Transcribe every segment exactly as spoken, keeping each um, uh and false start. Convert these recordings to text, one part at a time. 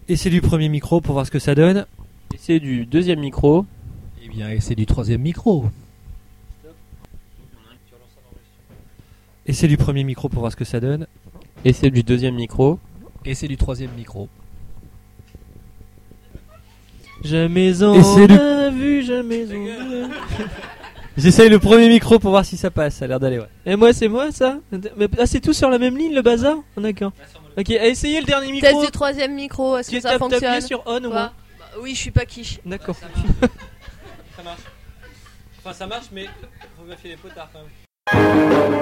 Essai du premier micro pour voir ce que ça donne. Essai du deuxième micro. Eh bien, essai du troisième micro. Essai du premier micro pour voir ce que ça donne. Essai du deuxième micro. Essai du troisième micro. Jamais on Essai du- a vu, jamais on a... J'essaye le premier micro pour voir si ça passe, ça a l'air d'aller, ouais. Et moi, c'est moi ça. Mais, ah, c'est tout sur la même ligne, le bazar. Ah, d'accord. Ok, essayez le dernier micro. Test du troisième micro, est-ce Tu que ça tapes- fonctionne? t'appuies sur on ou Quoi moi. Bah, oui, je suis pas quiche. D'accord. Ça marche. Enfin, ça marche, mais faut vérifier les potards quand même.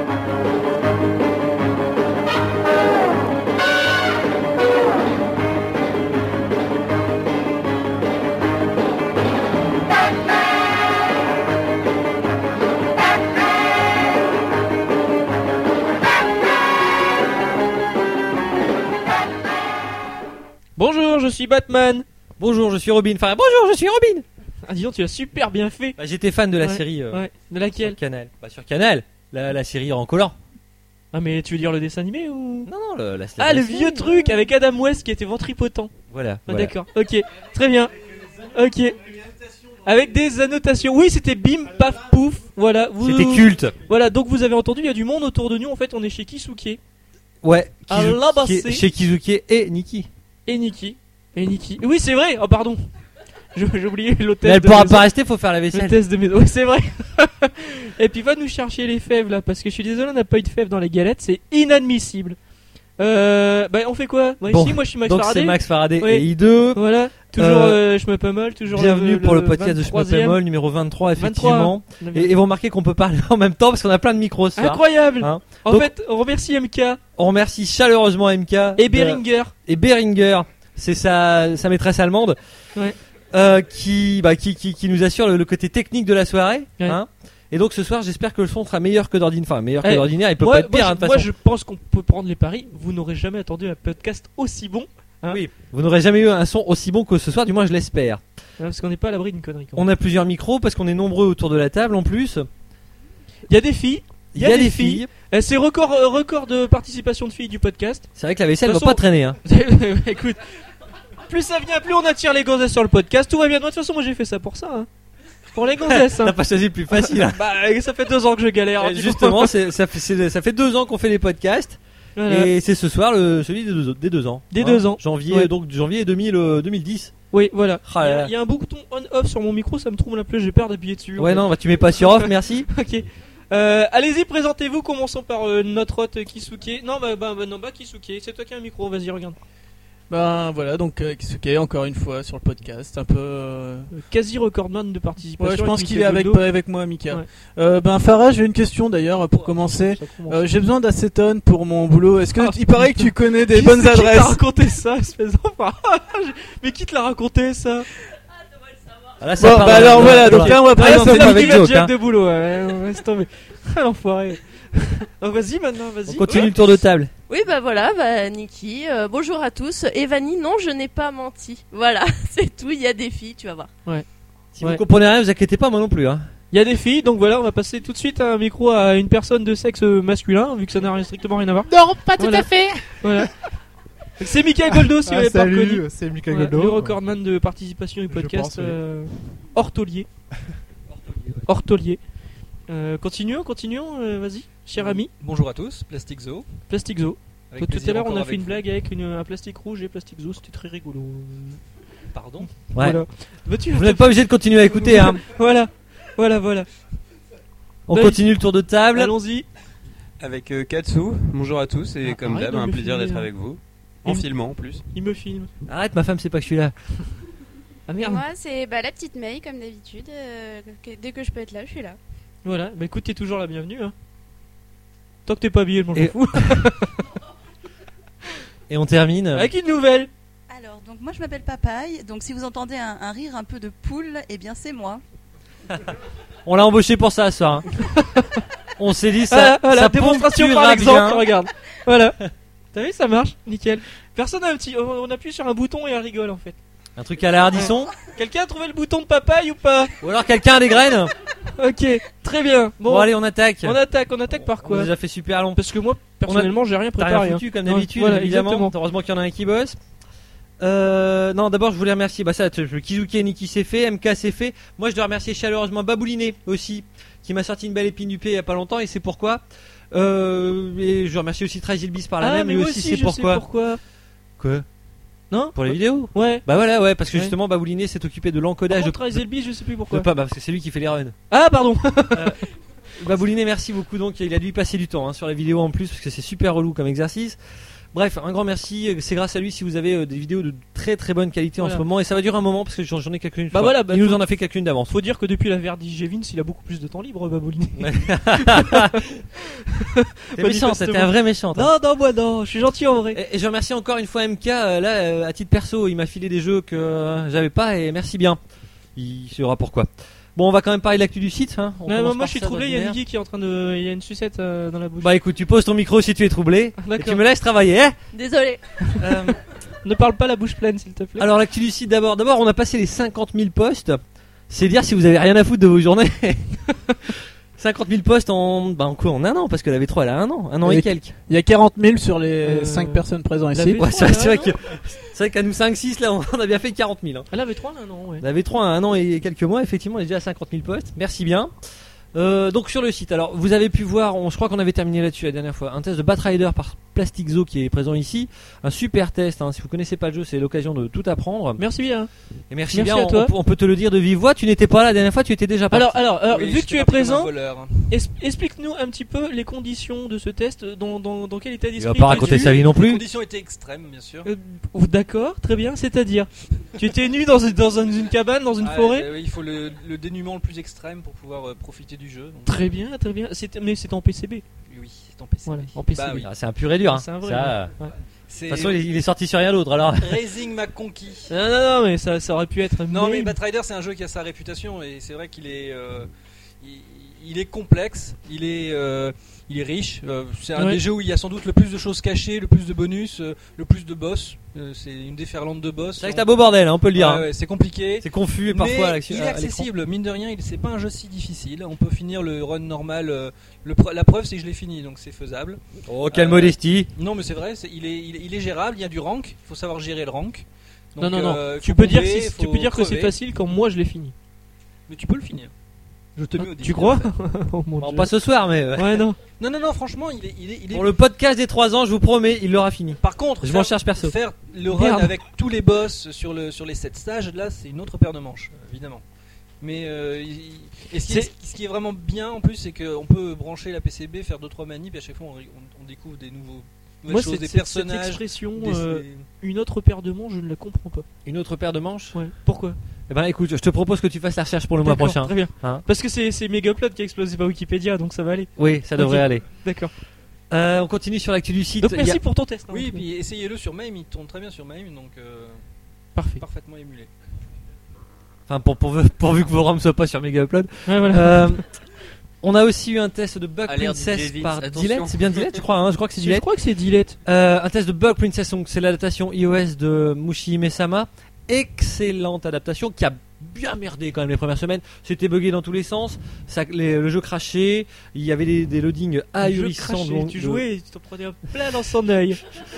Bonjour, je suis Batman. Bonjour, je suis Robin. Enfin, bonjour, je suis Robin. Ah, dis donc, tu as super bien fait. Bah, j'étais fan de la Ouais, série euh, Ouais. De sur laquelle? Canal. Bah, sur Canal, la, la série en collant. Ah, mais tu veux dire le dessin animé ou? Non, non, le, la Ah, la le série, vieux ouais. truc avec Adam West qui était ventripotent. Voilà. Ah, voilà. d'accord. Ok. Très bien. Ok. Avec des annotations. Oui, c'était bim, paf, pouf. Voilà. Vous... C'était culte. Voilà. Donc vous avez entendu, il y a du monde autour de nous. En fait, on est chez Kisuke Ouais. Ah, Kizu- là, bah, qui est c'est- chez Kizuki et Nikki. et Nikki. Et Nikki. Oui, c'est vrai. Oh, pardon. Je- J'ai oublié l'hôtel. Mais elle de pourra maison. pas rester, faut faire la Le vaisselle. test de maison. Oui, c'est vrai. Et puis va nous chercher les fèves là, parce que je suis désolé, on n'a pas eu de fèves dans les galettes, c'est inadmissible. Euh, bah on fait quoi? Bah, Bon, ici, moi je suis Max Donc Faraday. c'est Max Faraday Oui. et I deux. Voilà, toujours Euh, euh, je me pas mal, toujours Bienvenue le, pour le podcast de Je me vingt-troisième. Pémol numéro vingt-trois, effectivement. vingt-trois. Et, et vous remarquez qu'on peut parler en même temps parce qu'on a plein de micros ce soir. Incroyable. Hein. En Donc- fait, on remercie M K On remercie chaleureusement M K et de- Beringer. et Beringer, c'est sa, sa maîtresse allemande, Ouais. euh, qui, bah, qui, qui, qui nous assure le, le côté technique de la soirée. Ouais. Hein. Et donc ce soir, j'espère que le son sera meilleur que d'ordinaire. Enfin, meilleur que Eh, d'ordinaire, il peut Moi, pas être pire moi, hein, je, de toute moi, façon. je pense qu'on peut prendre les paris. Vous n'aurez jamais attendu un podcast aussi bon, hein. Oui, vous n'aurez jamais eu un son aussi bon que ce soir, du moins je l'espère. Hein, parce qu'on n'est pas à l'abri d'une connerie. quand même. On a plusieurs micros parce qu'on est nombreux autour de la table en plus. Il y a des filles. Il y a des filles. Eh, c'est record, euh, record de participation de filles du podcast. C'est vrai que la vaisselle De va toute façon- pas traîner. Hein. Écoute, plus ça vient, plus on attire les gonzesses sur le podcast. Tout va bien. De toute façon, moi j'ai fait ça pour ça. Hein. Pour les gonzesses. Hein. T'as pas choisi le plus facile. Hein. Bah, ça fait deux ans que je galère. Et justement, c'est- ça, fait, c'est- ça fait deux ans qu'on fait les podcasts. Voilà. Et c'est ce soir le, celui des deux, des deux ans. Des deux ans. Janvier, Ouais. donc janvier deux mille, euh, deux mille dix. Oui, voilà. Ah Il y, là a- là. il y a un bouton on-off sur mon micro, ça me trouble un peu. J'ai peur d'appuyer dessus. en Ouais, fait. non, bah, tu mets pas sur off, merci. Ok. Euh, allez-y, présentez-vous. Commençons par euh, notre hôte euh, Kisuke. Non, bah, bah, bah, non, bah, Kisuke. C'est toi qui as un micro. Vas-y, regarde. Ben voilà, donc euh, Kisuke encore une fois sur le podcast, un peu. euh, Euh, quasi recordman de participation. Ouais, je pense avec qu'il est Michael avec Goldo. avec moi, Mika. Ouais. Euh, ben Farah, j'ai une question d'ailleurs pour commencer. Ça commence. Euh, j'ai besoin d'acétone pour mon boulot. Est-ce que Ah, il paraît que tu connais des Qui bonnes c'est qui t'a adresses? raconté ça, espèce d'enfant? Mais qui te l'a raconté ça? Ah, là, ça Bon, part bah dans- alors dans- voilà, dans- donc là on va Ah, présenter c'est présenter. pas la avec avec joke, Jeff hein. de boulot, ouais, ouais, laisse tomber. Ah, l'enfoiré. Donc vas-y maintenant, On vas-y. continue le tour de table. Oui, bah voilà, bah Niki, euh, bonjour à tous. Et Vanny, non, je n'ai pas menti. Voilà, c'est tout, il y a des filles, tu vas voir. Si Ouais. vous comprenez rien, vous inquiétez pas, moi non plus. Hein. Il y a des filles, donc voilà, on va passer tout de suite un micro à une personne de sexe masculin, vu que ça n'a strictement rien à voir. Non, pas tout Voilà. à fait. Voilà. Donc c'est Mika Goldo, si vous Ah, l'avez pas reconnu. salut, c'est Mika Voilà, Goldo. le recordman de participation du Je podcast pense, oui. euh, Hortolier. Hortolier. Euh, continuons, continuons, euh, vas-y, cher ami. Bonjour à tous, Plastic Zoo. Plastic Zoo. Avec Tout à plaisir l'heure, on encore a fait avec une vous. blague avec une, un plastique rouge et plastique zoo, c'était très rigolo. Pardon. Ouais. Voilà. Veux-tu- Vous n'êtes pas obligé de continuer à écouter. Hein. Voilà, voilà, voilà. On Bah, continue le tour de table. Allons-y. Avec euh, Katsu. Bonjour à tous et Ah, comme arrête d'hab, de un me plaisir filmer, d'être hein. avec vous. En Il- filmant en plus. Il me filme. Arrête, ma femme sait pas que je suis là. Ah merde. Moi, c'est bah, la petite May, comme d'habitude. euh, que- dès que je peux être là, je suis là. Voilà, bah écoute, t'es toujours la bienvenue. Hein. Tant que t'es pas habillé, je m'en Et- fous. Et on termine. Avec une nouvelle. Alors, donc moi je m'appelle Papaye, donc si vous entendez un, un rire un peu de poule, eh bien c'est moi. On l'a embauché pour ça, ce soir. Hein. On s'est dit ça. Voilà, voilà, ça démonstration par ponctuera l'exemple, bien. regarde. Voilà. T'as vu, ça marche, nickel. Personne a un petit. On on appuie sur un bouton et elle rigole en fait. Un truc à la Hardisson. Quelqu'un a trouvé le bouton de papaye ou pas? Ou alors quelqu'un a des graines. Ok, très bien. Bon, Bon, allez, on attaque. on attaque, on attaque par On a quoi? déjà fait super long. Parce que moi, personnellement, j'ai rien T'as préparé. rien foutu hein. comme Non, d'habitude, voilà, évidemment. exactement. Heureusement qu'il y en a un qui bosse. Euh, non, d'abord je voulais remercier, bah ça, le Kizuki et Niki c'est fait, M K c'est fait. Moi je dois remercier chaleureusement Babouliné aussi, qui m'a sorti une belle épine du pied il y a pas longtemps et c'est pourquoi. Euh, et je remercie aussi Trazilbis par la Ah, même, mais et moi aussi, aussi, c'est je pourquoi. sais pourquoi. Quoi? Non? Pour les vidéos? Ouais. Bah voilà, ouais, parce que Ouais. justement Babouliné s'est occupé de Par l'encodage de, contre, Elby, je sais plus de pourquoi. pas, bah, parce que c'est lui qui fait les runs. Ah, pardon. Babouliné, merci beaucoup. Donc, il a dû y passer du temps hein, sur la vidéo en plus parce que c'est super relou comme exercice. Bref, un grand merci. C'est grâce à lui si vous avez euh, des vidéos de très très bonne qualité Voilà. en ce moment et ça va durer un moment parce que j'en, j'en ai quelques-unes. Bah voilà, bah, il nous faut- en a fait quelques-unes d'avance. Faut dire que depuis la Verdige Vince, il a beaucoup plus de temps libre, Babouliné. T'es méchant, c'était un vrai méchant. hein. Non, non, moi non, je suis gentil en vrai. Et, et je remercie encore une fois M K. euh, là, euh, à titre perso, il m'a filé des jeux que euh, j'avais pas et merci bien. Il saura pourquoi. Bon, on va quand même parler de l'actu du site. Hein. On Ouais, commence moi, moi par je suis ça troublé, il y a d'ordinaire. Niki qui est en train de. Il y a une sucette euh, dans la bouche. Bah écoute, tu poses ton micro si tu es troublé. Et D'accord. tu me laisses travailler. Hein. Désolé. Euh, Ne parle pas la bouche pleine, s'il te plaît. Alors l'actu du site d'abord. D'abord on a passé les cinquante mille posts. C'est dire si vous avez rien à foutre de vos journées. cinquante mille posts en, bah, en quoi, en un an, parce que la V trois elle a un an, un an et, Et- quelques. Il y a quarante mille sur les Euh, cinq personnes présentes la ici. V- Ouais, c'est, vrai, c'est vrai non que, c'est vrai qu'à nous cinq six là on a bien fait quarante mille. Hein. Elle avait trois là, non, ouais. La V trois a un an et quelques mois, effectivement, on est déjà à cinquante mille posts. Merci bien. Euh, donc sur le site, alors vous avez pu voir, on, je crois qu'on avait terminé là-dessus la dernière fois, un test de Batrider par Plastic Zoo qui est présent ici, un super test. Hein, si vous connaissez pas le jeu, c'est l'occasion de tout apprendre. Merci bien. Et merci, Merci bien. à on- toi. On, on peut te le dire de vive voix. Tu n'étais pas là la dernière fois, tu étais déjà parti. Alors, alors, alors Oui, vu que j'étais tu es parti comme un présent, voleur. es- explique-nous un petit peu les conditions de ce test, dans, dans, dans quel état Il d'esprit va pas raconter étais-tu sa vie non Les plus. conditions étaient extrêmes, bien sûr. Euh, oh, d'accord, très bien, c'est-à-dire tu étais nu dans, une- dans une, une cabane, dans une Ah, forêt. euh, oui, il faut le, le dénuement le plus extrême pour pouvoir euh, profiter du jeu. donc, Très bien, très bien. C'était- mais c'est en P C B. Oui, c'est en P C B. Voilà, en P C B. Bah oui. Ah, c'est un pur et dur. Hein. C'est un vrai. Ça, ouais. De C'est toute façon, il est, il est sorti sur rien d'autre. Alors, Raising m'a conquis. Non, non, non, mais ça, ça aurait pu être. Non, mais mais- Batrider, c'est un jeu qui a sa réputation et c'est vrai qu'il est, euh, il, il est complexe, il est, euh, il est riche. Euh, c'est un Ouais. des jeux où il y a sans doute le plus de choses cachées, le plus de bonus, euh, le plus de boss. Euh, c'est une déferlante de boss. c'est vrai que t'as beau bordel, hein, on peut le dire. Ouais, hein. ouais, c'est compliqué. C'est confus et parfois à Mais l'action- il est à l'écran. accessible, mine de rien, il c'est pas un jeu si difficile. On peut finir le run normal. euh, le pre- la preuve, c'est que je l'ai fini, donc c'est faisable. Oh, quelle Euh, modestie. Non, mais c'est vrai, c'est- il, est, il, est, il est gérable. Il y a du rank. Il faut savoir gérer le rank. Donc, non, non, non. euh, tu faut peux dire, bomber, si, faut tu peux dire que c'est crever. facile quand moi je l'ai fini. Mais tu peux le finir. Je te mets au défi. Tu de crois le faire. Oh mon Bon, Dieu. pas ce soir, mais euh, Ouais, non. Non, non, non. Franchement, il est, il est, il est- pour le podcast des trois ans, je vous promets, il l'aura fini. Par contre, Je faire- m'en cherche perso. Faire le run Merde. avec tous les boss sur le sur les sept stages, là, c'est une autre paire de manches, euh, évidemment. Mais euh, il- et ce qui, est, C'est- ce qui est vraiment bien en plus, c'est qu'on peut brancher la P C B, faire deux trois manips, et à chaque fois on, on- on découvre des nouveaux nouvelles Moi, choses, c'est des cette, cette personnages. expression, des- euh, des- une autre paire de manches, je ne la comprends pas. Une autre paire de manches. Ouais. Pourquoi Eh ben, écoute, je te propose que tu fasses la recherche pour le mois D'accord, prochain. Très bien. Hein. Parce que c'est c'est Megaupload qui a explosé, pas Wikipédia, donc ça va aller. Oui, ça devrait Ok. aller. D'accord. Euh, on continue sur l'actu du site. Donc Il y a- merci pour ton test. hein, Oui, en et tout puis essayez-le sur MAME, il tourne très bien sur MAME, donc euh, cas. Parfait. parfaitement émulé. Enfin, pour, pourvu, pourvu que vos ROM soient pas sur Mega Upload. Ouais, voilà. Euh, on a aussi eu un test de Bug À l'ère Princess du D J, par attention. Dilette. C'est bien Dilette, je crois. Hein, je crois que c'est Je Dilette. crois que c'est Dilette. Euh, un test de Bug Princess, donc c'est l'adaptation iOS de Mushi Mesama. Excellente adaptation qui a bien merdé quand même les premières semaines. C'était buggé dans tous les sens. Ça, les- le jeu crachait. Il y avait des, des loadings Je ahurissants. crachais, donc, tu de- jouais et tu t'en prenais un plein dans son œil.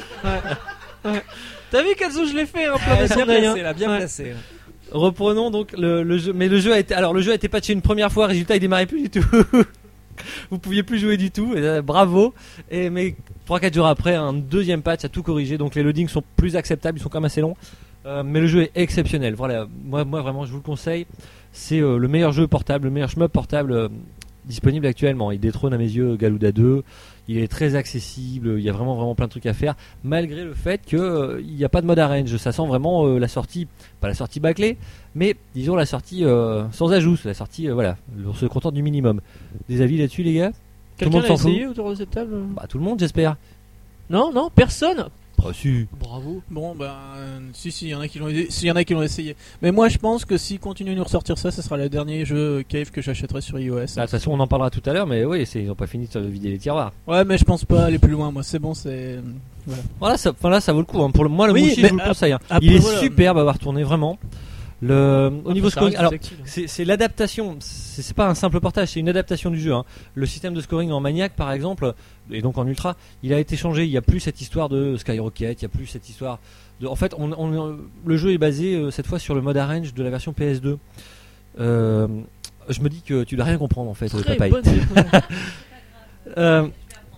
Ouais. Ouais. T'as vu Kazu, je l'ai fait un plein Ah, dans son bien œil. placé, hein. là, bien Ouais. placé. Reprenons donc le, le jeu. Mais le jeu a été. Alors le jeu a été patché une première fois. Résultat, il démarrait plus du tout. Vous pouviez plus jouer du tout. Et, euh, bravo. Et mais trois quatre jours après, un deuxième patch a tout corrigé. Donc les loadings sont plus acceptables. Ils sont quand même assez longs. Euh, mais le jeu est exceptionnel. Voilà. Moi, moi vraiment, je vous le conseille. C'est euh, le meilleur jeu portable, le meilleur shmup portable euh, disponible actuellement. Il détrône à mes yeux Galuda deux. Il est très accessible. Il y a vraiment vraiment plein de trucs à faire. Malgré le fait que euh, il n'y a pas de mode arrange. Ça sent vraiment euh, la sortie, pas la sortie bâclée, mais disons la sortie euh, sans ajout. La sortie, euh, voilà. On se contente du minimum. Des avis là-dessus, les gars? Tout le Quelqu'un monde l'a s'en fout. essayé autour de cette table? Bah tout le monde, j'espère. Non, non, personne. Oh si. Bravo. Bon, ben, euh, si, si, il y en a qui l'ont, s'il y en a qui l'ont essayé. Mais moi, je pense que s'ils continuent de nous ressortir ça, ce sera le dernier jeu Cave que j'achèterai sur iOS. Ah, de toute façon, on en parlera tout à l'heure, mais oui, c'est, ils ont pas fini de vider les tiroirs. Ouais, mais je pense pas aller plus loin. Moi, c'est bon, c'est. Voilà, ça, enfin, là, ça vaut le coup. Hein. Pour le, moi, le Oui, Mushi, mais je vous le ap- conseille. hein. après, Il est voilà. superbe à avoir tourné, vraiment. Le, au niveau ça reste scoring, alors tactile. c'est, c'est l'adaptation, c'est, c'est pas un simple portage, c'est une adaptation du jeu. Hein. Le système de scoring en Maniac par exemple, et donc en Ultra, il a été changé. Il n'y a plus cette histoire de Skyrocket, il n'y a plus cette histoire de. En fait, on, on, le jeu est basé euh, cette fois sur le mode arrange de la version P S deux. Euh, je me dis que tu dois rien comprendre en fait, Très Papaye. bonne réponse. Euh,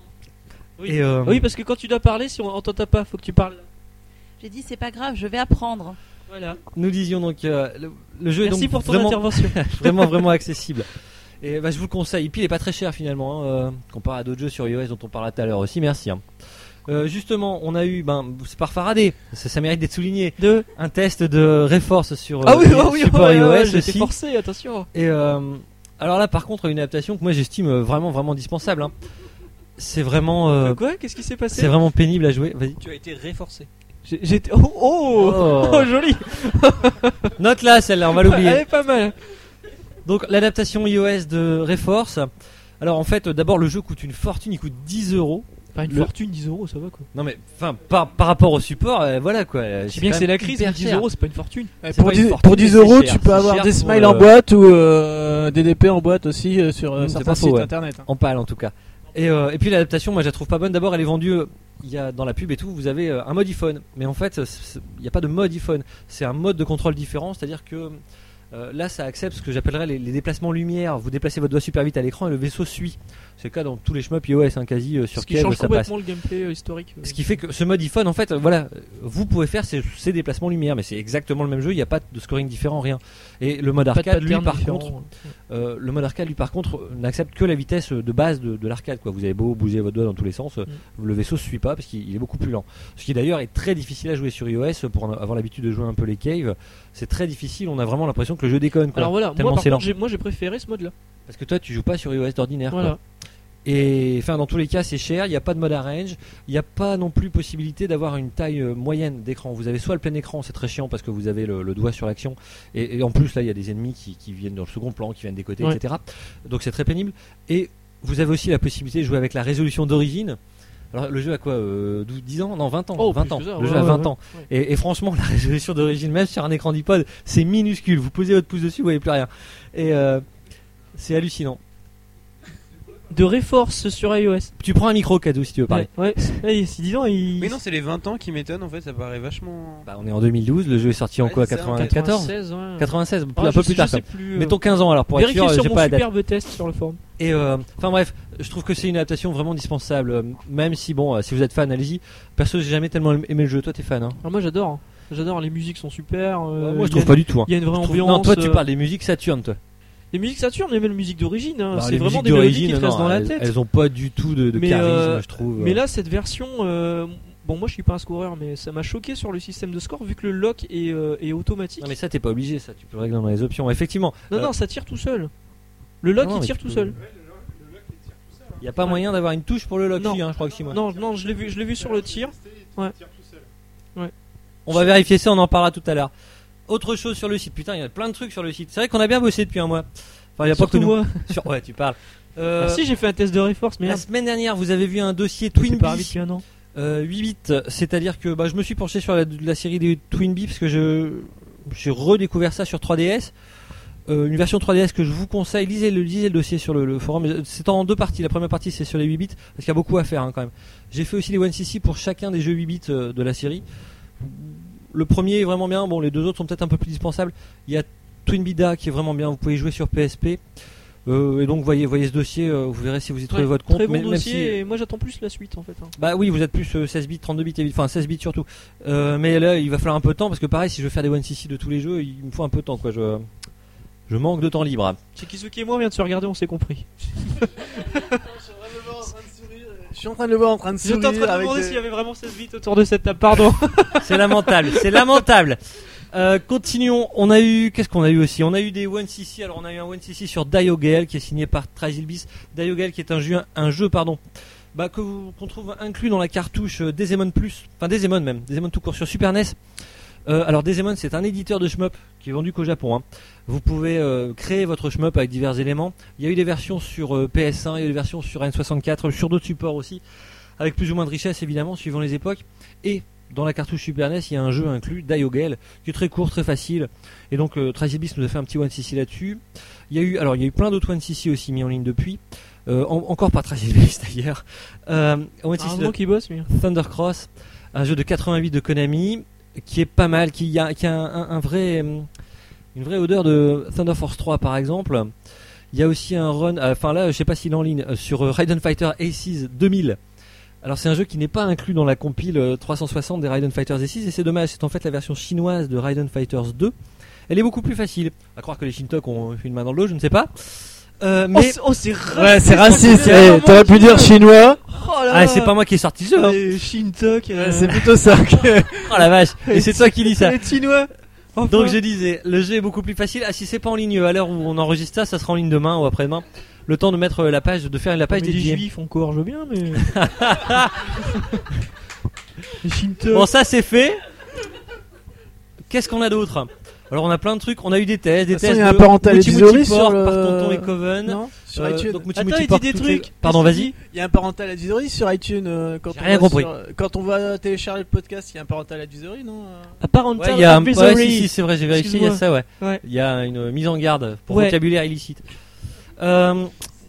Oui. et, euh, Oui, parce que quand tu dois parler, si on on t'entend pas, faut que tu parles. J'ai dit, c'est pas grave, je vais apprendre. Voilà. Nous disions donc euh, le, le jeu Merci est donc pour ton vraiment, intervention. vraiment vraiment accessible. Et bah, je vous le conseille. Et puis il est pas très cher finalement, hein, euh, comparé à d'autres jeux sur iOS dont on parlera tout à l'heure aussi. Merci. Hein. Euh, justement, on a eu, ben, c'est par Faraday, ça, ça mérite d'être souligné, Deux. un test de Reforce sur Ah euh, oui, ah oui, support ouais, iOS ouais, j'étais aussi. forcé, attention. Et euh, alors là, par contre, une adaptation que moi j'estime euh, vraiment vraiment indispensable. Hein. C'est vraiment, euh, Quoi? Qu'est-ce qui s'est passé? c'est vraiment pénible à jouer. Vas-y. Tu as été réforcé. J'ai- J'étais. Oh, oh, Oh. oh, joli. Note là, celle-là, on va l'oublier. Elle est pas mal. Donc l'adaptation iOS de Reforce. Alors en fait, d'abord le jeu coûte une fortune, il coûte dix euros. Pas une Le- fortune, dix euros, ça va quoi. Non mais, enfin, par, par rapport au support, euh, voilà quoi. Je sais bien que quand c'est la même crise, hyper mais dix cher. euros, c'est pas une fortune. Ouais, C'est pour, pas une dix, fortune, pour mais dix c'est euros, cher. tu peux C'est avoir cher des pour smiles le- en boîte ou euh, des D P en boîte aussi euh, sur euh, Mmh, c'est certains pas faux, sites ouais. internet. hein. En pâle en tout cas. Et, euh, et puis l'adaptation, moi je la trouve pas bonne. D'abord, elle est vendue. euh, Il y a dans la pub et tout, vous avez euh, un mode iPhone, mais en fait, c'est- il n'y a pas de mode iPhone. C'est un mode de contrôle différent, c'est-à-dire que euh, là, ça accepte ce que j'appellerais les, les déplacements lumière. Vous déplacez votre doigt super vite à l'écran et le vaisseau suit. C'est le cas dans tous les shmups iOS, hein, quasi euh, sur Ce qui Kev, change ça passe. complètement le gameplay euh, historique. euh. Ce qui fait que ce mode iPhone, en fait, euh, voilà, euh, vous pouvez faire ces, ces déplacements lumière, mais c'est exactement le même jeu. Il n'y a pas de scoring différent, rien. Et le mode Pas de arcade, lui, pattern par différent. contre, euh, le mode arcade, lui, par contre, euh, n'accepte que la vitesse euh, de base de, de l'arcade. Quoi. Vous avez beau bouger votre doigt dans tous les sens, euh, le vaisseau ne suit pas parce qu'il il est beaucoup plus lent. Ce qui d'ailleurs est très difficile à jouer sur iOS pour en avoir l'habitude de jouer un peu les caves. C'est très difficile. On a vraiment l'impression que le jeu déconne. Quoi. Alors voilà, Tellement moi par c'est contre, lent. j'ai- moi j'ai préféré ce mode-là. Parce que toi, tu joues pas sur iOS d'ordinaire. quoi. Voilà. Et enfin, dans tous les cas, c'est cher. Il n'y a pas de mode arrange. Il n'y a pas non plus possibilité d'avoir une taille euh, moyenne d'écran. Vous avez soit le plein écran, c'est très chiant parce que vous avez le, le doigt sur l'action. Et, et en plus, là, il y a des ennemis qui, qui viennent dans le second plan, qui viennent des côtés, Ouais. et cetera. Donc c'est très pénible. Et vous avez aussi la possibilité de jouer avec la résolution d'origine. Alors le jeu a quoi euh, douze, dix ans? Non, vingt ans. Oh, vingt plus ans. que ça, Le ouais, jeu a ouais, vingt ouais. ans. Ouais. Et, et franchement, la résolution d'origine, même sur un écran d'iPod, c'est minuscule. Vous posez votre pouce dessus, vous voyez plus rien. Et euh, c'est hallucinant. De Reforce sur iOS. Tu prends un micro cadeau si tu veux parler. Ouais, ouais. Ouais, si disons, il. Mais non, c'est les vingt ans qui m'étonnent en fait, ça paraît vachement. Bah, on est en deux mille douze, le jeu est sorti en Ouais, quoi? c'est ça, en quatre-vingt-quatorze quatre-vingt-seize, ouais. quatre-vingt-seize, Ah, un je peu sais- plus tard. je sais quoi. plus, euh, Mettons quinze ans alors pour être Vérifiez sûr, sur j'ai mon pas la date. superbe test sur le forum. Et euh, enfin bref, je trouve que c'est une adaptation vraiment indispensable. euh, Même si bon, euh, si vous êtes fan, allez-y. Perso, j'ai jamais tellement aimé le jeu. Toi, t'es fan, hein? Ah, moi j'adore. hein. J'adore, les musiques sont super. euh, Moi, je il y a trouve une- pas du tout. Hein. Il y a une vraie Je trouve- ambiance. Non, toi, tu euh, parles des musiques Saturn, toi. Les musiques Saturn, mais même les musiques d'origine. hein, Bah, c'est les vraiment musiques des mélodies qui d'origine, te restent non, dans la elles, tête. elles ont pas du tout de, de Mais, charisme, euh, je trouve. Mais là, cette version, euh, bon, moi je suis pas un scoreur, mais ça m'a choqué sur le système de score vu que le lock est, euh, est automatique. Non, mais ça, t'es pas obligé. Ça, tu peux le régler dans les options. Effectivement. Non, euh, non, ça tire tout seul. Le lock non, il mais tire tu tout peux- seul. Il y a pas moyen d'avoir une touche pour le lock, Non. si, hein, je crois que si moi. Non, non, je l'ai vu, je l'ai vu sur le tir. On va vérifier ça, on en parlera tout à l'heure. Autre chose sur le site. Putain, il y a plein de trucs sur le site. C'est vrai qu'on a bien bossé depuis un mois. Enfin, il y a pas que Surtout nous. moi. Sur... Ouais, tu parles. Euh, Ah, si, j'ai fait un test de Reforce, mais La semaine dernière, vous avez vu un dossier Twin pas Bee depuis un an. euh, huit bits, c'est-à-dire que bah, je me suis penché sur la, la série des Twin Bee parce que je j'ai redécouvert ça sur trois D S. Euh, une version trois D S que je vous conseille. Lisez le, lisez le dossier sur le, le forum. C'est en deux parties. La première partie c'est sur les huit bits parce qu'il y a beaucoup à faire hein, quand même. J'ai fait aussi les one C C pour chacun des jeux huit bits euh, de la série. Le premier est vraiment bien. Bon, les deux autres sont peut-être un peu plus dispensables. Il y a Twin Bida qui est vraiment bien. Vous pouvez y jouer sur P S P. Euh, et donc voyez, voyez ce dossier. euh, vous verrez si vous y trouvez Ouais, votre compte. Très bon mais- même dossier, si- et moi j'attends plus la suite en fait. hein. Bah oui, vous êtes plus euh, seize bits, trente-deux bits, évi- enfin seize bits surtout. Euh, mais là, il va falloir un peu de temps parce que pareil, si je veux faire des one C C de tous les jeux, il me faut un peu de temps quoi. Je, je manque de temps libre. Chikizuki et moi on vient de se regarder, on s'est compris. Je suis en train de le voir en train de J'étais sourire. en train de me avec demander des- s'il y avait vraiment seize bits autour de cette table, pardon. C'est lamentable, c'est lamentable. Euh, continuons. On a eu, qu'est-ce qu'on a eu aussi? On a eu des one C C. Alors on a eu un one C C sur Diogale qui est signé par Trazilbis. Diogale qui est un jeu, un jeu pardon. Bah, que vous, qu'on trouve inclus dans la cartouche euh, Desemon Plus, enfin Desemon même, Desemon tout court sur Super N E S. Euh, alors Desemon c'est un éditeur de shmup qui est vendu qu'au Japon. Hein. Vous pouvez euh, créer votre shmup avec divers éléments. Il y a eu des versions sur euh, P S un, il y a eu des versions sur N soixante-quatre, sur d'autres supports aussi, avec plus ou moins de richesse évidemment suivant les époques. Et dans la cartouche Super N E S, il y a un jeu inclus, Diogel, qui est très court, très facile. Et donc euh, Tracy Beast nous a fait un petit one C C là-dessus. Il y a eu, alors il y a eu plein d'autres one C C aussi mis en ligne depuis. Euh, en, encore par Tracy Beast d'ailleurs. Euh, one C C Heureusement de qu'il bosse, lui. Thundercross, un jeu de quatre-vingt-huit de Konami, qui est pas mal, qui a, qui a un, un, un vrai, une vraie odeur de Thunder Force trois par exemple. Il y a aussi un run, enfin là, je sais pas s'il est en ligne, euh, sur euh, Raiden Fighter Aces deux mille. Alors c'est un jeu qui n'est pas inclus dans la compile euh, trois cent soixante des Raiden Fighters Aces, et c'est dommage, c'est en fait la version chinoise de Raiden Fighters deux. Elle est beaucoup plus facile. À croire que les Shintok ont fait une main dans le dos, je ne sais pas. Euh, mais... Oh, c'est, oh, c'est raciste. Ouais, c'est raciste. c'est Eh, T'aurais pu dire chinois. Oh là Ah, là. c'est pas moi qui ai sorti le jeu. Hein. Les Shintok. euh, Ouais, c'est plutôt ça. que- Oh la vache. Et c'est toi qui lis ça. Les Chinois. Enfin. Donc je disais, le jeu est beaucoup plus facile. Ah, si c'est pas en ligne à l'heure où on enregistre ça, ça sera en ligne demain ou après-demain. Le temps de mettre la page, de faire la page Mais les dédiée. juifs, on courge bien, mais. Les Shintok. Bon, ça c'est fait. Qu'est-ce qu'on a d'autre? Alors on a plein de trucs. On a eu des tests, des De toute façon, tests. il y a un de parental Multi advisory Multi sur Port le- par Tonton et Coven. Non, sur Euh, iTunes. donc Multi Attends, Multi il Port, dit des toutes les- trucs. Pardon, Qu'est-ce qu'il vas-y. dit Il y a un parental advisory sur iTunes euh, quand J'ai on rien va compris. sur- quand on va télécharger le podcast, il y a un parental advisory, non euh À parental Ouais, il y a un. advisory. Ouais, si, si, c'est vrai, j'ai vérifié. Il y a ça, ouais. Ouais. Il y a une mise en garde pour Ouais. vocabulaire illicite. Euh,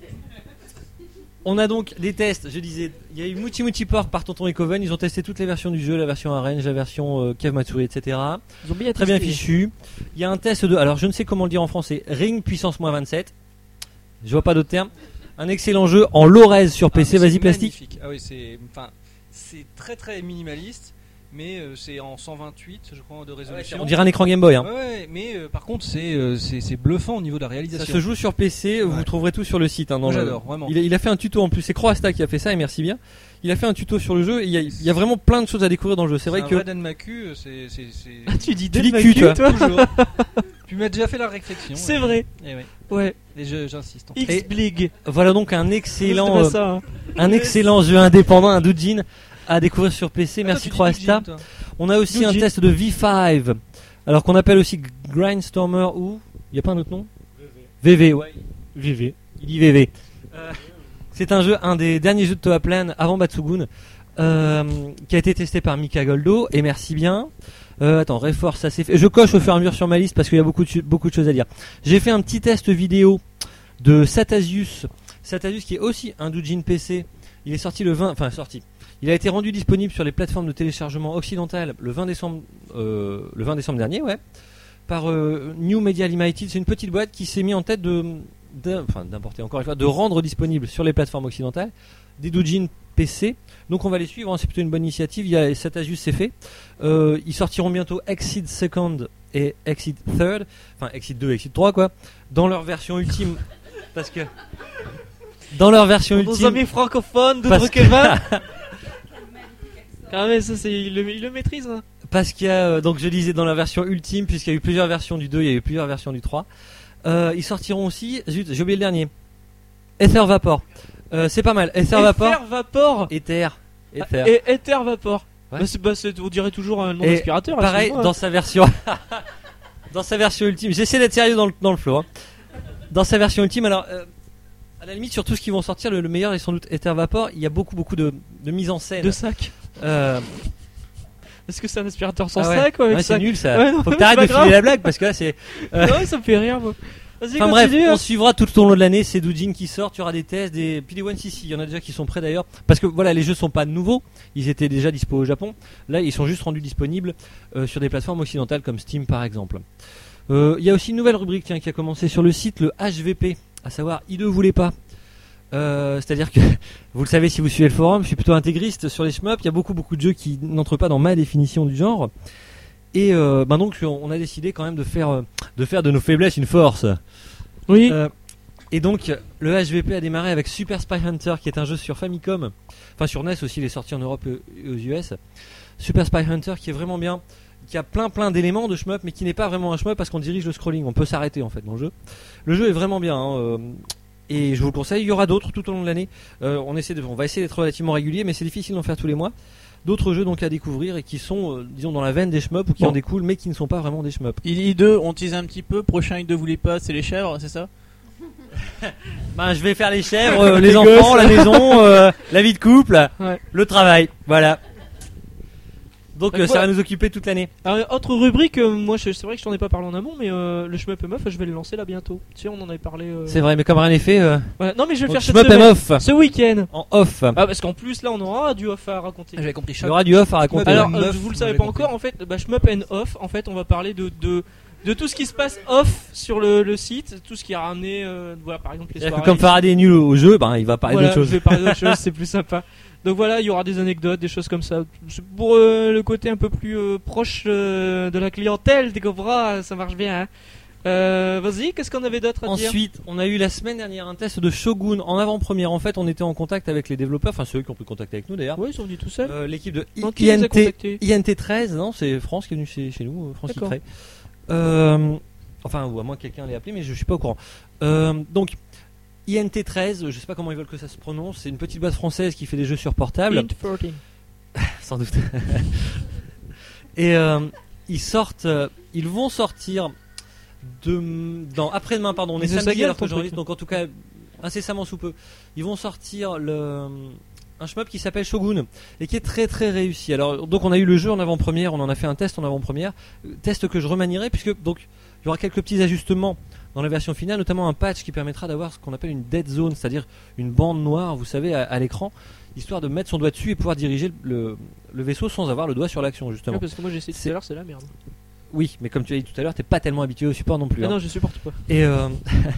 on a donc des tests. Je disais, il y a eu Multi Multi Port par Tonton et Coven. Ils ont testé toutes les versions du jeu, la version Arrange, la version euh, Kev Matsuri, et cetera. Ils ont bien Très bien testé. fichu. Il y a un test de, alors je ne sais comment le dire en français, Ring puissance moins vingt-sept. Je vois pas d'autres termes. Un excellent jeu en low-res sur P C. Ah, mais Vas-y, c'est plastique. magnifique. Ah oui, c'est enfin c'est très très minimaliste, mais euh, c'est en cent vingt-huit, je crois, de résolution. On dirait un écran Game Boy. Hein. Ouais, ouais, mais euh, par contre c'est euh, c'est c'est bluffant au niveau de la Ça réalisation. se joue sur P C. Vous Ouais. trouverez tout sur le site. Hein, dans Moi, le- j'adore, vraiment. Il a, il a fait un tuto en plus. C'est Croasta qui a fait ça et merci bien. Il a fait un tuto sur le jeu. Et il y a, il y a vraiment plein de choses à découvrir dans le jeu. C'est vrai un que vrai Danmaku, euh, c'est c'est c'est Ah, tu dis Tu dis Danmaku, cul, toi. toujours. Tu m'as déjà fait la réflexion. C'est ouais. vrai. Eh ouais. Ouais. Et je- j'insiste. X-Blig. voilà donc un excellent, C'est euh, pas ça, hein. un excellent jeu indépendant, un doujin à découvrir sur P C. Merci Croasta. On a aussi un Doujin. test de V cinq, alors qu'on appelle aussi Grindstormer ou il y a pas un autre nom? V V, ouais. V V. Il dit V V. Euh, c'est un jeu, un des derniers jeux de Toaplan avant Batsugun, euh, qui a été testé par Mika Goldo et merci bien. Euh, attends, Reforce, ça c'est fait. Je coche au fur et à mesure sur ma liste parce qu'il y a beaucoup de, chu- beaucoup de choses à dire. J'ai fait un petit test vidéo de Satasius. Satasius qui est aussi un doujin P C. Il est sorti le vingt, enfin sorti. Il a été rendu disponible sur les plateformes de téléchargement occidentales le vingt décembre, euh, le vingt décembre dernier, ouais, par euh, New Media Limited. C'est une petite boîte qui s'est mis en tête de, de- enfin d'importer encore une fois, de rendre disponible sur les plateformes occidentales des doujins P C. Donc on va les suivre, hein, c'est plutôt une bonne initiative. Il y a Satasius, c'est fait. Euh, ils sortiront bientôt Exit Second et Exit Third, enfin Exit deux, Exit trois quoi, dans leur version ultime, parce que dans leur version Nos ultime. amis francophones de Parce que- Druckelman. Ah mais ça c'est il le, il le maîtrise hein. Parce qu'il y a, euh, donc je disais dans la version ultime, puisqu'il y a eu plusieurs versions du deux, il y a eu plusieurs versions du trois. Euh, ils sortiront aussi, zut, j'ai oublié le dernier. Ether Vapor. Euh, c'est pas mal. Ether Vapor. Ether Vapor. Ether. Ether. Et Ether Vapor. Ouais. Bah, c'est, bah, c'est, on dirait toujours un nom Et d'aspirateur. là, Pareil, excuse-moi. dans sa version. Dans sa version ultime. J'essaie d'être sérieux dans le, dans le flow. Hein. Dans sa version ultime, alors. Euh, à la limite, sur tout ce qui vont sortir, le, le meilleur est sans doute Ether Vapor. Il y a beaucoup, beaucoup de, de mise en scène. De sac. Euh, Est-ce que c'est un aspirateur sans ah ouais. sac ou avec Ouais, c'est sac nul ça. Ouais, non, Faut que mais t'arrêtes c'est de pas filer grave. la blague parce que là c'est. euh, Ouais, ça me fait rire moi. Vas-y, Enfin bref, continue. on hein. suivra tout au long de l'année ces doujins qui sortent, il y aura des tests, des puis des one C C, il y en a déjà qui sont prêts d'ailleurs parce que voilà, les jeux sont pas nouveaux, ils étaient déjà dispo au Japon. Là, ils sont juste rendus disponibles euh, sur des plateformes occidentales comme Steam par exemple. Euh, il y a aussi une nouvelle rubrique tiens qui a commencé sur le site, le H V P, à savoir il ne voulait pas. Euh, c'est-à-dire que vous le savez si vous suivez le forum, je suis plutôt intégriste sur les shmups, il y a beaucoup beaucoup de jeux qui n'entrent pas dans ma définition du genre. Et euh, ben donc on a décidé quand même de faire euh, de faire de nos faiblesses une force. Oui. Euh, et donc le H V P a démarré avec Super Spy Hunter qui est un jeu sur Famicom, enfin sur N E S aussi, il est sorti en Europe et aux U S. Super Spy Hunter qui est vraiment bien, qui a plein plein d'éléments de shmup mais qui n'est pas vraiment un shmup parce qu'on dirige le scrolling, on peut s'arrêter en fait dans le jeu. Le jeu est vraiment bien hein, euh, et je vous le conseille, il y aura d'autres tout au long de l'année. Euh, on, essaie de, on va essayer d'être relativement régulier mais c'est difficile d'en faire tous les mois. D'autres jeux donc à découvrir et qui sont euh, disons dans la veine des shmups ou qui Bon. en découlent mais qui ne sont pas vraiment des shmups. Il I deux, on tease un petit peu. Prochain, il ne voulait pas, c'est les chèvres, c'est ça? Ben, je vais faire les chèvres, euh, les, Les enfants, gosses. la maison, euh, la vie de couple, Ouais. le travail, voilà. Donc Donc euh, ça voilà. va nous occuper toute l'année. Alors, autre rubrique, euh, moi je- c'est vrai que je t'en ai pas parlé en amont, mais euh, le Shmup M Off, je vais le lancer là bientôt. Tu sais, on en avait parlé. euh, C'est vrai, mais comme rien n'est fait, euh, Voilà. Non, mais je vais le faire donc, cette Shmup M semaine. off Ce week-end. en off. Ah, parce qu'en plus là, on aura du off à raconter. J'avais compris. Il y aura du off à raconter. Alors, Neuf, euh, vous le on savez avait pas compris. encore, en fait, bah, Shmup and Off, en fait, on va parler de, de, de tout ce qui se passe off sur le, le site, tout ce qui a ramené, euh, voilà, par exemple, les C'est-à-dire soirées. que comme Faraday est nul au jeu, ben il va parler Voilà, d'autre chose. je vais parler d'autre chose, c'est plus sympa. Donc voilà, il y aura des anecdotes, des choses comme ça. C'est pour euh, le côté un peu plus euh, proche euh, de la clientèle, tu comprends, ça marche bien. Hein. Euh, vas-y, qu'est-ce qu'on avait d'autre à dire? Ensuite, on a eu la semaine dernière un test de Shogun en avant-première. En fait, on était en contact avec les développeurs, enfin ceux qui ont pu contacter avec nous d'ailleurs. Oui, ils sont venus tout seuls. Euh, L'équipe de I- Non, qui les a I N T, contactés? I N T treize, non, c'est France qui est venu chez, chez nous, euh, France qui D'accord. crée. Euh, enfin, ou à moins que quelqu'un l'ait appelé, mais je suis pas au courant. Euh, donc, I N T treize, je sais pas comment ils veulent que ça se prononce, c'est une petite boîte française qui fait des jeux sur portable. Int quatorze. Sans doute. Et euh, ils sortent, euh, ils vont sortir de, dans, après-demain, pardon, on est Mais ça samedi gale alors que ton je truc. j'enregistre, donc en tout cas incessamment sous peu. Ils vont sortir le, un shmup qui s'appelle Shogun et qui est très très réussi. Alors donc on a eu le jeu en avant-première, on en a fait un test en avant-première, euh, test que je remanierai puisque donc il y aura quelques petits ajustements dans la version finale, notamment un patch qui permettra d'avoir ce qu'on appelle une dead zone, c'est-à-dire une bande noire, vous savez, à, à l'écran, histoire de mettre son doigt dessus et pouvoir diriger le, le vaisseau sans avoir le doigt sur l'action justement. Ouais, parce que moi j'ai essayé tout C'est- à l'heure, c'est la merde. Oui, mais comme tu l'as dit tout à l'heure, t'es pas tellement habitué au support non plus. Ah hein. non, je supporte pas. Et, euh,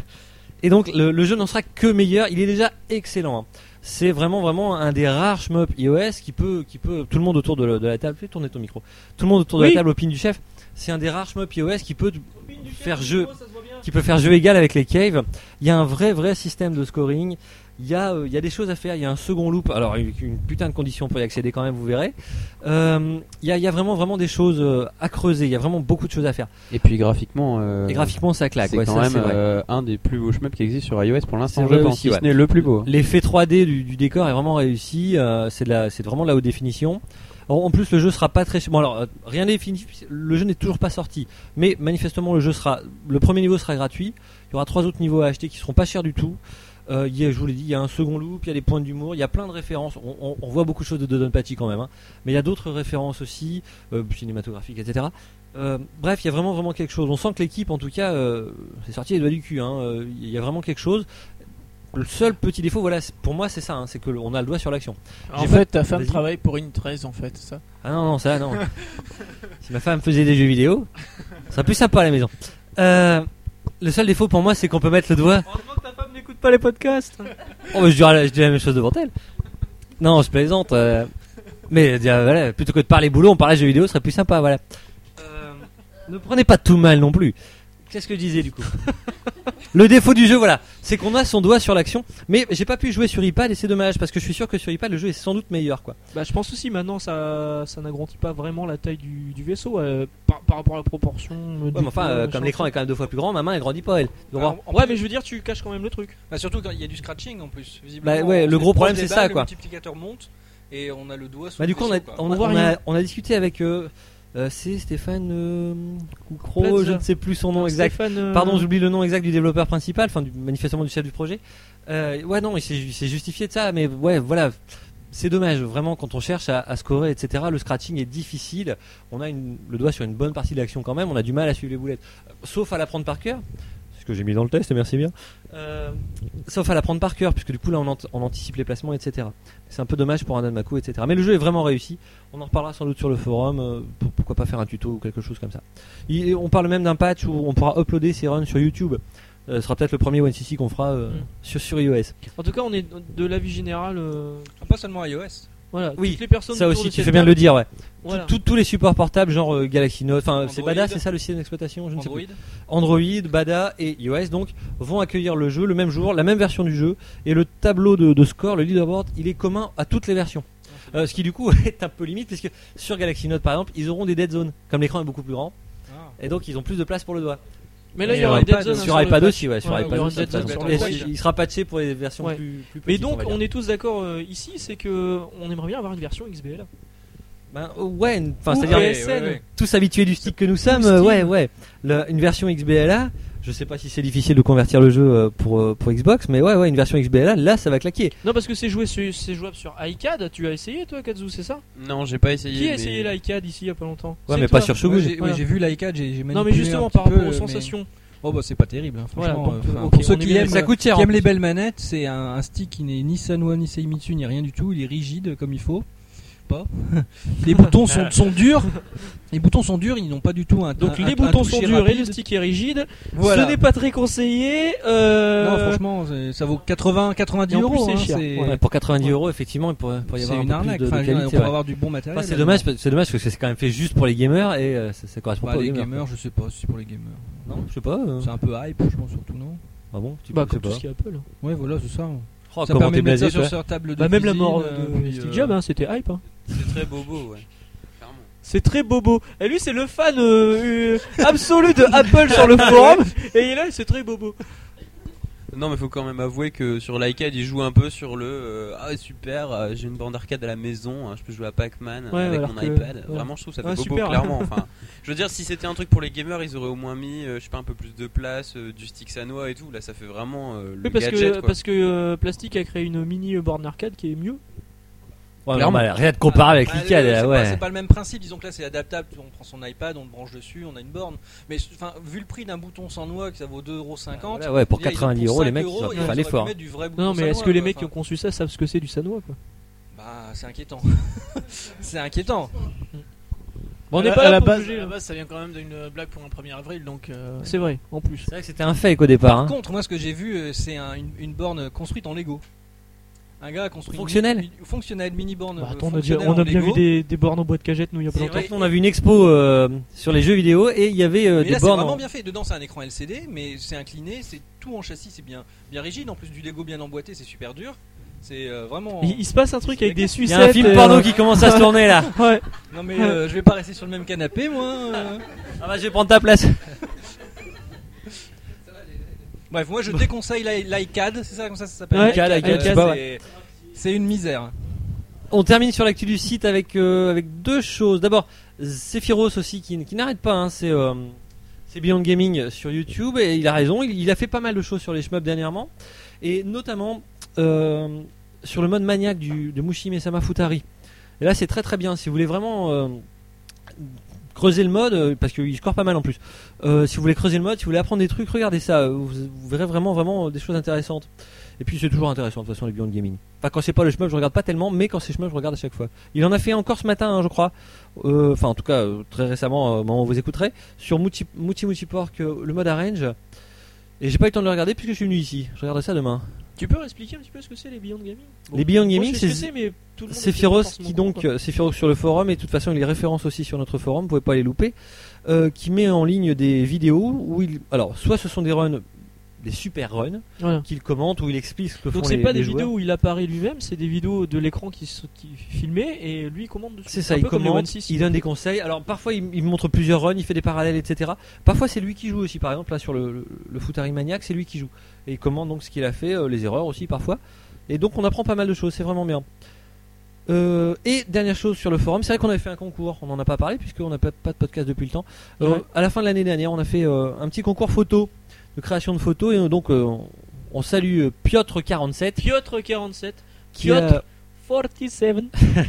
et donc le, le jeu n'en sera que meilleur. Il est déjà excellent. hein. C'est vraiment vraiment un des rares shmup iOS qui peut, qui peut tout le monde autour de, la- de la table. Fais tourner ton micro. Tout le monde autour de Oui. la table, opine du chef. C'est un des rares shmup iOS qui peut faire jeu, qui peut faire jeu égal avec les caves. Il y a un vrai vrai système de scoring. Il y a, euh, il y a des choses à faire. Il y a un second loop. Alors une, une putain de condition pour y accéder quand même. Vous verrez. Euh, il y a, il y a vraiment vraiment des choses euh, à creuser. Il y a vraiment beaucoup de choses à faire. Et puis graphiquement, euh, Et graphiquement ça claque. c'est ouais, quand ça, même c'est vrai. euh, un des plus beaux shmups qui existent sur iOS pour l'instant, C'est je vrai pense, aussi, si ouais. ce n'est le plus beau. L'effet trois D du, du décor est vraiment réussi. euh, c'est de la, c'est vraiment de la haute définition. En, en plus, le jeu sera pas très. Bon, alors euh, rien n'est définitif. Le jeu n'est toujours pas sorti, mais manifestement le jeu sera. Le premier niveau sera gratuit. Il y aura trois autres niveaux à acheter qui seront pas chers du tout. Euh, il y a, je vous l'ai dit, il y a un second loop, il y a des points d'humour, il y a plein de références. On, on- on voit beaucoup de choses de Dodonpachi quand même, hein. Mais il y a d'autres références aussi, euh, cinématographiques, et cetera. Euh, bref, il y a vraiment vraiment quelque chose. On sent que l'équipe, en tout cas, euh, c'est sorti les doigts du cul. hein. Euh, Il y a vraiment quelque chose. Le seul petit défaut, voilà, c'est- pour moi, c'est ça, hein, c'est que le- on a le doigt sur l'action. En J'ai fait, pas- ta femme Vas-y. travaille pour une treize en fait, c'est ça. Ah non, non, ça, non. Si ma femme faisait des jeux vidéo, ça serait plus sympa à la maison. Euh, le seul défaut pour moi, c'est qu'on peut mettre le doigt. Heureusement que ta femme n'écoute pas les podcasts. Oh, bah, je, dirais, la- je dis la même chose devant elle. Non, je plaisante. euh, mais euh, voilà, plutôt que de parler boulot, on parle jeux vidéo, ce serait plus sympa, voilà. Euh, ne prenez pas tout mal non plus. Qu'est-ce que je disais du coup? Le défaut du jeu, voilà, c'est qu'on a son doigt sur l'action. Mais j'ai pas pu jouer sur iPad et c'est dommage parce que je suis sûr que sur iPad le jeu est sans doute meilleur, quoi. Bah, je pense aussi maintenant ça, ça n'agrandit pas vraiment la taille du, du vaisseau euh, par, par rapport à la proportion. euh, Ouais, du mais enfin, poids, euh, machin, comme l'écran est quand même deux fois plus grand, ma main elle grandit pas elle. Tu vois. Alors, en Ouais, plus- mais je veux dire, tu caches quand même le truc. Bah, surtout quand il y a du scratching en plus. Visiblement, Bah ouais, le on gros est problème, proche des c'est ça, balles, quoi. Le multiplicateur monte et on a le doigt sous Bah le du coup on a, vaisseau, quoi. on, On a, voit on a- rien. on a discuté avec euh, euh, c'est Stéphane euh, Coukro, Plaza. je ne sais plus son nom exact. Stéphane, euh, Pardon, j'oublie le nom exact du développeur principal, enfin du, manifestement du chef du projet. Euh, ouais non, il s'est il s'est justifié de ça, mais ouais voilà, c'est dommage vraiment quand on cherche à, à scorer, et cetera. Le scratching est difficile. On a une, le doigt sur une bonne partie de l'action quand même. On a du mal à suivre les boulettes, Euh, sauf à la prendre par cœur. C'est ce que j'ai mis dans le test, merci bien. Euh, sauf à la prendre par cœur, puisque du coup là on, ant- on anticipe les placements, et cetera. C'est un peu dommage pour un Danmaku, et cetera. Mais le jeu est vraiment réussi. On en reparlera sans doute sur le forum. euh, pour- pourquoi pas faire un tuto ou quelque chose comme ça. Il- on parle même d'un patch où on pourra uploader ses runs sur YouTube. Euh, ce sera peut-être le premier one C C qu'on fera euh, Mm. sur, sur iOS. En tout cas, on est de l'avis général. euh, Pas seulement iOS. Voilà, Oui, toutes les personnes Ça autour aussi, de tu cette fais bien de table, le dire, ouais. Voilà. Tout- tous les supports portables, genre euh, Galaxy Note, enfin c'est Android. Bada, c'est ça le système d'exploitation, je ne sais Android. plus. Android, Bada et iOS donc vont accueillir le jeu le même jour, la même version du jeu, et le tableau de, de score, le leaderboard, il est commun à toutes les versions. Euh, ce qui du coup est un peu limite, puisque sur Galaxy Note par exemple, ils auront des dead zones, comme l'écran est beaucoup plus grand, Ah. et donc ils ont plus de place pour le doigt. Mais là, il y Et aura sur une dead iPad, zone. hein, sur le iPad patch. aussi, ouais, sur Ouais, iPad il y aura aussi, une dead ça, zone ça, sur ça, le et patch. il sera patché pour les versions Ouais. plus, plus Mais petites, donc, va dire. on est tous d'accord euh, ici, c'est que on aimerait bien avoir une version X B L. Ben, euh, ouais, une- enfin Ou c'est-à-dire P S N. ouais, ouais. tous habitués du stick que nous sommes, Steam. euh, ouais, ouais. Le- une version X B L A, Je sais pas si c'est difficile de convertir le jeu euh, pour euh, pour Xbox, mais ouais ouais une version X B L A, là ça va claquer. Non, parce que c'est joué sur- c'est jouable sur iCad. Tu as essayé toi, Kazu, c'est ça? Non, j'ai pas essayé. Qui a mais- essayé l'iCad ici il y a pas longtemps? Ouais, C'est mais toi. pas sur Shogun. Ouais, j'ai, ouais, Voilà. j'ai vu l'iCad, j'ai, j'ai Non, mais manipulé justement un par petit rapport peu, aux mais- sensations. Oh bah c'est pas terrible, hein, Voilà, franchement. donc, euh, euh, enfin, ok, pour ceux on est qui bien aiment, d'accord. Ça coûte cher. qui en aiment les plus. belles manettes, c'est un, un stick qui n'est ni Sanwa ni Seimitsu ni rien du tout, il est rigide comme il faut. Pas. Les boutons sont, sont durs. Les boutons sont durs, ils n'ont pas du tout un. Donc un- les un boutons sont toucher durs et rapide. le stick est rigide. Voilà. Ce n'est pas très conseillé. Euh... Non, franchement, c'est- ça vaut quatre-vingts, quatre-vingt-dix Et en plus, euros. c'est hein, cher. c'est Ouais, pour quatre-vingt-dix euros, effectivement, il pourrait, pourrait y c'est avoir une un peu arnaque. plus de, de Enfin, je veux dire, qualité. on peut ouais. avoir du bon matériel. Enfin, c'est là-dedans. dommage, parce- c'est dommage parce que c'est quand même fait juste pour les gamers et euh, ça, ça correspond Bah, pas aux les gamers. gamers, je sais pas si c'est pour les gamers. Non, je sais pas. euh. C'est un peu hype, je pense, surtout, non? Ah bon, tu Bah, sais comme tout pas. ce qui est Apple. Ouais, voilà, c'est ça. Oh, Ça comment permet t'es de mettre ça blasé, sur toi sa table de Bah, même la cuisine, mort euh, de puis, Steve euh, Jobs, hein, c'était hype. Hein. C'est très bobo, ouais. Clairement. C'est très bobo. Et lui, c'est le fan euh, euh, absolu de Apple sur le forum. Et il est là, c'est très bobo. Non, mais faut quand même avouer que sur l'iCad, il joue un peu sur le euh, ah super, euh, j'ai une bande arcade à la maison, hein, je peux jouer à Pac-Man Ouais, avec alors mon que- iPad. ouais. Vraiment, je trouve ça fait Ah, bobo, super. clairement. Enfin, je veux dire, si c'était un truc pour les gamers, ils auraient au moins mis, euh, je sais pas, un peu plus de place, euh, du stick Sanwa et tout. Là, ça fait vraiment euh, le Oui, parce gadget. que, quoi. parce que euh, Plastic a créé une mini euh, borne arcade qui est mieux. Ouais, Clairement. non, bah, rien de comparable avec Ah, l'I C A D, le- là, c'est ouais. pas, c'est pas le même principe, disons que là c'est adaptable, on prend son iPad, on le branche dessus, on a une borne. Mais enfin, vu le prix d'un bouton sans noix, que ça vaut deux euros cinquante. Voilà, ouais, pour là, ils ont quatre-vingt-dix euros, cinq les mecs, euros, ils ont et fait auraient l'effort. pu mettre du vrai bouton Non, mais sans est-ce noix, que les quoi. mecs qui ont Enfin, conçu ça savent ce que c'est du Sanois quoi? Bah, c'est inquiétant. C'est inquiétant. Bon, on À n'est la- pas à là la pour base, juger, à la hein. base, ça vient quand même d'une blague pour un premier avril, donc. euh, C'est vrai, en plus. C'est vrai que c'était un fake au départ. Par Hein. contre, moi ce que j'ai vu, euh, c'est un- une, une borne construite en Lego. Un gars a construit une Fonctionnelle mini- une- fonctionnelle mini borne. Bah, euh, attends, on a, déjà- fonctionnelle on a en bien vu Lego. des, des bornes en bois de cagette nous il y a pas C'est longtemps. vrai. On a vu une expo euh, sur les jeux vidéo et il y avait euh, Mais des là, c'est bornes. vraiment en- bien fait. Dedans, c'est un écran L C D, mais c'est incliné, c'est tout en châssis, c'est bien, bien rigide. En plus du Lego bien emboîté, c'est super dur. C'est euh, vraiment. Il, il se passe un truc avec des Il sucettes. y a un film et, porno euh, qui commence à se tourner là. Ouais. Non mais euh, je vais pas rester sur le même canapé, moi. euh. Ah bah je vais prendre ta place. Bref, moi je déconseille l'i- l'iCad, c'est ça comme ça ça s'appelle. Ouais, iCad, iCad, euh, je sais pas, c'est- C'est une misère. On termine sur l'actu du site avec euh, avec deux choses. D'abord, Sephiroth aussi qui, qui n'arrête pas. Hein, c'est euh, c'est Beyond Gaming sur YouTube et il a raison. Il, il a fait pas mal de choses sur les shmups dernièrement et notamment euh, sur le mode maniaque du, de Mushi Mesama Futari. Et là, c'est très très bien. Si vous voulez vraiment euh, creuser le mode, euh, parce qu'il score pas mal en plus. Euh, si vous voulez creuser le mode, si vous voulez apprendre des trucs, regardez ça. Vous, vous verrez vraiment vraiment euh, des choses intéressantes. Et puis c'est toujours intéressant de toute façon les Beyond Gaming. Enfin quand c'est pas le shmup je regarde pas tellement, mais quand c'est shmup je regarde à chaque fois. Il en a fait encore ce matin hein, je crois. Euh, Enfin en tout cas euh, très récemment euh, au moment où vous écouterez sur Muti Muti, Muti Pork euh, le mode arrange. Et j'ai pas eu le temps de le regarder puisque je suis venu ici. Je regarderai ça demain. Tu peux expliquer un petit peu ce que c'est les Beyond Gaming? Bon, Les Beyond moi, Gaming, je sais ce que c'est- c'est, mais tout le monde Sephiroth est pas forcément qui au donc courant, quoi. euh, Sephiroth sur le forum et de toute façon il est référence aussi sur notre forum, vous pouvez pas les louper. Euh, qui met en ligne des vidéos où il alors soit ce sont des runs des super runs Voilà. qu'il commente où il explique ce que Donc font c'est les, pas les des joueurs. vidéos où il apparaît lui-même, c'est des vidéos de l'écran qui sont qui filmées et lui il commande dessus. C'est ça, Un il peu comme les commente, One six, il donne des conseils. Alors parfois il, il montre plusieurs runs, il fait des parallèles, et cetera. Parfois c'est lui qui joue aussi, par exemple là sur le, le, le Futari Maniac, c'est lui qui joue. Et il commande donc ce qu'il a fait, euh, les erreurs aussi parfois. Et donc on apprend pas mal de choses, c'est vraiment bien. Euh, et dernière chose sur le forum, c'est vrai qu'on avait fait un concours, on n'en a pas parlé puisqu'on n'a pas, pas de podcast depuis le temps. Euh, Ouais. À la fin de l'année dernière, on a fait euh, un petit concours photo, de création de photos. Et euh, donc euh, on, on salue euh, Piotr quarante-sept Piotr quarante-sept. qui a... Piotr quarante-sept.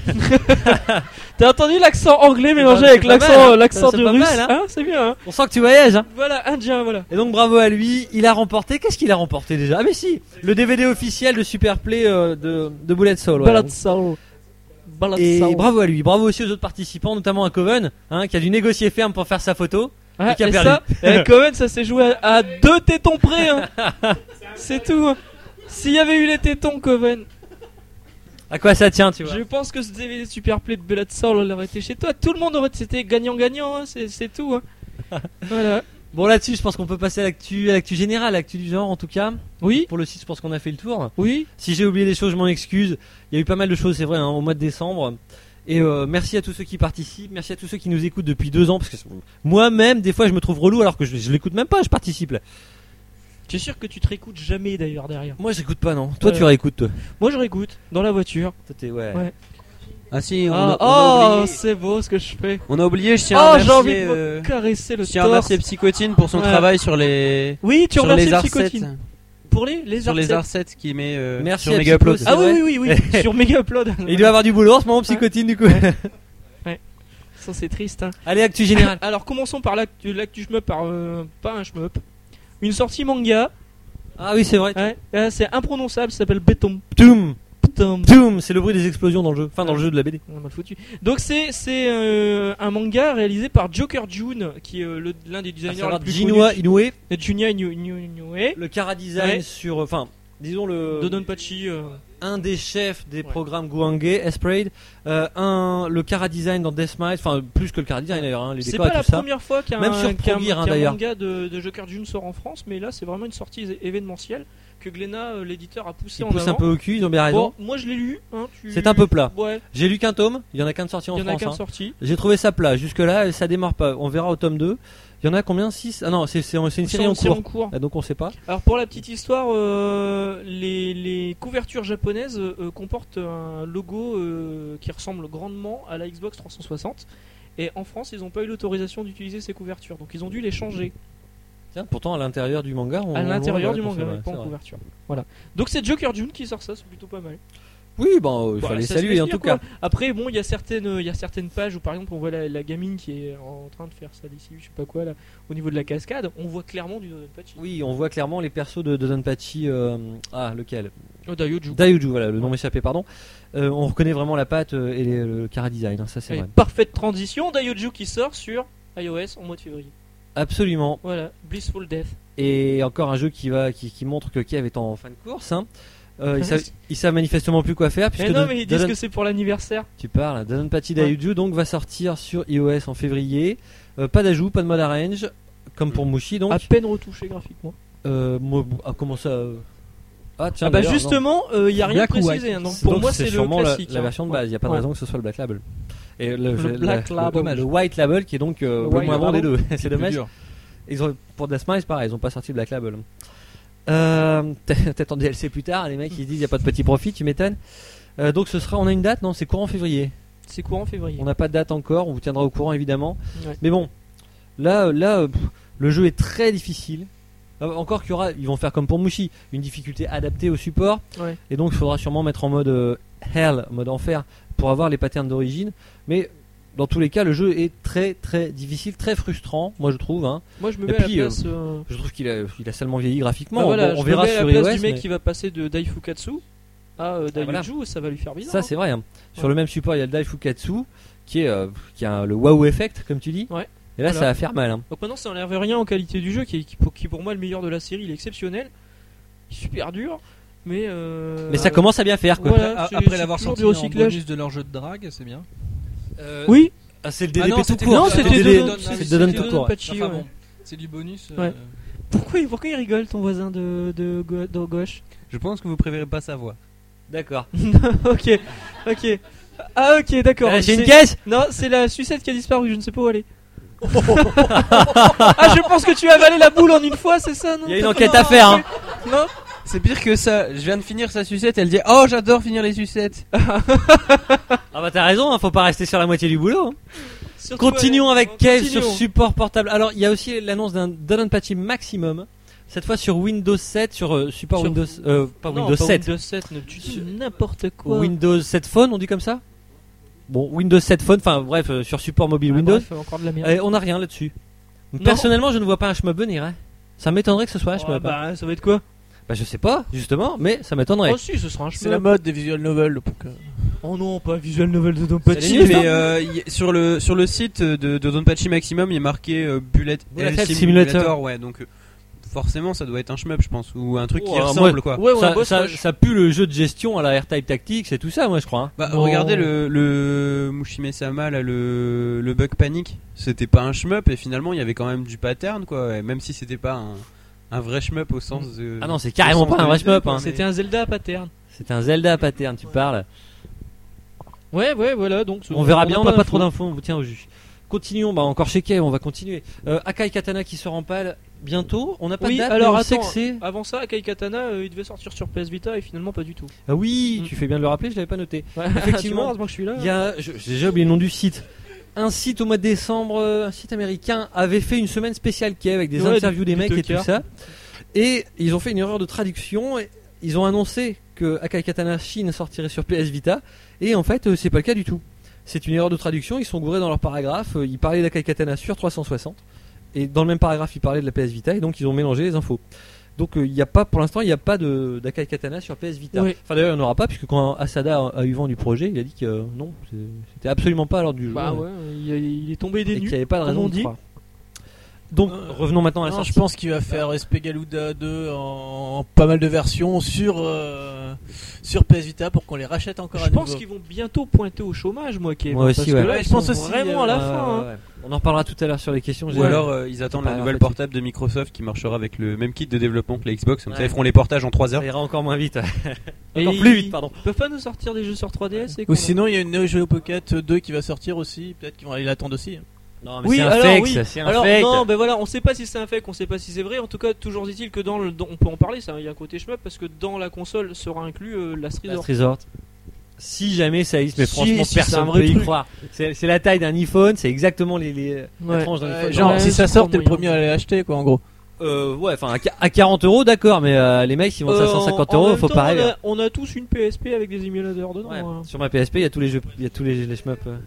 T'as entendu l'accent anglais mélangé pas- avec c'est pas mal, l'accent hein. euh, l'accent C'est du pas russe, mal, hein. hein, c'est bien. Hein. On sent que tu voyages hein. Voilà, indien, voilà. Et donc bravo à lui, il a remporté. Qu'est-ce qu'il a remporté déjà? Ah mais si, le D V D officiel de Superplay euh, de, de Bullet Soul. voilà. Balade Soul. Balade Et Soul. bravo à lui, bravo aussi aux autres participants, notamment à Coven, hein, qui a dû négocier ferme pour faire sa photo. Ah, et qui a et perdu. ça, eh, Coven, ça s'est joué à, à deux tétons près. Hein. C'est tout. Hein. S'il y avait eu les tétons, Coven, À quoi ça tient, tu vois? je pense que ce D V D Superplay de Blood Soul aurait été chez toi. Tout le monde aurait été gagnant-gagnant. Hein. C'est, c'est tout. Hein. Voilà. Bon là-dessus, je pense qu'on peut passer à l'actu, à l'actu générale, l'actu du genre en tout cas. Oui, Pour le site, je pense qu'on a fait le tour. oui. Si j'ai oublié des choses, je m'en excuse. Il y a eu pas mal de choses, c'est vrai, hein, au mois de décembre. Et euh, merci à tous ceux qui participent, merci à tous ceux qui nous écoutent depuis deux ans, parce que moi-même, des fois, je me trouve relou alors que je, je l'écoute même pas, je participe là. Tu es sûr que tu te réécoutes jamais d'ailleurs derrière. Moi, j'écoute pas, non. Toi, Ouais. tu réécoutes, toi. Moi, je réécoute dans la voiture. Toi, t'es, ouais. Ouais. Ah si, on, Ah, a, on a oh, oublié. c'est beau ce que je fais. On a oublié, je tiens Oh, à j'ai remercier, envie de me euh, caresser le je tiens à remercier torse. Psychotine pour son Ouais. travail sur les Oui, tu sur remercies les Psychotine. arsets, Pour les les sur les arsets. arsets qu'il met euh, Merci sur à Mega Upload. Psycho, Ah c'est oui, vrai. oui, oui, oui. Sur Mega Upload. Et il doit avoir du boulot en ce moment, Psychotine, du coup. Ça, c'est triste. Hein. Allez, actu générale. Alors, commençons par l'actu, l'actu shmup, par, euh, pas un shmup. Une sortie manga. Ah oui, c'est vrai. Ouais, euh, c'est imprononçable, ça s'appelle Béton. Toum, Béton. toum, c'est le bruit des explosions dans le jeu. Enfin, dans le jeu de la B D. On a mal foutu. Donc c'est c'est euh, un manga réalisé par Joker June, qui est euh, le- l'un des À designers les savoir plus Jinwa connus. Inoue, Et Junya Inu- Inu- Inoue, le Kara Design Ouais. sur. Enfin, disons le. Dodonpachi. euh, Un des chefs des Ouais. programmes Guange, Esprade. Euh, un, le Kara Design dans Deathmatch. Enfin, plus que le Kara Design d'ailleurs, hein, les C'est décors pas et la tout ça. première fois qu'un Même sur qu'un- Pro Gear, hein, qu'un d'ailleurs. manga de, de Joker June sort en France, mais là c'est vraiment une sortie é- événementielle que Glénat, euh, l'éditeur, a poussé Ils en poussent avant. un peu au cul, ils ont bien raison. Bon, moi je l'ai lu. Hein, tu- C'est un peu plat. Ouais, J'ai lu qu'un tome, il y en a qu'un de sorti en il y en a France. qu'un hein. sorti. J'ai trouvé ça plat. Jusque-là, ça démarre pas. On verra au tome deux. Il y en a combien six. Ah non, c'est c'est- c'est une série en C'est cours. en cours. Ah, donc on sait pas. Alors pour la petite histoire, euh, les, les couvertures japonaises euh, comportent un logo euh, qui ressemble grandement à la Xbox trois cent soixante. Et en France, ils n'ont pas eu l'autorisation d'utiliser ces couvertures, donc ils ont dû les changer Tiens, pourtant à l'intérieur du manga. On, à l'intérieur on- du ouais, manga, c'est vrai, pas c'est en vrai. couverture. Voilà. Donc c'est Joker June qui sort ça, c'est plutôt pas mal. Oui, bon, il Bah, fallait ça se saluer laisse en lire, tout quoi. cas. Après, bon, il y a certaines, il y a certaines pages où par exemple on voit la, la gamine qui est en train de faire ça d'ici, je sais pas quoi là, au niveau de la cascade, on voit clairement du Dodonpachi. Oui, on voit clairement les persos de, de Donpachi. Euh, ah, lequel Oh, Daioju. Daiyuju, voilà, le nom Ouais. m'échappait, pardon. Euh, on reconnaît vraiment la patte euh, et les- le Kara Design, hein, ça c'est Allez, vrai. parfaite transition, Daioju qui sort sur iOS en mois de février. Absolument. Voilà, Blissful Death. Et encore un jeu qui va, qui, qui montre que Kev est en fin de course. Hein. Euh, ils, savent, ils savent manifestement plus quoi faire Mais puisque non, Don- mais ils disent Don- que c'est pour l'anniversaire. tu parles. Donpachi Daiyuju donc va sortir sur iOS en février. Euh, pas d'ajout, pas de mode arrange, comme pour Mushi donc. À peine retouché graphiquement. Euh, moi, ah, comment ça euh Ah tiens. Ah bah d'ailleurs, non. justement, il y a rien Black ou précisé. white. hein, donc pour Donc, moi, c'est le sûrement la- classique. la, hein. version de Ouais. base. Il n'y a pas de Ouais. raison que ce soit le Black Label. Et le, Le je- Black la- Label. le, le White Label qui est donc euh, Le le White moins bon des Label. deux. C'est dommage. Ils ont, pour Deathmatch, pareil, ils ont pas sorti le Black Label. Euh, Peut-être en D L C plus tard, les mecs ils se disent il n'y a pas de petit profit, tu m'étonnes. Euh, donc ce sera, on a une date, non, c'est courant février. C'est courant février. On n'a pas de date encore, on vous tiendra au courant évidemment. Ouais. Mais bon, là, là euh, pff, le jeu est très difficile. Euh, Encore qu'il y aura, ils vont faire comme pour Mushi, une difficulté adaptée au support. Ouais. Et donc il faudra sûrement mettre en mode euh, Hell, mode enfer, pour avoir les patterns d'origine. Mais dans tous les cas, le jeu est très très difficile, très frustrant, moi je trouve. Hein. Moi, je me Et mets puis, à la place. euh, Je trouve qu'il a, il a seulement vieilli graphiquement. bah voilà, Bon, on je verra me mets à sur la place iOS. du mec mais- qui va passer de Daifukatsu à euh, Ah, voilà. Daiyuju, ça va lui faire bizarre. Ça hein. c'est vrai. hein. Sur Ouais. le même support, il y a le Daifukatsu qui est euh, qui a le wow effect comme tu dis. Ouais. Et là Voilà. ça va faire mal. hein. Donc maintenant, ça enlève rien en qualité du jeu, qui est qui, pour- qui pour moi est le meilleur de la série. Il est exceptionnel, super dur, mais. euh, Mais ça commence à bien faire quoi. Voilà, A- c'est- Après c'est l'avoir toujours sorti du en recyclage. bonus de leur jeu de drague, c'est bien. Euh, Oui, Ah, c'est le Ah D D P non, tout c'était court. non, C'est c'était le Dodon- D D Dodon- c'est c'était le Dodon c'était tout court. ouais. Dodonpachi, Enfin ouais. bon, c'est du bonus. Ouais. euh, Pourquoi, pourquoi il rigole ton voisin de, de, go- de gauche? Je pense que vous préférez pas sa voix. D'accord. Ok, ok. Ah ok, d'accord. Ah, J'ai une C'est- caisse. Non, c'est la sucette qui a disparu, je ne sais pas où elle est. Ah, je pense que tu as avalé la boule en une fois, c'est ça, non? Il y a une enquête à faire. Hein. Non. C'est pire que ça. Je viens de finir sa sucette. Elle dit oh j'adore finir les sucettes. Ah bah t'as raison. Hein, faut pas rester sur la moitié du boulot. hein. Surtout, Continuons allez, avec Cave continuons. sur support portable. Alors il y a aussi l'annonce d'un Donpachi Maximum. Cette fois sur Windows sept, sur euh, support Sur- Windows, euh, pas Non, Windows pas sept, Windows sept, ne- tu dis n'importe quoi. Windows sept Phone, on dit comme ça. Bon, Windows sept Phone, enfin bref, euh, sur support mobile Ah, Windows. bref, encore de la merde. Eh, on n'a rien là-dessus. Personnellement, je ne vois pas un shmup venir. Hein. Ça m'étonnerait que ce soit un Oh, shmup. hein. bah, ça va être quoi? Bah je sais pas, justement, mais ça m'étonnerait. Oh si, ce sera un C'est la shmup. mode des visual novels. Donc, euh, Oh non, pas visual novel de Si, Donpachi. mais euh, y- sur le sur le site de, de Donpachi Maximum, il est marqué euh, Bullet, Bullet Hell Hell Simulator. Simulator. Ouais, donc euh, forcément ça doit être un shmup, je pense, ou un truc Oh, qui alors ressemble moi- quoi. Ouais, ouais, ça, un boss ça, rush. ça pue le jeu de gestion à la R-Type Tactics et tout ça, moi je crois. hein. Bah Non. regardez le, le Mushime-sama là, le, le Bug Panic, c'était pas un shmup et finalement il y avait quand même du pattern quoi, et même si c'était pas un, un vrai shmup au sens de... Ah non, c'est carrément au sens pas un de vrai l'idée, shmup. quoi, Hein. mais- C'était un Zelda pattern. C'est un Zelda pattern, tu parles. Ouais, ouais, voilà, donc. On verra bien, on n'a pas trop d'infos. d'infos, on vous tient au jus. Continuons, bah encore chez Kev, on va continuer. Euh, Akai Katana qui sort en pâle, bientôt. On n'a pas Oui, de date, alors mais on sait attends, que c'est. avant ça, Akai Katana, euh, il devait sortir sur P S Vita et finalement pas du tout. Ah oui, Mm. tu fais bien de le rappeler, je l'avais pas noté. Ouais, Effectivement, tu vois, heureusement que je suis là. Il y a, je- j'ai déjà oublié le nom du site. Un site au mois de décembre, euh, un site américain, avait fait une semaine spéciale qui est avec des Ouais, interviews du- des du mecs et Tucker. tout ça. Et ils ont fait une erreur de traduction. Et ils ont annoncé que Akai Katana Shin sortirait sur P S Vita. Et en fait, euh, c'est pas le cas du tout. C'est une erreur de traduction. Ils sont gourés dans leur paragraphe. Euh, Ils parlaient d'Akai Katana sur trois cent soixante. Et dans le même paragraphe, ils parlaient de la P S Vita. Et donc, ils ont mélangé les infos. Donc, euh, il y a pas, pour l'instant, il n'y a pas de d'Akai Katana sur P S Vita. Oui. Enfin, d'ailleurs, il n'y en aura pas, puisque quand Asada a, a eu vent du projet, il a dit que euh, non, c'est- c'était absolument pas à l'ordre du jour. Bah ouais, il, il est tombé des Et qu'il nues. n'y avait pas de comme raison on de dit. croire. Donc, Euh, revenons maintenant à la Non, sortie. je pense qu'il va faire Espagaluda deux en, en pas mal de versions sur, euh, sur P S Vita pour qu'on les rachète encore Je à pense nouveau. qu'ils vont bientôt pointer au chômage, moi, Kevin. Moi aussi, parce ouais. que là, Ouais, ils je pense sont aussi, vraiment à euh, la Ouais, fin. ouais, hein. ouais. On en reparlera tout à l'heure sur les questions. Ou j'ai- alors euh, ils attendent pas la grave, nouvelle petit. portable de Microsoft qui marchera avec le même kit de développement que la Xbox. Comme ça Ouais. ils feront les portages en trois heures. Ça ira encore moins vite. Et encore ils- plus vite, pardon. Ils peuvent pas nous sortir des jeux sur trois D S et Ou qu'on- sinon, il y a une Neo Geo Pocket deux qui va sortir aussi. Peut-être qu'ils vont aller l'attendre aussi. Non, mais Oui, c'est un alors fake, oui. ça, c'est un Alors fake. non, ben voilà, on sait pas si c'est un fake, on sait pas si c'est vrai. En tout cas, toujours est-il que dans le, dans- on peut en parler, ça, il y a un côté shmup parce que dans la console sera inclus euh, la Street Last Resort. Resort. Si jamais ça existe, mais Si, franchement, si, c'est un personne ne vrai peut y truc. croire. C'est c'est la taille d'un iPhone, c'est exactement les, les la Ouais. tranche d'un Ouais, iPhone. genre, Ouais, si ça je sort, crois t'es le moyen. premier à aller l'acheter, quoi, en gros. Euh, ouais, enfin, à qu- à quarante euros, d'accord, mais euh, les mecs, ils vendent ça à Euh, cent cinquante en- en euros, même faut temps, pas rêver. on a, on a tous une P S P avec des émulateurs dedans. Ouais, hein. sur ma P S P, il y a tous les jeux, il y a tous les, les shmups. euh.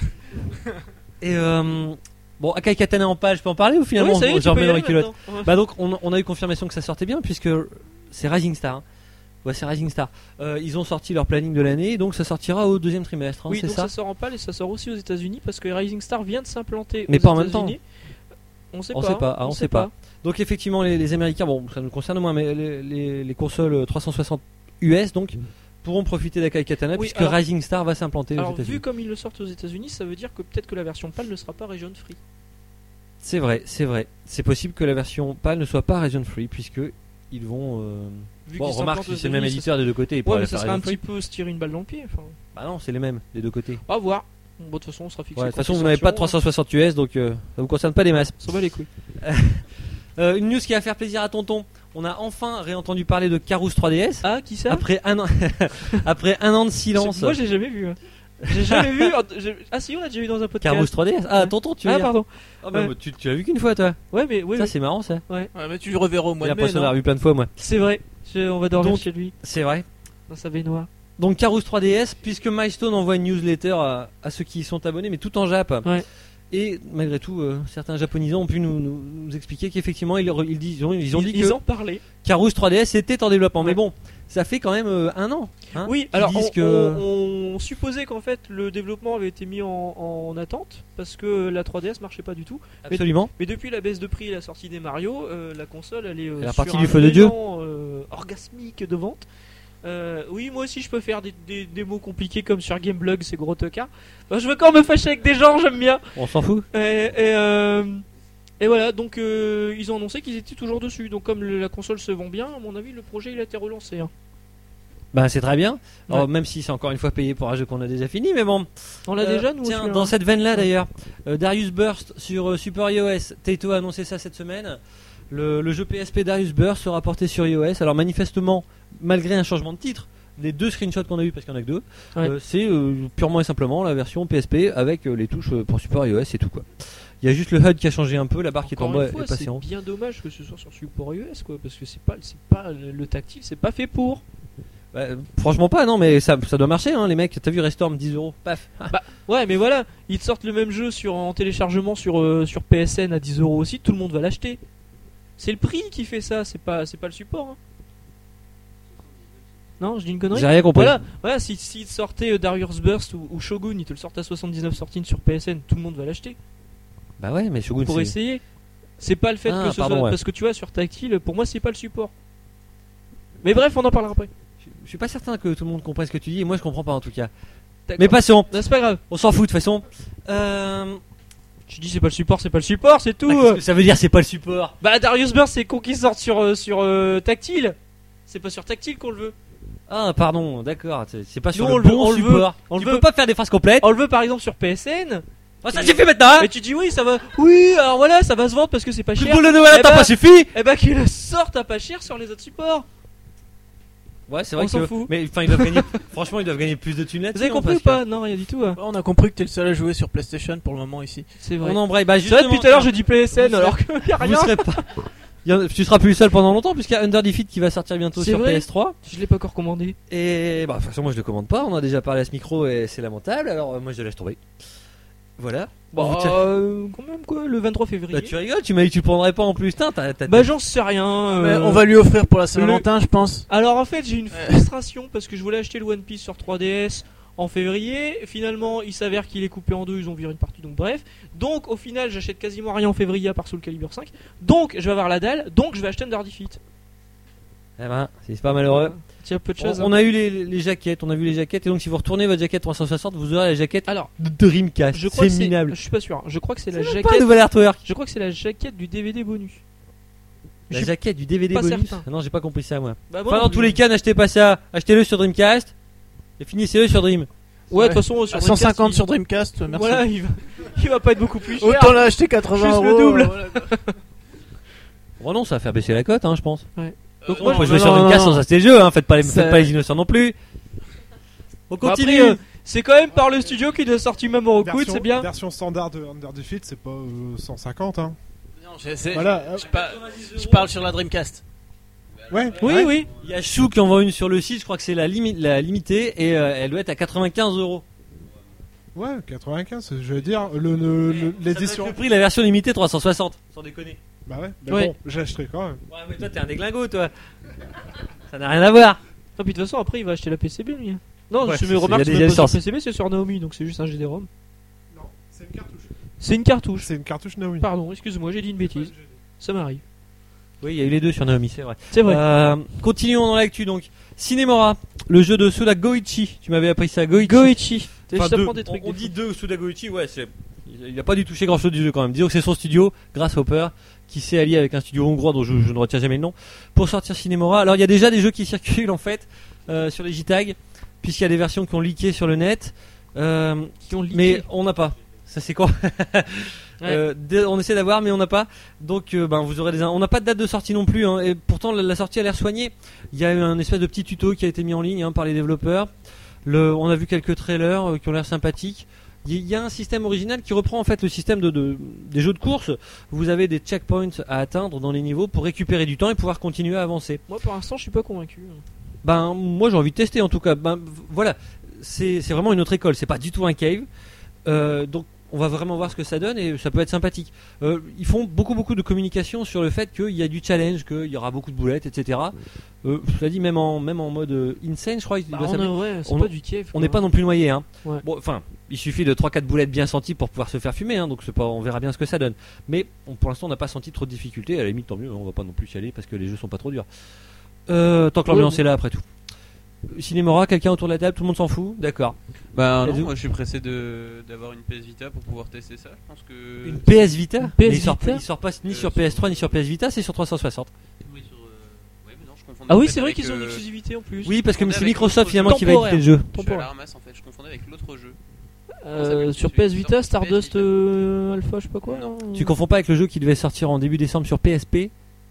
Et euh, bon, Akai Katana en page, je peux en parler ou finalement Oui, ça y est, je tu peux remets y dans aller les culottes. maintenant. Ouais. Bah donc on, on a eu confirmation que ça sortait bien puisque c'est Rising Star. hein. Ouais, c'est Rising Star. Euh, ils ont sorti leur planning de l'année, donc ça sortira au deuxième trimestre. hein, Oui, c'est donc ça. ça sort en pâle et ça sort aussi aux États-Unis parce que Rising Star vient de s'implanter. Mais aux pas en même temps. États-Unis. On sait On pas. sait pas, ah, on on sait sait pas. Donc effectivement les, les Américains, bon ça nous concerne moins, mais les, les, les consoles trois cent soixante U S donc pourront profiter d'Akai Katana Oui, puisque alors- Rising Star va s'implanter aux Alors États-Unis. vu comme ils le sortent aux États-Unis, ça veut dire que peut-être que la version pâle ne sera pas region free. C'est vrai, c'est vrai. C'est possible que la version PAL ne soit pas region free puisque ils vont. euh, Vu Bon, qu'ils remarque s'implantent si aux c'est le même États-Unis, éditeur des deux côtés, ils ça- pourraient Ouais, mais la ça faire serait un region free. petit peu se tirer une balle dans le pied. Enfin, Bah non, c'est les mêmes des deux côtés. à voir. Bon, de toute façon, on sera fixé. Ouais, de toute quand façon, ils vous n'avez pas de sortiront, trois cent soixante U S donc euh, ça vous concerne pas des masses. hein. On s'en bat les couilles. Euh, une news qui va faire plaisir à Tonton. On a enfin réentendu parler de Carous trois D S Ah, qui ça après un an, après un an de silence. Moi, j'ai jamais vu. hein. J'ai jamais vu. j'ai- Ah, si, on l'a déjà vu dans un podcast. Carous trois D S. Ah, Ouais. Tonton, tu veux Ah, dire pardon. Ah, bah, Ouais. tu, tu l'as vu qu'une fois, toi. Ouais, mais oui, Ça, oui. c'est marrant, ça. Ouais, mais tu le reverras au mois J'ai de mai, l'impression non d'avoir vu plein de fois, moi. c'est vrai. Je- On va dormir Donc- chez lui C'est vrai. dans sa baignoire. Donc Carous trois D S, puisque Milestone envoie une newsletter à, à ceux qui y sont abonnés, mais tout en Jap. Ouais. Et malgré tout, euh, certains japonisants ont pu nous, nous- nous expliquer qu'effectivement, ils, ils, disent- ils ont, ils ont dit ils, que ils en parlaient. Carous trois D S était en développement. Ouais. Mais bon, ça fait quand même euh, un an. hein, Oui, qu'ils alors disent on, que... on- on supposait qu'en fait le développement avait été mis en, en attente parce que la trois D S marchait pas du tout. Absolument. Mais depuis la baisse de prix et la sortie des Mario, euh, la console elle est, euh, Elle est sur repartie un du feu de Dieu. élan, euh, orgasmique de vente. Euh, oui, moi aussi je peux faire des, des, des mots compliqués comme sur Gameblog, c'est gros tocard. Enfin, je veux quand me fâcher avec des gens, j'aime bien. On s'en fout. Et, et, euh, et voilà, donc euh, ils ont annoncé qu'ils étaient toujours dessus. Donc comme le- la console se vend bien, à mon avis le projet il a été relancé. hein. Bah c'est très bien. Ouais. Alors, même si c'est encore une fois payé pour un jeu qu'on a déjà fini, mais bon. On l'a Euh, déjà nous Tiens, aussi, dans hein. cette veine-là d'ailleurs, euh, Darius Burst sur euh, Super iOS. Taito a annoncé ça cette semaine. Le, le jeu P S P Darius Burst sera porté sur iOS. Alors manifestement, malgré un changement de titre, les deux screenshots qu'on a eu parce qu'il y en a que deux, Ouais. euh, c'est euh, purement et simplement la version P S P avec euh, les touches euh, pour Super iOS et tout quoi. Il y a juste le H U D qui a changé un peu, la barre qui est en Encore bas une fois, est passée c'est en haut. bien dommage que ce soit sur support iOS quoi, parce que c'est pas, c'est pas le tactile, c'est pas fait pour. Bah, franchement pas non, mais ça, ça doit marcher hein, les mecs. T'as vu Restorm dix euros, paf. Ouais, mais voilà, ils te sortent le même jeu sur en téléchargement sur euh, sur P S N à dix euros aussi, tout le monde va l'acheter. C'est le prix qui fait ça, c'est pas c'est pas le support. hein. Non, je dis une connerie. J'ai rien compris. Voilà, voilà, si s'ils te sortaient euh, Darius Burst ou, ou Shogun, ils te le sortent à soixante-dix-neuf sortines sur P S N, tout le monde va l'acheter Bah ouais, mais Shogun pour c'est- essayer. C'est pas le fait Ah, que ce pardon, soit ouais. parce que tu vois sur tactile, pour moi c'est pas le support. Mais bref, on en parlera après. Je suis pas certain que tout le monde comprenne ce que tu dis et moi je comprends pas en tout cas. D'accord. Mais passons. Non, c'est pas grave. On s'en fout de toute façon. Euh... Je dis c'est pas le support, c'est pas le support, c'est tout. Bah, qu'est-ce que ça veut dire c'est pas le support? Bah Darius Burst c'est con qui sort sur euh, sur euh, tactile. C'est pas sur tactile qu'on le veut. Ah pardon, d'accord, c'est c'est pas sur Nous, le on le veut- bon on le veut. support. On tu le peux veut. pas faire des phrases complètes. On le veut par exemple sur P S N Oh, ça suffit maintenant, hein. Et tu dis oui, ça va. Oui, alors voilà, ça va se vendre parce que c'est pas Plus de cher. boule de Noël, Eh t'as bah- pas suffi. Eh bah qu'ils le sortent à pas cher sur les autres supports. Ouais, c'est vrai On s'en que. fout. Mais enfin, ils doivent gagner. Franchement, ils doivent gagner plus de thunes Vous là-dessus. avez hein, compris ou parce pas? Non, rien du tout. hein. On a compris que t'es le seul à jouer sur PlayStation pour le moment ici. C'est que vrai. On embraye. Bah, C'est vrai, justement. depuis tout à l'heure je dis P S N Vous alors qu'il y a Vous rien. serez pas. Il y en a- Tu seras plus le seul pendant longtemps puisqu'il y a Under Defeat qui va sortir bientôt C'est sur vrai. P S trois. Je l'ai pas encore commandé. Et bah, de toute façon, moi je le commande pas. On a déjà parlé à ce micro et c'est lamentable. Alors, euh, moi je le laisse tomber. Voilà. Bah, Bon, tiens. euh, quand même quoi, le vingt-trois février. Bah, tu rigoles, tu m'as dit que tu le prendrais pas en plus. Putain, t'as. t'as- Bah j'en sais rien. euh, Mais on va lui offrir pour la Saint-Valentin, je pense. Alors en fait j'ai une frustration parce que je voulais acheter le One Piece sur trois D S en février. Finalement il s'avère qu'il est coupé en deux, ils ont viré une partie, donc bref. Donc au final j'achète quasiment rien en février à part Soul Calibur cinq. Donc je vais avoir la dalle, donc je vais acheter Under Defeat. Eh ben, c'est pas malheureux. Tiens, peu de On, choses. on hein. a eu les, les jaquettes, on a vu les jaquettes. Et donc, si vous retournez votre jaquette trois cent soixante, vous aurez la jaquette Alors, de Dreamcast. je crois C'est que c'est. minable. Je suis pas sûr. Je crois que c'est la Pas jaquette. nouvel artwork. Je crois que c'est la jaquette du D V D bonus. La Je- jaquette du D V D pas bonus. certain. Ah non, j'ai pas compris ça moi. Bah, moi Enfin, non dans plus. tous les cas, n'achetez pas ça. Achetez-le sur Dreamcast. Et finissez-le sur Dream. Ouais, de toute façon sur À cent cinquante Dreamcast, sur Dreamcast, il- merci. Voilà, il va... il va pas être beaucoup plus cher. Autant l'acheter quatre-vingts Juste le euros. double. euh, voilà, quoi. Bon, non, ça va faire baisser la cote, hein, je pense. Donc Euh, moi, Faut non, jouer non, sur non, Dreamcast non. sans acheter le jeu, hein. Faites pas les, Ça- faites pas les innocents non plus. On Bah, continue. après, euh, c'est quand même par le studio qui nous a sorti même au coup, Version- c'est bien. Version standard de Under Defeat, c'est pas euh, cent cinquante, hein. Non, je, sais- Voilà. euh, je pa- je parle sur la Dreamcast. Ouais. Oui, ouais. oui. Il y a Chou qui en vend une sur le site. Je crois que c'est la, limi- la limitée et euh, elle doit être à quatre-vingt-quinze euros. Ouais, quatre-vingt-quinze, je veux dire, le, le- le- l'édition. Le prix de la version limitée trois cent soixante. Sans déconner. Bah ouais, mais Ouais. bon, j'achèterai quand même. Ouais, mais toi, t'es un déglingo, toi. Ça n'a rien à voir. Ah, puis de toute façon, après, il va acheter la P C B, lui. hein. Non, Ouais, je c'est- me remarque il y a c'est des même pas sur licences. P C B, c'est sur Naomi, donc c'est juste un G D ROM. Non, c'est une cartouche. C'est une cartouche. C'est une cartouche Naomi. Pardon, excuse-moi, j'ai dit une bêtise. Ça m'arrive. Oui, il y a eu les deux sur Naomi, c'est vrai. C'est vrai. Euh, continuons dans l'actu donc. Cinemora, le jeu de Suda Goichi. Tu m'avais appris ça, Goichi. Goichi. Enfin, Ça deux. prend des trucs. on, on des dit fois. deux Suda Goichi, ouais, c'est. Il a pas dû toucher grand chose du jeu quand même. Disons que c'est son studio, Grasshopper, qui s'est allié avec un studio hongrois dont je, je ne retiens jamais le nom, pour sortir Cinemora. Alors il y a déjà des jeux qui circulent en fait euh, sur les J TAG, puisqu'il y a des versions qui ont leaké sur le net. Euh, Qui ont leaké. mais on n'a pas. Ça c'est quoi Euh, dé- On essaie d'avoir, mais on n'a pas. Donc, euh, ben, vous aurez des. On n'a pas de date de sortie non plus. Hein, et pourtant, la, la sortie a l'air soignée. Il y a eu un espèce de petit tuto qui a été mis en ligne hein, par les développeurs. Le, on a vu quelques trailers euh, qui ont l'air sympathiques. Il y a un système original qui reprend en fait le système de, de- des jeux de course. Vous avez des checkpoints à atteindre dans les niveaux pour récupérer du temps et pouvoir continuer à avancer. Moi, pour l'instant, je suis pas convaincu. Ben, moi j'ai envie de tester en tout cas. Ben, v- voilà, c'est c'est vraiment une autre école. C'est pas du tout un cave. Euh, donc on va vraiment voir ce que ça donne et ça peut être sympathique. Euh, ils font beaucoup beaucoup de communication sur le fait qu'il y a du challenge, qu'il y aura beaucoup de boulettes, et cetera. Euh, je l'ai dit même en même en mode euh, insane, je crois. il Bah, doit on s'appeler. est- ouais, c'est on- pas du Kiev. On n'est pas non plus noyé, hein. Ouais. Bon, enfin, il suffit de trois quatre boulettes bien senties pour pouvoir se faire fumer, hein, donc c'est pas, on verra bien ce que ça donne. Mais on- pour l'instant, on n'a pas senti trop de difficultés. À la limite, tant mieux, on va pas non plus y aller parce que les jeux sont pas trop durs. Euh, tant que l'ambiance Ouais, est là, après tout. Cinémora, quelqu'un autour de la table, tout le monde s'en fout, d'accord. Bah Et non, du- moi je suis pressé de d'avoir une P S Vita pour pouvoir tester ça. Je pense que. Une P S Vita, P S mais il sort, Vita il sort pas ni Euh, sur P S trois ni sur P S Vita, c'est sur trois cent soixante. Oui, sur, euh, ouais, mais non, je confondais Ah en oui, fait c'est vrai avec, qu'ils ont une euh, exclusivité en plus. Oui, parce que confondais c'est avec Microsoft l'autre finalement jeu. qui va éditer le jeu. Je suis à la Temporaire. ramasse en fait, je confondais avec l'autre jeu. Euh, sur Celui P S qui Vita, sort sur P S Stardust Vita. euh, Alpha, je sais pas quoi. Non. non Tu confonds pas avec le jeu qui devait sortir en début décembre sur P S P.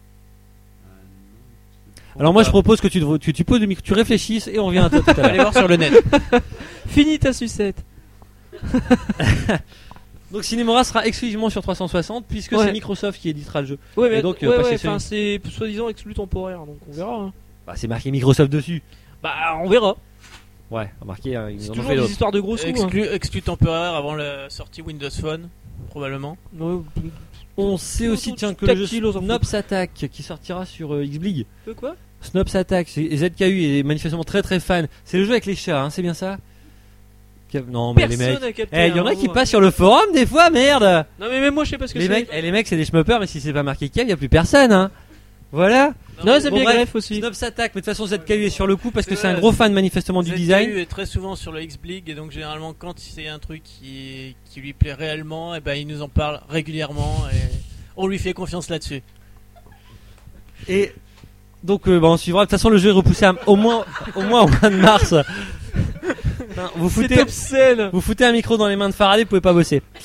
Alors moi je propose que tu, te- tu, tu poses le micro, tu réfléchisses et on revient à toi tout à l'heure. Allez voir sur le net. Finis ta sucette. Donc Cinemora sera exclusivement sur trois cent soixante puisque Ouais. c'est Microsoft qui éditera le jeu. Ouais, mais Et donc, ouais, euh, ouais, passer enfin, sur c'est soi-disant exclu temporaire, donc on verra. hein. Bah, c'est marqué Microsoft dessus. Bah, on verra. Ouais, remarquez, hein, ils C'est en ont toujours fait des d'autres. histoires de gros sous. hein. Exclu, exclu temporaire avant la sortie Windows Phone, probablement. Ouais, On sait aussi Tout- tiens tout que le jeu tactile, on s'en fout. Snops Attack qui sortira sur euh, X-Blig. euh, quoi Snops Attack, c'est- Z K U est manifestement très très fan. C'est le jeu avec les chats, hein, c'est bien ça? Qui a- Non mais les mecs. Personne a capté. Eh, il y en a hein, qui ouais. passent sur le forum des fois, merde. Non, mais même moi, je sais pas ce que Les c'est. mecs, eh, les mecs c'est des schmuppers, mais si c'est pas marqué Kev, il y a plus personne, hein. Voilà. Non, c'est Bon, bien bref, greffe aussi. Snops Attack, mais de toute façon Z K U est sur le coup parce que C'est c'est un vrai. gros fan manifestement du Z K U design. est très souvent sur le X-Blig et donc généralement quand c'est un truc qui, qui lui plaît réellement, et ben il nous en parle régulièrement et on lui fait confiance là-dessus. Et donc euh, bah, on suivra. De toute façon le jeu est repoussé à, au moins au moins au mois de mars. Non, vous C'est foutez obscène. vous foutez un micro dans les mains de Faraday, vous pouvez pas bosser.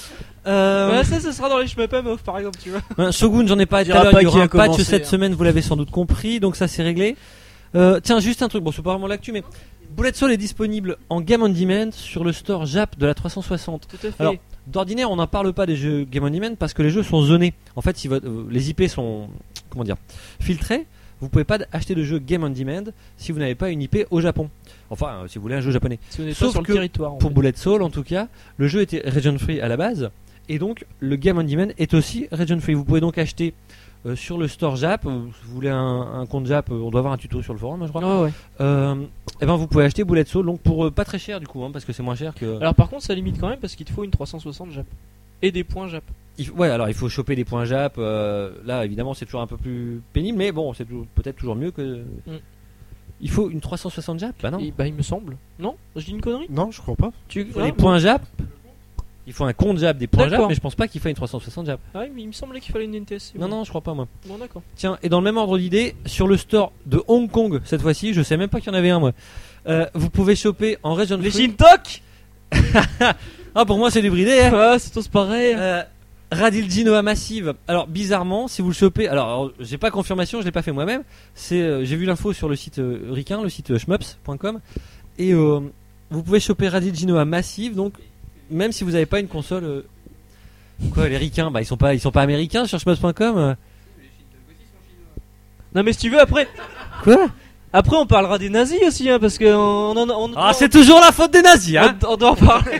Euh, Bah, ça, ce sera dans les shmup em off par exemple, tu vois. ben, Shogun, j'en ai parlé tout Dira à l'heure. pas Il y qui aura a un patch commencé, cette hein. semaine, vous l'avez sans doute compris, donc ça c'est réglé. Euh, tiens, juste un truc, bon, c'est pas vraiment l'actu, mais Bullet Soul est disponible en Game on Demand sur le store Jap de la trois cent soixante. Tout à fait. Alors, d'ordinaire, on n'en parle pas des jeux Game on Demand parce que les jeux sont zonés. En fait, si votre, euh, les I P sont, comment dire, filtrés, vous pouvez pas acheter de jeu Game on Demand si vous n'avez pas une I P au Japon. Enfin, euh, si vous voulez un jeu japonais. Si vous n'êtes sauf pas sur que le territoire. en Pour fait. Bullet Soul, en tout cas, le jeu était region free à la base, et donc le Game on Demand est aussi region free. Vous pouvez donc acheter euh, sur le store Jap. euh, Si vous voulez un, un compte Jap, euh, on doit avoir un tuto sur le forum, je crois. Ouais, ouais. Euh, et ben vous pouvez acheter Bullet Soul, donc pour euh, pas très cher du coup, hein, parce que c'est moins cher que. Alors par contre, ça limite quand même parce qu'il te faut une trois cent soixante Jap. Et des points Jap. Il- ouais, alors il faut choper des points Jap. euh, là, évidemment, c'est toujours un peu plus pénible, mais bon, c'est tou- peut-être toujours mieux que. Mm. Il faut une trois cent soixante Jap. Bah non. Et, bah, il me semble. Non Je dis une connerie Non, je crois pas. Tu... Il faut Ah, des non. points Jap. Il faut un compte Jap, des points Jap, D'accord. mais je pense pas qu'il faut une trois cent soixante Jap. Ah oui, mais il me semblait qu'il fallait une N T S. Non, non, je crois pas moi. Bon, d'accord. Tiens, et dans le même ordre d'idée, sur le store de Hong Kong, cette fois-ci, je sais même pas qu'il y en avait un moi. Euh, vous pouvez choper en region Les free. Shintok Ah, pour moi c'est du bridé. Hein. Ah, c'est tous pareil. Euh, Radilji Noah Massive. Alors bizarrement, si vous le chopez, alors, alors, j'ai pas confirmation, je l'ai pas fait moi-même. C'est, euh, j'ai vu l'info sur le site euh, Ricain, le site euh, shmups point com, et euh, vous pouvez choper Radilji Noah Massive. Donc même si vous n'avez pas une console, euh, quoi, les Ricains, bah ils sont pas, ils sont pas américains sur shmups point com. euh. Non, mais si tu veux, après. Quoi Après, on parlera des nazis aussi, hein, parce que on en a. On, Ah, on- c'est toujours la faute des nazis, hein. on, on doit en parler.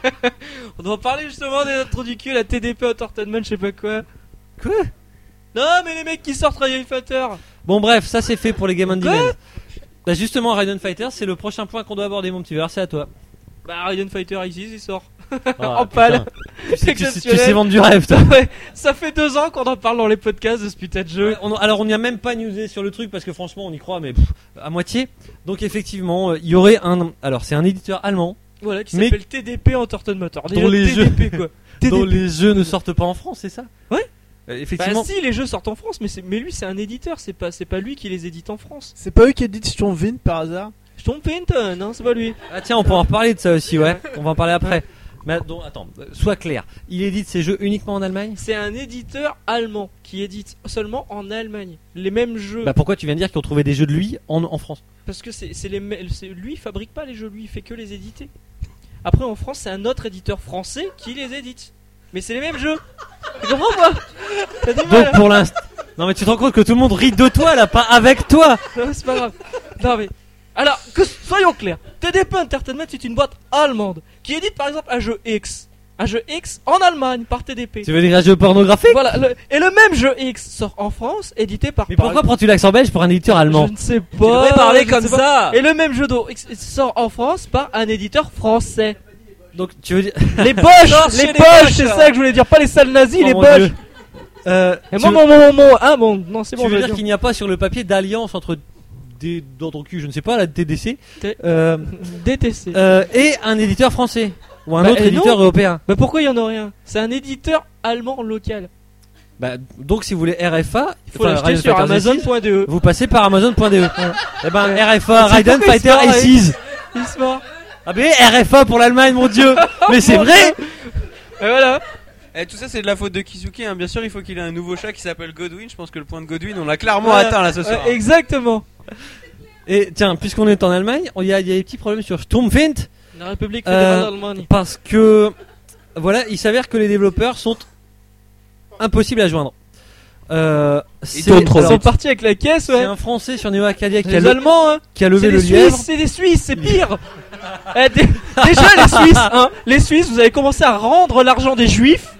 On doit en parler justement des trous du cul, la T D P Entertainment, je sais pas quoi. Quoi Non, mais les mecs qui sortent Raiden Fighter. Bon bref, ça c'est fait pour les Game on Quoi Demand. Bah justement, Raiden Fighter, c'est le prochain point qu'on doit aborder, mon petit verre, c'est à toi. Bah, Raiden Fighter X, il sort. Ah, En pâle. putain. Tu sais, tu sais- tu Exceptionnel. sais vendre du rêve, toi. Ouais, ça fait deux ans qu'on en parle dans les podcasts de ce putain de jeu. Ouais, on- alors on n'y a même pas newsé sur le truc parce que franchement on y croit mais pff, à moitié. Donc effectivement euh, il y aurait un, alors c'est un éditeur allemand Voilà, qui Mais- s'appelle T D P Entertainment. Alors, déjà, Dont les T D P quoi. T D P. dont les jeux ne sortent pas en France, c'est ça? Ouais. Euh, Bah effectivement. si, les jeux sortent en France, mais, c'est- mais lui c'est un éditeur, c'est pas, c'est pas lui qui les édite en France. C'est pas eux qui éditent Stormwind par hasard? Je tombe Paint, non, c'est pas lui. Ah tiens, on peut en reparler de ça aussi, ouais. On va en parler après. Mais donc attends, euh, sois clair. Il édite ses jeux uniquement en Allemagne? C'est un éditeur allemand qui édite seulement en Allemagne les mêmes jeux. Bah pourquoi tu viens de dire qu'ils ont trouvé des jeux de lui en, en France? Parce que c'est, c'est les, me- c'est- lui il fabrique pas les jeux, lui il fait que les éditer. Après en France c'est un autre éditeur français qui les édite. Mais c'est les mêmes jeux. Tu comprends pas? T'as du mal, Donc hein. pour l'instant. Non mais tu te rends compte que tout le monde rit de toi là, pas avec toi. Non, c'est pas grave. Non mais. Alors, que soyons clairs, T D P Entertainment est une boîte allemande qui édite par exemple un jeu X. Un jeu X en Allemagne par T D P. Tu veux dire un jeu pornographique? Voilà, le- et le même jeu X sort en France, édité par. Mais par- pourquoi prends-tu l'accent belge pour un éditeur allemand? Je ne sais pas. Tu devrais parler je ne comme sais pas. ça. Et le même jeu d'eau X sort en France par un éditeur français. Donc tu veux dire. Les Bosch, Sors les chez les Bosch, Bosch, c'est là. ça que je voulais dire, pas les sales nazis, Oh les mon Bosch. Dieu. Euh, Et tu moi, veux- mon, mon, mon, ah bon, non, c'est Tu bon, veux je dire vais qu'il n'y a pas sur le papier d'alliance entre des d'ordre cul, je ne sais pas, la T D C, T- euh, D T C. euh, et un éditeur français ou un Bah, autre euh, éditeur non. européen. Bah pourquoi il y en a rien? C'est un éditeur allemand local. Bah, donc si vous voulez R F A, Il faut enfin, l'acheter Raiden sur Fighter Amazon six, point D E. vous passez par Amazon point D E. Et ben Ouais. R F A, C'est Raiden pourquoi il se Fighter marre avec- Aces. Il se mord. Ah ben R F A pour l'Allemagne, mon dieu. Mais c'est Mon vrai. Et voilà. Et tout ça c'est de la faute de Kisuke, hein. Bien sûr il faut qu'il ait un nouveau chat qui s'appelle Godwin. Je pense que le point de Godwin on l'a clairement Voilà. atteint là ce Ouais, soir. exactement. Et tiens, puisqu'on est en Allemagne, il y a, il y a des petits problèmes sur Sturmwind La République Euh, fédérale d'Allemagne. parce que voilà, il s'avère que les développeurs sont impossibles à joindre. Euh, c'est Ils alors, sont partis avec la caisse, c'est ouais. un Français sur Neo Arcadia qui a, Les le- Allemands, hein. qui a levé C'est le les lièvre. Suisses, c'est les Suisses, c'est pire. Eh, dé- déjà les Suisses, hein. Les Suisses, vous avez commencé à rendre l'argent des Juifs.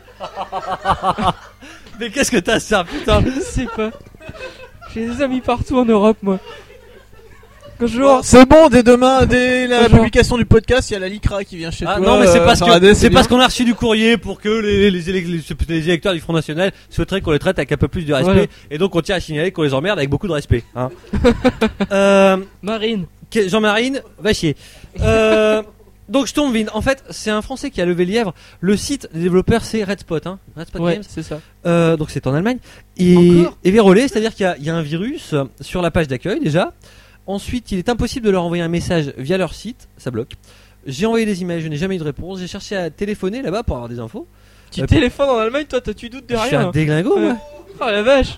Mais qu'est-ce que t'as ça, putain? Je sais pas. J'ai des amis partout en Europe, moi. Bonjour. C'est bon, dès demain, dès la Bonjour. publication du podcast, il y a la Lycra qui vient chez Ah toi. non mais c'est euh, parce Faraday, que c'est bien. parce qu'on a reçu du courrier pour que les les, élec- les, les électeurs du Front National souhaiteraient qu'on les traite avec un peu plus de respect Voilà. et donc on tient à signaler qu'on les emmerde avec beaucoup de respect. Hein. euh, Marine. que- Jean-Marine, va chier. Euh, donc Stormwind, en fait c'est un Français qui a levé le lièvre. Le site des développeurs c'est Red Spot, hein. Red Spot Ouais, Games. c'est ça. Euh, donc c'est en Allemagne et, Encore et vérolé, c'est-à-dire qu'il y a, il y a un virus sur la page d'accueil déjà. Ensuite, il est impossible de leur envoyer un message via leur site, ça bloque. J'ai envoyé des emails, je n'ai jamais eu de réponse. J'ai cherché à téléphoner là-bas pour avoir des infos. Tu Euh, téléphones en Allemagne, toi, t'as- tu doutes de Je suis rien. un déglingo, Ouais. moi. Oh la vache.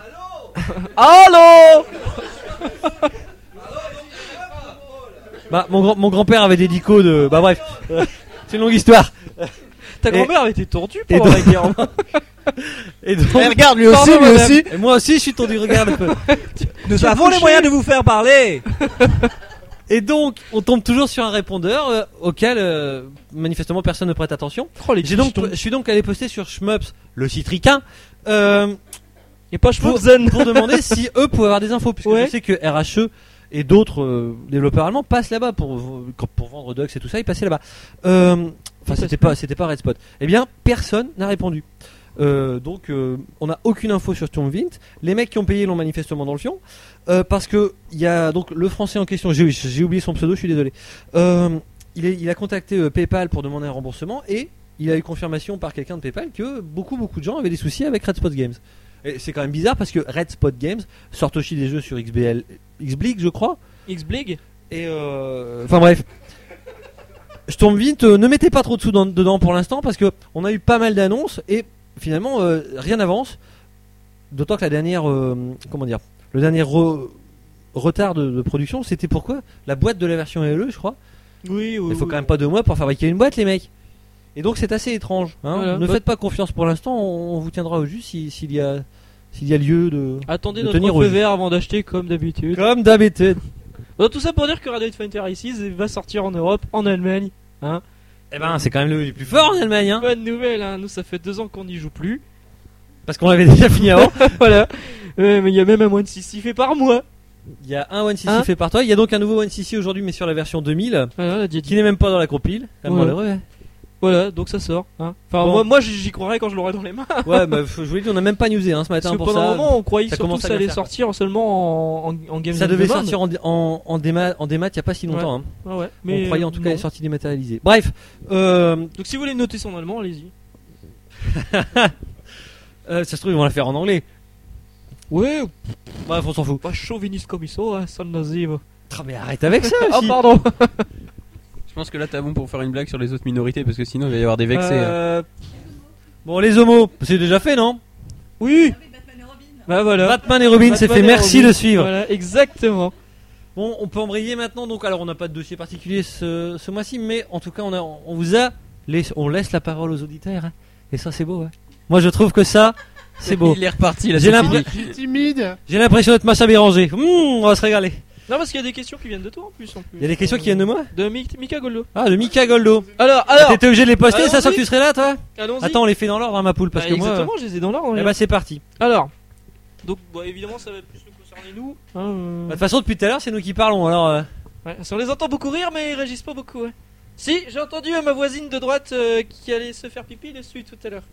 Allô. Bah, mon, grand, mon grand-père avait des dicos de. Bah, bref. Euh, c'est une longue histoire. Ta Et- grand-mère avait été tordue et pendant la donc- guerre. Et donc. Mais regarde, lui aussi, Pardon, lui madame. aussi. Et moi aussi, je suis tendu, regarde un peu. Nous avons les moyens de vous faire parler. Et donc, on tombe toujours sur un répondeur euh, auquel, euh, manifestement, personne ne prête attention. Oh, les J'ai donc, pistons. je suis donc allé poster sur Shmups, le site ricain, euh, Et pas pour, Schmutzen. pour demander si eux pouvaient avoir des infos, puisque Ouais. je sais que R H E et d'autres euh, développeurs allemands passent là-bas pour, pour vendre Dux et tout ça, ils passaient là-bas. Euh, Enfin, c'était pas, c'était pas Red Spot. Eh bien, personne n'a répondu. Euh, donc, euh, on n'a aucune info sur Stormwind. Les mecs qui ont payé l'ont manifestement dans le fion, euh, parce que il y a donc le français en question. J'ai, j'ai oublié son pseudo, je suis désolé. Euh, il, est, il a contacté euh, PayPal pour demander un remboursement et il a eu confirmation par quelqu'un de PayPal que beaucoup beaucoup de gens avaient des soucis avec Red Spot Games. Et c'est quand même bizarre parce que Red Spot Games sortent aussi des jeux sur X B L, X-Blig, je crois. X-Blig. Et euh, enfin bref. Stormwind euh, ne mettez pas trop de sous dans- dedans pour l'instant parce que on a eu pas mal d'annonces et finalement euh, rien n'avance. D'autant que la dernière, euh, comment dire, le dernier re- retard de, de production, c'était pourquoi la boîte de la version L E, je crois. Oui, oui. Il faut oui. quand même pas deux mois pour fabriquer une boîte, les mecs. Et donc c'est assez étrange. Hein. Voilà. Ne Bah- faites pas confiance pour l'instant. On, on vous tiendra au jus si- s'il y a, s'il y a lieu de. Attendez de notre tenir feu au jus. vert avant d'acheter comme d'habitude. Comme d'habitude. Bon, tout ça pour dire que Radio Fighter six va sortir en Europe, en Allemagne. Hein. Eh ben, c'est quand même le plus fort en Allemagne, hein. Bonne nouvelle, hein. Nous ça fait deux ans qu'on n'y joue plus. Parce qu'on l'avait déjà fini avant. Voilà. Euh, mais il y a même un one six fait par mois. Il y a un one six Hein fait par toi. Il y a donc un nouveau one six aujourd'hui, mais sur la version deux mille, Voilà, la diététique. qui n'est même pas dans la compile. Quand même Ouais. malheureux, hein. Voilà, donc ça sort. Hein. Enfin, Bon. moi, moi j'y j'y croirais quand je l'aurai dans les mains. Ouais, bah, je vous l'ai dit, on a même pas newsé hein, ce Parce matin que pour pendant ça. un moment, on croyait ça surtout commence que à ça bien allait faire. sortir seulement en, en, en game Ça devait Demand. sortir en, en, en, démat, en démat il y a pas si longtemps. Hein. Ouais, ouais. On Mais croyait en tout cas non. les sorties dématérialisées. Bref, euh, Donc si vous voulez noter son allemand, allez-y. euh, ça se trouve, ils vont la faire en anglais. Ouais, Bref, on s'en fout. pas chauviniste comme ça, hein, sans nazive. Ah, mais arrête avec ça Oh aussi. pardon. Je pense que là t'as bon pour faire une blague sur les autres minorités parce que sinon il va y avoir des vexés. hein. Euh, Bon, les homos, c'est déjà fait, non? Oui. Bah voilà. Batman et Robin, c'est Batman fait. et Merci Robin. de suivre. Voilà, exactement. Bon, on peut embrayer maintenant. Donc, alors, on n'a pas de dossier particulier ce, ce mois-ci, mais en tout cas, on, a, on vous a, laissé- on laisse la parole aux auditeurs, hein. Et ça, c'est beau. Hein. Moi, je trouve que ça, c'est beau. Il est reparti là. J'ai c'est l'impr- fini. Timide. J'ai l'impression d'être Macha Béranger. Mmh, on va se régaler. Non, parce qu'il y a des questions qui viennent de toi en plus. En plus. Il y a des questions qui viennent de moi? De Mi- Mika Goldo. Ah, de Mika Goldo. Alors, Ah, alors. t'étais obligé de les poster, ça allons-y. sent que tu serais là, toi? Allons-y. Attends, on les fait dans l'ordre, hein, ma poule, parce Bah, que moi. exactement, je les ai dans l'ordre. Eh regarde. bah, c'est parti. Alors, donc, bon, évidemment, ça va plus nous concerner nous. Hein, euh. Bah, de toute façon, depuis tout à l'heure, c'est nous qui parlons, alors. euh, Ouais, on les entend beaucoup rire, mais ils réagissent pas beaucoup. Ouais. Si, j'ai entendu euh, ma voisine de droite euh, qui allait se faire pipi dessus tout à l'heure.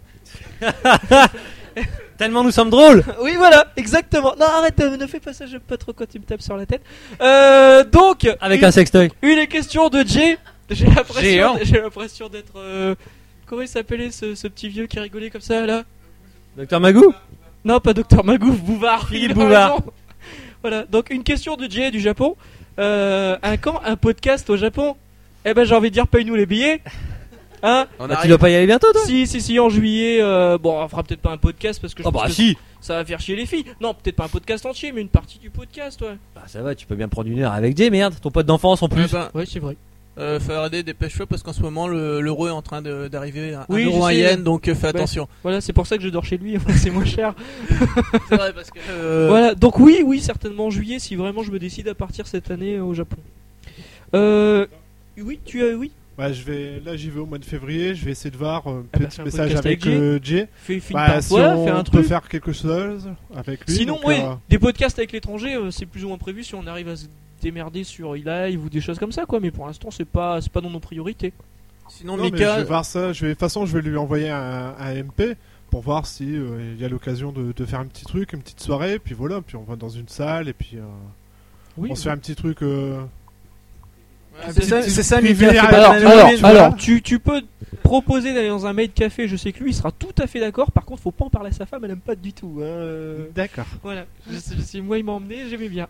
Tellement nous sommes drôles. Oui, voilà, exactement. Non, arrête, euh, ne fais pas ça, j'aime pas trop quand tu me tapes sur la tête. Euh, donc, Avec une, un sextoy. une question de Jay. J'ai l'impression, Géant. j'ai l'impression d'être. Euh, comment il s'appelait ce, ce petit vieux qui rigolait comme ça là? Docteur Magou. Non, pas Docteur Magouf, Bouvard. Philippe il a Bouvard. raison. Voilà, donc une question de Jay du Japon. Euh, un quand un podcast au Japon? Eh ben, j'ai envie de dire, paye-nous les billets. Hein? On Bah, tu arrive. dois pas y aller bientôt, toi? Si, si, si, en juillet. Euh, bon, on fera peut-être pas un podcast parce que je Ah, pense bah, que si. ça va faire chier les filles. Non, peut-être pas un podcast entier, mais une partie du podcast, ouais. Bah, ça va, tu peux bien prendre une heure avec Jay, merde. Ton pote d'enfance en plus. Eh ben, Ouais, c'est vrai. euh, Faraday, dépêche-toi parce qu'en ce moment le- l'euro est en train de- d'arriver à Oui, un euro je un sais. yen, donc euh, fais Ouais. attention. Voilà, c'est pour ça que je dors chez lui, c'est moins cher. C'est vrai parce que. euh, Voilà, donc oui, oui, certainement en juillet si vraiment je me décide à partir cette année au Japon. Euh. Oui, tu as. Oui. Ouais, je vais, là j'y vais au mois de février, je vais essayer de voir un Ah bah, petit fais un message podcast avec avec euh, Jay. Fais, fais une Bah, part- si voilà, on fais un peut truc. faire quelque chose avec lui. Sinon, donc, oui, euh, des podcasts avec l'étranger, euh, c'est plus ou moins prévu si on arrive à se démerder sur e-live ou des choses comme ça, quoi. Mais pour l'instant, c'est pas, c'est pas dans nos priorités. Sinon, non, mais je Mika. vais voir ça. Je vais, de toute façon, je vais lui envoyer un, un M P pour voir si euh, il y a l'occasion de, de faire un petit truc, une petite soirée, puis voilà, puis on va dans une salle et puis euh, Oui. on se fait un petit truc. Euh, un C'est petit- ça, petit c'est ça, privé Mika, avec c'est Alors, Batman Batman alors, Robin, voilà. alors, tu, tu peux proposer d'aller dans un maid café, je sais que lui il sera tout à fait d'accord. Par contre, faut pas en parler à sa femme, elle aime pas du tout. Hein. euh, D'accord. Voilà, je sais, je sais, moi il m'a emmené, j'aimais bien.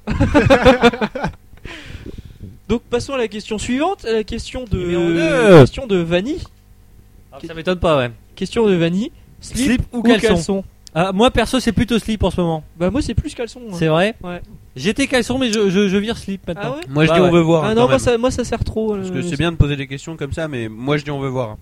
Donc passons à la question suivante, à la question Numéro de deux. question de Vanny. Ah, ça m'étonne pas, ouais. question de Vanny. Slip, Slip ou ou caleçon, caleçon Ah, moi perso c'est plutôt slip en ce moment. Bah moi c'est plus caleçon. hein. C'est vrai. Ouais. J'étais caleçon mais je, je, je vire slip Ah maintenant. ouais Moi je Bah dis ouais. on veut voir. Ah hein, non, quand moi même. ça, moi ça sert trop. Parce euh, que c'est bien de poser des questions comme ça, mais moi je dis on veut voir.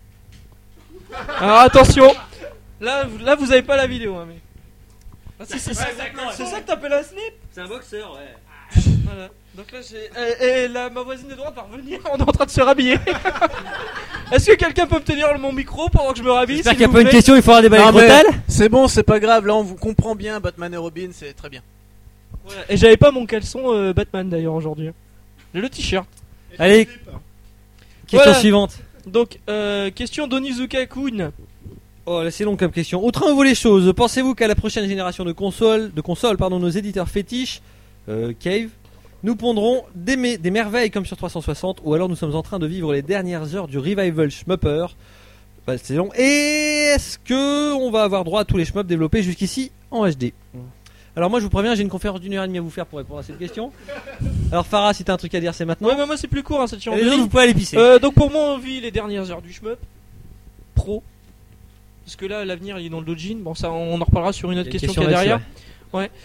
Alors attention, là, vous- là vous avez pas la vidéo. Hein, mais... Ah, c'est, c'est, c'est, c'est ça que t'appelles un slip. C'est un boxeur, ouais. Voilà. Donc là j'ai. Et, et là, ma voisine de droite va revenir, on est en train de se rhabiller. Est-ce que quelqu'un peut me tenir mon micro pendant que je me rhabille J'espère s'il qu'il n'y a vous pas une plaît question, il faudra déballer Non, le mais total. c'est bon, c'est pas grave. Là, on vous comprend bien. Batman et Robin, c'est très bien. Voilà. Et j'avais pas mon caleçon euh, Batman d'ailleurs aujourd'hui. J'ai le t-shirt. Allez, question Voilà. suivante. Donc, euh, question d'Onizuka-kun. Oh, là, c'est long comme question. Autre on voit les choses. Pensez-vous qu'à la prochaine génération de consoles, de consoles, pardon, nos éditeurs fétiches, euh, Cave, nous pondrons des, mé- des merveilles comme sur trois cent soixante, ou alors nous sommes en train de vivre les dernières heures du revival shmupper. Bah, c'est long. Et est-ce que on va avoir droit à tous les shmups développés jusqu'ici en H D? Alors moi je vous préviens, j'ai une conférence d'une heure et demie à vous faire pour répondre à cette question. Alors Farah, si t'as un truc à dire, c'est maintenant. Ouais, mais moi c'est plus court, hein, cette Et chanson. les autres, vous pouvez aller pisser. Euh, donc pour moi, on vit les dernières heures du shmup pro. Parce que là, l'avenir il est dans le dojin. Bon, ça, on en reparlera sur une autre Il y a une question question qu'il y a là-dessus, derrière. Ouais.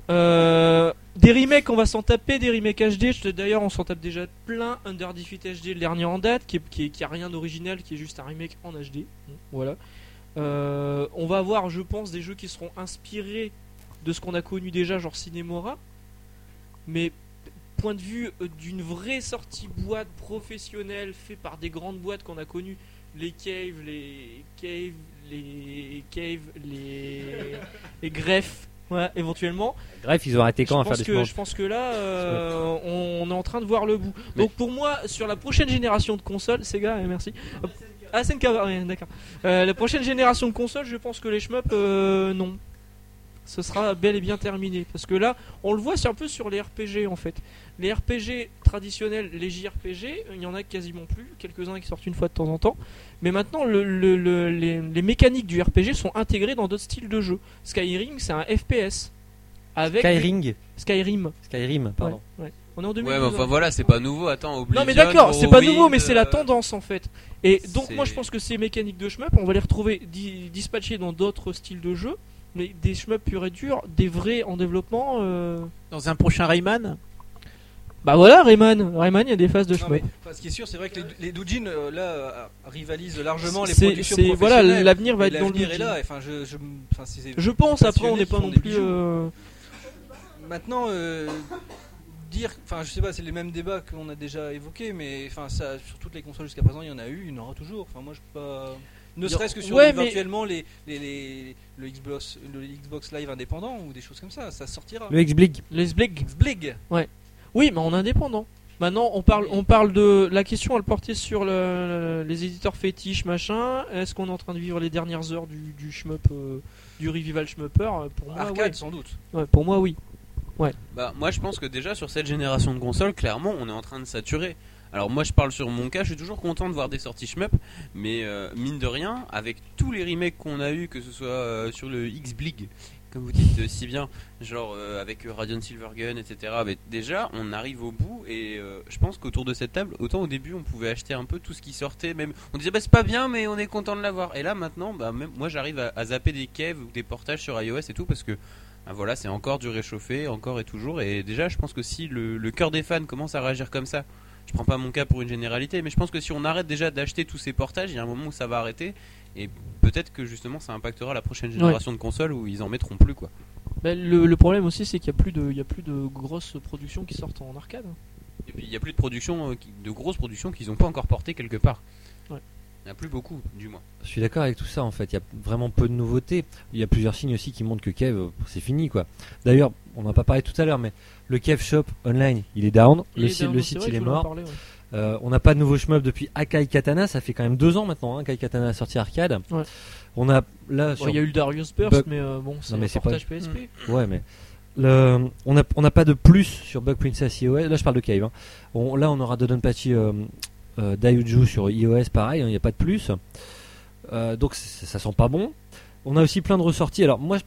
Euh, des remakes, on va s'en taper. Des remakes H D. Je- D'ailleurs, on s'en tape déjà plein. Under Defeat H D, le dernier en date, qui, est, qui, est- qui a rien d'original, qui est juste un remake en H D. Voilà. Euh, on va avoir, je pense, des jeux qui seront inspirés de ce qu'on a connu déjà, genre Cinemora. Mais point de vue euh, d'une vraie sortie boîte professionnelle fait par des grandes boîtes qu'on a connues, les Cave, les Cave, les Cave, les, les Greffes, ouais, éventuellement. Bref, ils ont arrêté quand à je, faire pense des que, smash je pense que là, euh, on, on est en train de voir le bout. Donc pour moi, sur la prochaine génération de consoles, Sega, euh, merci. Ah, c'est une cava- ouais, d'accord. Euh, la prochaine génération de consoles, je pense que les shmups, euh, non. Ce sera bel et bien terminé. Parce que là, on le voit, c'est un peu sur les R P G en fait. Les R P G traditionnels, les J R P G, il y en a quasiment plus. Quelques-uns qui sortent une fois de temps en temps. Mais maintenant, le, le- le- les, les mécaniques du R P G sont intégrées dans d'autres styles de jeu. Skyrim, c'est un F P S. Avec Skyrim. Skyrim. Skyrim, pardon. Ouais, ouais. On est en deux mille Ouais, douze. mais enfin voilà, c'est pas nouveau. Attends, Oblivion. Non mais d'accord, c'est pas Morrowind, nouveau, mais c'est la euh, tendance en fait. Et donc c'est- moi je pense que ces mécaniques de shmup, on va les retrouver di- dispatchées dans d'autres styles de jeu, mais des shmups purs et durs, des vrais en développement. euh, Dans un prochain Rayman. Bah voilà, Rayman, Rayman, il y a des phases de Non, shmup. mais, enfin, ce qui est sûr, c'est vrai que les, les doujins euh, là euh, rivalisent largement les C'est, productions c'est- voilà, professionnelles. l'avenir va Et être dans le l'avenir est doujin. là. Enfin, je, je, enfin, c'est- c'est- Je pense. Après, on passionnés n'est qui pas font non des plus. bijoux. euh, Maintenant, euh, dire, enfin, je sais pas, c'est les mêmes débats qu'on a déjà évoqués, mais enfin, ça, sur toutes les consoles jusqu'à présent, il y en a eu, il y en aura toujours. Enfin, moi, je peux pas. Ne Il y a- serait-ce que sur ouais, mais- éventuellement les, les, les- le Xbox, le Xbox Live indépendant ou des choses comme ça, ça sortira. Le X-Blig. Les Sblig. Xblig. Oui, mais en indépendant. Maintenant, on parle, on parle de la question. Elle portait sur le- les éditeurs fétiches, machin. Est-ce qu'on est en train de vivre les dernières heures du, du shmup, euh, du revival shmupper? Pour moi, Arcade, ouais. sans doute. Ouais, pour moi, oui. Bah, moi je pense que déjà sur cette génération de consoles, clairement on est en train de saturer. Alors moi je parle sur mon cas, je suis toujours content de voir des sorties shmup, mais euh, mine de rien, avec tous les remakes qu'on a eu, que ce soit euh, sur le X-Blig, comme vous dites euh, si bien, genre euh, avec euh, Radiant Silvergun, et cetera. Mais déjà on arrive au bout et euh, je pense qu'autour de cette table, autant au début on pouvait acheter un peu tout ce qui sortait, même on disait bah c'est pas bien mais on est content de l'avoir. Et là maintenant, bah, même moi j'arrive à, à zapper des caves ou des portages sur iOS et tout parce que ah, voilà, c'est encore du réchauffé, encore et toujours. Et déjà, je pense que si le, le cœur des fans commence à réagir comme ça, je prends pas mon cas pour une généralité, mais je pense que si on arrête déjà d'acheter tous ces portages, il y a un moment où ça va arrêter. Et peut-être que justement, ça impactera la prochaine génération de consoles où ils en mettront plus, quoi. Bah, le, le problème aussi, c'est qu'il n'y a plus de, il y a plus de grosses productions qui sortent en arcade. Et puis il y a plus de production, euh, qui- de grosses productions qu'ils n'ont pas encore portées quelque part. Ouais. Il n'y en a plus beaucoup, du moins. Je suis d'accord avec tout ça en fait, il y a vraiment peu de nouveautés. Il y a plusieurs signes aussi qui montrent que Kev, euh, c'est fini quoi. D'ailleurs, on n'en a pas parlé tout à l'heure, mais le Kev Shop online, il est down. Il le est site, down, le c'est site vrai il que est je voulais en mort. parler, ouais. Euh, on n'a pas de nouveau shmup depuis Akai Katana, ça fait quand même deux ans maintenant hein, qu'Akai Katana a sorti arcade. Ouais. On a là Bon, sur... il y a eu le Darius Burst, Bug- mais euh, bon, c'est mais un c'est portage pas- P S P. Ouais, mais le, on n'a on n'a pas de plus sur Bug Princess iOS. Là, je parle de Cave. Hein. On- là, on aura Dodonpachi euh, euh, Daiyuju sur iOS, pareil. Il n'y a pas de plus. Euh, donc, c'est- ça sent pas bon. On a aussi plein de ressorties. Alors, moi,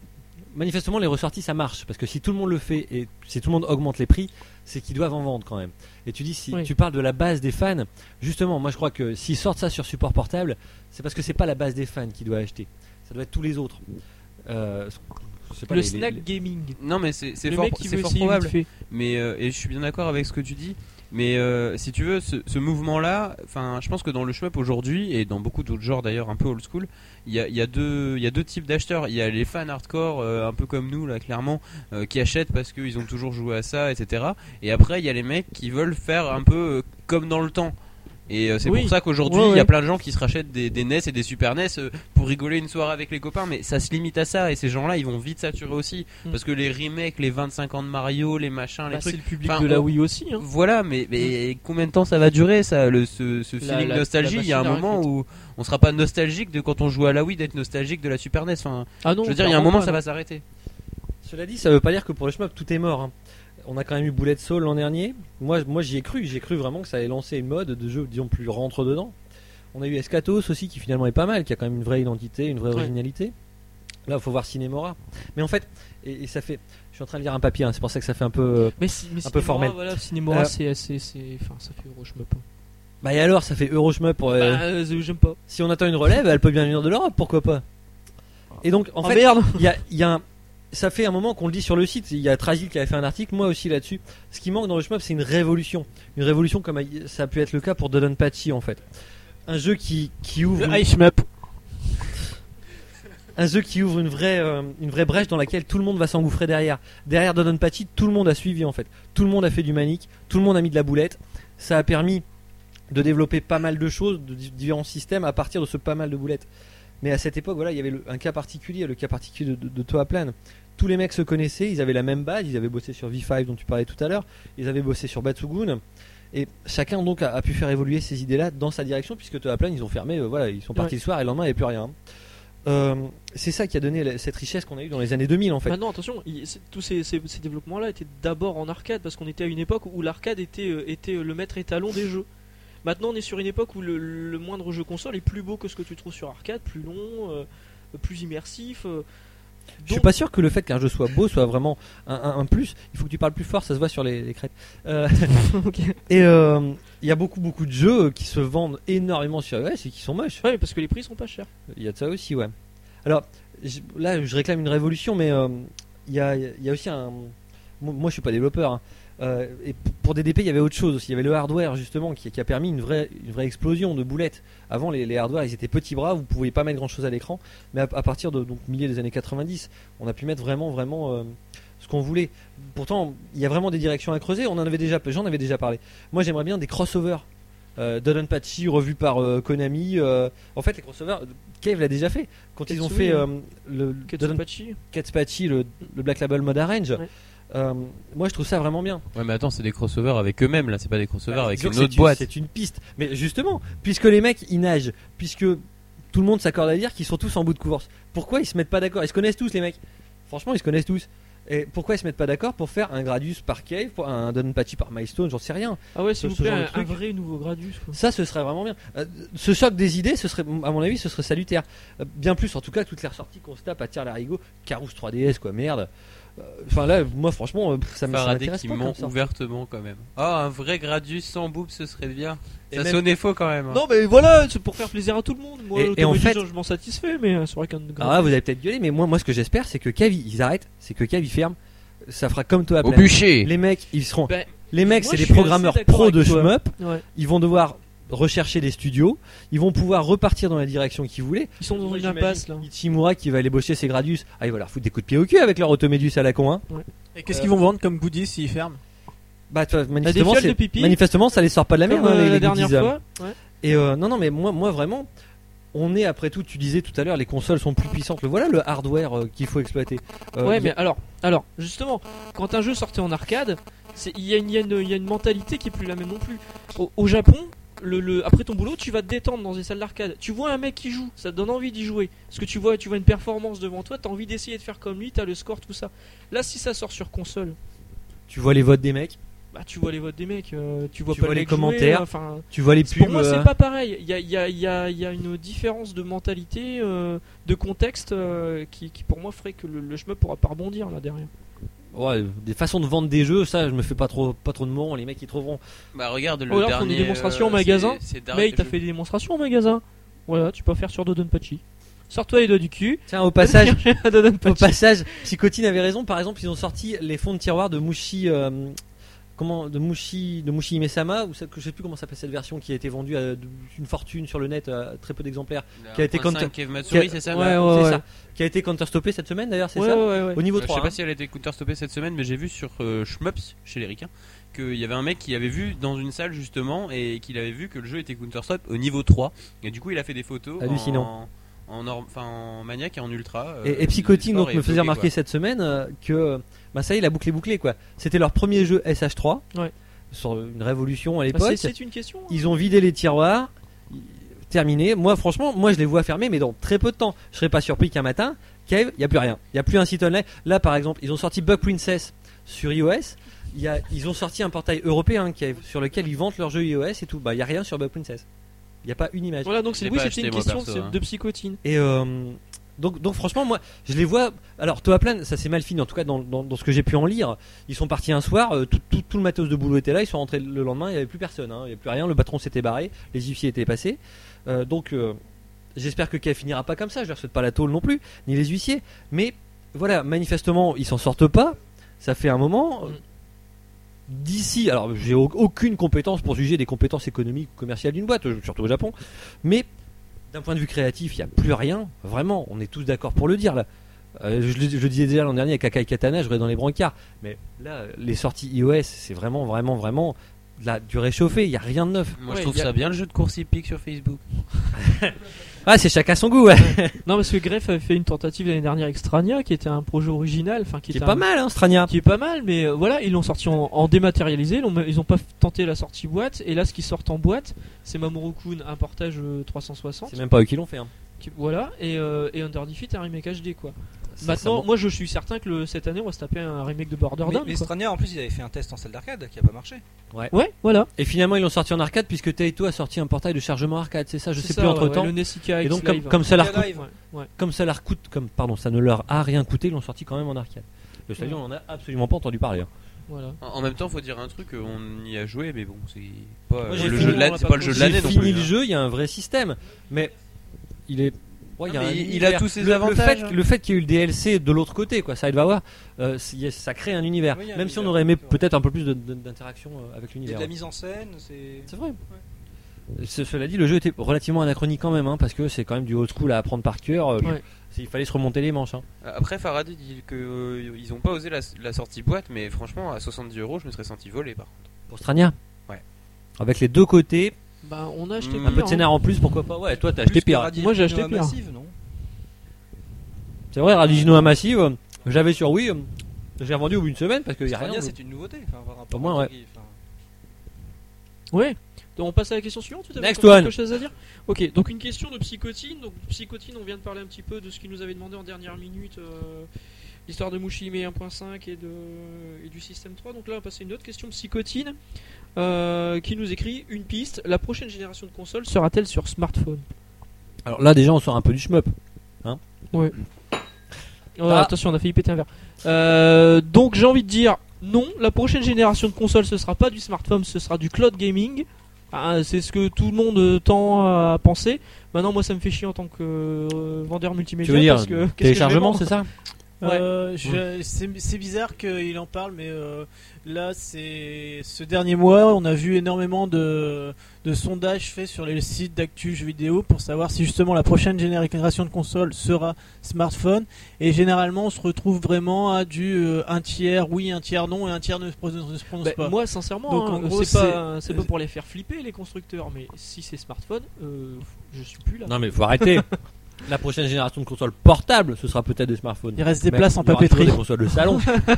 manifestement les ressorties ça marche parce que si tout le monde le fait et si tout le monde augmente les prix, c'est qu'ils doivent en vendre quand même. Et tu dis si Oui. tu parles de la base des fans, justement, moi je crois que s'ils sortent ça sur support portable, c'est parce que c'est pas la base des fans qui doit acheter, ça doit être tous les autres. Euh, je sais pas, Le les- les- snack les- gaming. Non, mais c'est c'est Le fort, mec qui c'est veut fort essayer probable. vite fait. Mais euh, et je suis bien d'accord avec ce que tu dis. Mais euh, si tu veux, ce, ce mouvement-là, enfin, je pense que dans le shmup aujourd'hui et dans beaucoup d'autres genres d'ailleurs un peu old school, il y a, il y a deux, il y a deux types d'acheteurs. Il y a les fans hardcore, euh, un peu comme nous là, clairement, euh, qui achètent parce qu'ils ont toujours joué à ça, et cetera. Et après, il y a les mecs qui veulent faire un peu euh, comme dans le temps. Et euh, c'est Oui. pour ça qu'aujourd'hui, Ouais, il y a ouais. plein de gens qui se rachètent des, des N E S et des Super N E S euh, pour rigoler une soirée avec les copains. Mais ça se limite à ça. Et ces gens-là, ils vont vite saturer aussi. Mm. Parce que les remakes, les vingt-cinq ans de Mario, les machins, les Bah, c'est trucs. le public Enfin, de la on- Wii aussi. Hein. Voilà, mais, mais combien de temps ça va durer ça, le, ce, ce La- feeling la- nostalgie? la Il y a un machine à moment réfléchir. où on sera pas nostalgique de quand on joue à la Wii d'être nostalgique de la Super N E S. Enfin, Ah non, je veux dire, il y a un clairement moment pas, ça non. va s'arrêter. Cela dit, ça veut pas dire que pour le shmup tout est mort. hein. On a quand même eu Bullet Soul l'an dernier. Moi, moi j'y ai cru. J'ai cru vraiment que ça allait lancer une mode de jeu, disons, plus rentre dedans. On a eu Escatos aussi qui finalement est pas mal, qui a quand même une vraie identité, une vraie Ouais. originalité. Là, il faut voir Cinemora. Mais en fait, et, et ça fait. Je suis en train de lire un papier, hein, c'est pour ça que ça fait un peu. euh, Mais, si, mais un peu Cinemora, formel. Voilà, Cinemora, Euh, c'est, c'est, c'est, enfin, ça fait Euroshmup. hein. Bah, et alors, ça fait Euroshmup pour. euh, Bah, euh, j'aime pas. Si on attend une relève, elle peut bien venir de l'Europe, pourquoi pas. Et donc, en Oh, fait, merde. il y a, il y a un- ça fait un moment qu'on le dit sur le site. Il y a Trasil qui avait fait un article, moi aussi là-dessus. Ce qui manque dans le shmup, c'est une révolution. Une révolution comme ça a pu être le cas pour Dodonpachi en fait. Un jeu qui, qui ouvre. Le une- iShmup. un jeu qui ouvre une vraie, euh, une vraie brèche dans laquelle tout le monde va s'engouffrer derrière. Derrière Dodonpachi, tout le monde a suivi en fait. Tout le monde a fait du manique, tout le monde a mis de la boulette. Ça a permis de développer pas mal de choses, de di- différents systèmes à partir de ce pas mal de boulettes. Mais à cette époque, voilà, il y avait le- un cas particulier, le cas particulier de, de, de Toaplan. Tous les mecs se connaissaient, ils avaient la même base, ils avaient bossé sur V cinq dont tu parlais tout à l'heure, ils avaient bossé sur Batsugun. Et chacun donc a, a pu faire évoluer ces idées-là dans sa direction, puisque Toaplan ils ont fermé, euh, voilà, ils sont partis Ouais. le soir et le lendemain il n'y avait plus rien. Euh, c'est ça qui a donné la- cette richesse qu'on a eue dans les années deux mille en fait. Maintenant, attention, il- c'est- tous ces, ces- ces développements-là étaient d'abord en arcade parce qu'on était à une époque où l'arcade était, euh, était euh, le maître étalon des jeux. Maintenant, on est sur une époque où le, le moindre jeu console est plus beau que ce que tu trouves sur arcade, plus long, euh, plus immersif. euh. Je suis Donc- pas sûr que le fait qu'un jeu soit beau soit vraiment un, un- un plus. Il faut que tu parles plus fort, ça se voit sur les, les crêtes. Euh, Ok. et euh, il y a beaucoup beaucoup de jeux qui se vendent énormément sur iOS et qui sont moches. Ouais, parce que les prix sont pas chers. Il y a de ça aussi, ouais. Alors j- là, je réclame une révolution, mais euh, il y, a, il y a aussi un. Moi, moi, je suis pas développeur. hein. Euh, et p- pour D D P, il y avait autre chose aussi. Il y avait le hardware justement qui, qui a permis une vraie, une vraie explosion de boulettes. Avant, les, les hardware, ils étaient petits bras, vous pouviez pas mettre grand chose à l'écran. Mais à, à partir de donc milieu des années quatre-vingt-dix, on a pu mettre vraiment, vraiment euh, ce qu'on voulait. Pourtant, il y a vraiment des directions à creuser. On en avait déjà, j'en avais déjà parlé. Moi, j'aimerais bien des crossovers. Euh, Dodonpachi revu par euh, Konami. euh, en fait, les crossovers, Cave l'a déjà fait. Quand ils ont Katsui, fait hein. euh, le Katsupachi. Katspachi, le, le Black Label Mode Arrange. Ouais. Euh, moi, je trouve ça vraiment bien. Ouais, mais attends, c'est des crossovers avec eux-mêmes là, c'est pas des crossovers Bah, avec disons une que autre c'est boîte. C'est une piste. Mais justement, puisque les mecs ils nagent, puisque tout le monde s'accorde à dire qu'ils sont tous en bout de course, pourquoi ils se mettent pas d'accord? Ils se connaissent tous, les mecs. Franchement, ils se connaissent tous. Et pourquoi ils se mettent pas d'accord pour faire un Gradius par Cave, pour un Dodonpachi par Milestone, j'en sais rien. Ah ouais, Ce- s'il vous ce plaît, genre de un, un truc. vrai nouveau Gradius. Quoi. Ça, ce serait vraiment bien. Euh, ce choc des idées, ce serait, à mon avis, ce serait salutaire. Euh, bien plus, en tout cas, toutes les ressorties qu'on se tape à tir larigot, Carousse trois D S, quoi, merde. Euh, Enfin là, moi, franchement, euh, pff, ça me ça Faraday m'intéresse qui pas ment comme ça. ouvertement quand même. Ah, un vrai Gradius sans boob, ce serait bien. Et Ça même- sonnait faux quand même. hein. Non, mais voilà, c'est pour faire plaisir à tout le monde. Moi, Et- et l'automatisation, en fait- je m'en satisfais, mais euh, c'est vrai qu'un Alors Gradius. là, vous avez peut-être gueulé, mais moi, moi, ce que j'espère, c'est que Cave, ils arrêtent, c'est que Cave, ils ferment. Ça fera comme toi à Au plein. bûcher. Les mecs, ils seront. Ben, Les mecs, moi, c'est je des suis programmeurs assez d'accord pros de avec toi. shmup. Ouais. Ils vont devoir rechercher des studios. Ils vont pouvoir repartir dans la direction qu'ils voulaient. Ils sont dans Moi, une j'imagine impasse là. Ichimura qui va aller bosser ses Gradius. Ah, il va leur foutre des coups de pied au cul avec leur Automédus à la con. Hein. Et qu'est-ce qu'ils vont vendre comme goodies s'ils ferment? Bah, toi, des manifestement, fioles c'est- de pipi. manifestement, ça les sort pas de la Comme merde. hein, euh, les, la les dernière goodies, euh. fois. Ouais. Et euh, non, non, mais moi, moi vraiment, on est après tout. Tu disais tout à l'heure, les consoles sont plus puissantes. Le voilà le hardware euh, qu'il faut exploiter. Euh, Ouais, il y mais a- alors, alors, justement, quand un jeu sortait en arcade, c'est- il y, a une- il y, a une- il y a une mentalité qui est plus la même non plus. Au, au Japon, le, le- après ton boulot, tu vas te détendre dans des salles d'arcade. Tu vois un mec qui joue, ça te donne envie d'y jouer. Parce que tu vois, tu vois une performance devant toi, t'as envie d'essayer de faire comme lui, t'as le score, tout ça. Là, si ça sort sur console, tu vois les votes des mecs. bah tu vois les votes des mecs, euh, tu vois Tu pas vois le les mec jouer, commentaires, enfin, Tu vois les c'est- pubs. pour moi euh, c'est pas pareil. Il y a, il y, a, il y, a, il y a une différence de mentalité, euh, de contexte euh, qui, qui pour moi ferait que le, le shmup pourra pas rebondir là derrière. Ouais, des façons de vendre des jeux, ça je me fais pas trop pas trop de mots, les mecs ils trouveront. Bah regarde le Oh, là, font dernier. des démonstrations euh, au magasin. c'est- c'est Dark- Mais il t'a fait des démonstrations au magasin. Voilà, tu peux faire sur Dodonpachi. Sors-toi les doigts du cul. Tiens, au passage, à au Dodonpachi. passage, Psychotine avait raison. Par exemple, ils ont sorti les fonds de tiroir de Mushi, euh, comment, de Mushi, de Mushi Himesama, ou celle que je sais plus comment s'appelle cette version qui a été vendue à de- une fortune sur le net, à très peu d'exemplaires, qui a été un point counter- cinq Kev Matsuri, qui a- c'est ça Ouais, c'est ouais, ça, ouais. qui a été counter stoppé cette semaine d'ailleurs, c'est Ouais, ça. ouais, ouais. Au niveau Euh, je trois. sais pas hein. si elle a été counter stoppée cette semaine, mais j'ai vu sur euh, Shmups chez les Ricains qu'il y avait un mec qui avait vu dans une salle justement et qu'il avait vu que le jeu était counter stop au niveau trois. Et du coup, il a fait des photos Hallucinant. en, en, or- enfin, en maniaque et en ultra. euh, Et, et du Psychotine sport donc et me faisait bloqué, remarquer quoi. cette semaine euh, que bah ça y est, la boucle est bouclée quoi. C'était leur premier jeu S H trois, Ouais. sur une révolution à Bah, l'époque. c'est, c'est une question. hein. Ils ont vidé les tiroirs, terminé. Moi, franchement, moi je les vois fermer, mais dans très peu de temps. Je serais pas surpris qu'un matin, Cave, il y a plus rien. Il y a plus un site online. Là, par exemple, ils ont sorti Bug Princess sur iOS. Il y a, ils ont sorti un portail européen Cave, sur lequel ils vendent leurs jeux iOS et tout. Bah, il y a rien sur Bug Princess. Il y a pas une image. Voilà, donc Je c'est, l'ai oui, pas c'était une acheté, moi, question perso, c'est hein. de Psychotine. Et euh, donc, donc franchement, moi, je les vois. Alors, Toaplan, ça s'est mal fini. En tout cas, dans, dans, dans ce que j'ai pu en lire, ils sont partis un soir. euh, tout, tout, tout le matos de boulot était là. Ils sont rentrés le lendemain. Il n'y avait plus personne. hein, Il n'y avait plus rien. Le patron s'était barré. Les huissiers étaient passés. Euh, donc, euh, j'espère que Kev finira pas comme ça. Je leur souhaite pas la tôle non plus, ni les huissiers. Mais voilà, manifestement, ils s'en sortent pas. Ça fait un moment. Mm. D'ici, alors j'ai au- aucune compétence pour juger des compétences économiques ou commerciales d'une boîte, euh, surtout au Japon, mais d'un point de vue créatif, il n'y a plus rien, vraiment, on est tous d'accord pour le dire là. Euh, je, le- je le disais déjà l'an dernier avec Akai Katana, je reste dans les brancards, mais là, les sorties iOS, c'est vraiment, vraiment, vraiment de la- du réchauffé, il n'y a rien de neuf. Moi Ouais, je trouve y a- ça bien le jeu de course hippique sur Facebook. Ah, c'est chacun son goût, ouais. Non, parce que Greff avait fait une tentative l'année dernière avec Strania, qui était un projet original, enfin qui, qui est était pas un- mal, hein, Strania. qui est pas mal, mais euh, voilà, ils l'ont sorti en, en dématérialisé, ils l'ont- ils ont pas tenté la sortie boîte, et là ce qui sort en boîte, c'est Mamoru-kun, un portage euh, trois cent soixante, C'est même pas eux qui l'ont fait. Hein. qui- voilà, et, euh, et Under Defeat un remake H D quoi. Ça- Maintenant, ça- moi je suis certain que le- cette année on va se taper un remake de Mais, Borderlands. mais quoi. Strania, en plus, ils avaient fait un test en salle d'arcade qui a pas marché. Ouais, voilà. Et finalement, ils l'ont sorti en arcade puisque Taito a sorti un portail de chargement arcade, c'est ça, je C'est sais ça, plus ouais, entre temps. ouais, le Nessica Et X donc, comme, Live. comme ça leur Live. coûte, Ouais, ouais. comme ça leur coûte, comme pardon, ça ne leur a rien coûté, ils l'ont sorti quand même en arcade. Le stadion, on en a absolument pas entendu parler. hein. Voilà. En en même temps, faut dire un truc, on y a joué, mais bon, c'est pas Moi, euh, j'ai le fini, jeu de on l'année, l'a c'est pas pas le jeu de J'ai l'année non fini plus. le hein. jeu, il y a un vrai système, mais il est. Ouais, il y a Ah, un mais il- il univers. a tous ses le, le avantages, fait, hein. le fait qu'il y ait eu le D L C de l'autre côté, quoi, ça il va voir, euh, c'est- ça crée un univers. Oui, il y a un Même si on univers, aurait aimé c'est vrai. peut-être un peu plus de- de- d'interaction euh, avec Il y a l'univers. de la mise en scène, c'est. C'est vrai. Ce- Cela dit, le jeu était relativement anachronique quand même, hein, parce que c'est quand même du old school à apprendre par cœur. euh, Ouais. Il fallait se remonter les manches. hein. Après, Faraday dit qu'ils ont pas osé la, la sortie boîte, mais franchement, à soixante-dix euros, je me serais senti voler par contre. Pour Strania. Ouais. Avec les deux côtés, Bah, on a acheté Mm. un pire, peu de hein. scénar en plus, pourquoi pas. Ouais, toi t'as acheté Plus que pire. Radio Moi, j'ai acheté Dynamo pire. Massive, non C'est vrai, Radigino Massive, euh, j'avais sur Wii, euh, j'ai revendu au bout d'une semaine parce qu'il y a Strania, rien. c'est une nouveauté. Enfin, par rapport Au moins, à ouais. Gris, enfin. Ouais. Donc on passe à la question suivante. Tu avais Next encore one. quelque chose à dire. Ok. Donc une question de Psychotine. Donc Psychotine, on vient de parler un petit peu de ce qu'il nous avait demandé en dernière minute, euh, l'histoire de Mushihime un point cinq et de et du système trois. Donc là, on va passer à une autre question Psychotine euh, qui nous écrit une piste. La prochaine génération de consoles sera-t-elle sur smartphone? Alors là, déjà, on sort un peu du shmup. Oh, Ah. Attention, on a failli péter un verre. Euh, donc j'ai envie de dire non. La prochaine génération de consoles, ce sera pas du smartphone, ce sera du cloud gaming. Ah, c'est ce que tout le monde euh, tend à penser. Maintenant, moi, ça me fait chier en tant que euh, vendeur multimédia. Tu veux dire parce que, qu'est-ce que je vais téléchargement, vendre c'est ça? Ouais. Euh, je- c'est c'est bizarre qu'il en parle, mais euh, là, c'est ce dernier mois, on a vu énormément de, de sondages faits sur les sites d'actu jeux vidéo pour savoir si justement la prochaine génération de consoles sera smartphone. Et généralement, on se retrouve vraiment à du euh, un tiers oui, un tiers non, et un tiers ne se prononce, ne se prononce Bah, pas. moi, sincèrement, Donc, hein, en gros, c'est c'est- pas, c'est pas pour les faire flipper les constructeurs, mais si c'est smartphone, euh, je suis plus là. Non, mais faut arrêter. La prochaine génération de consoles portables, ce sera peut-être des smartphones. Il reste des Mais places en il y aura papeterie. toujours des consoles de salon.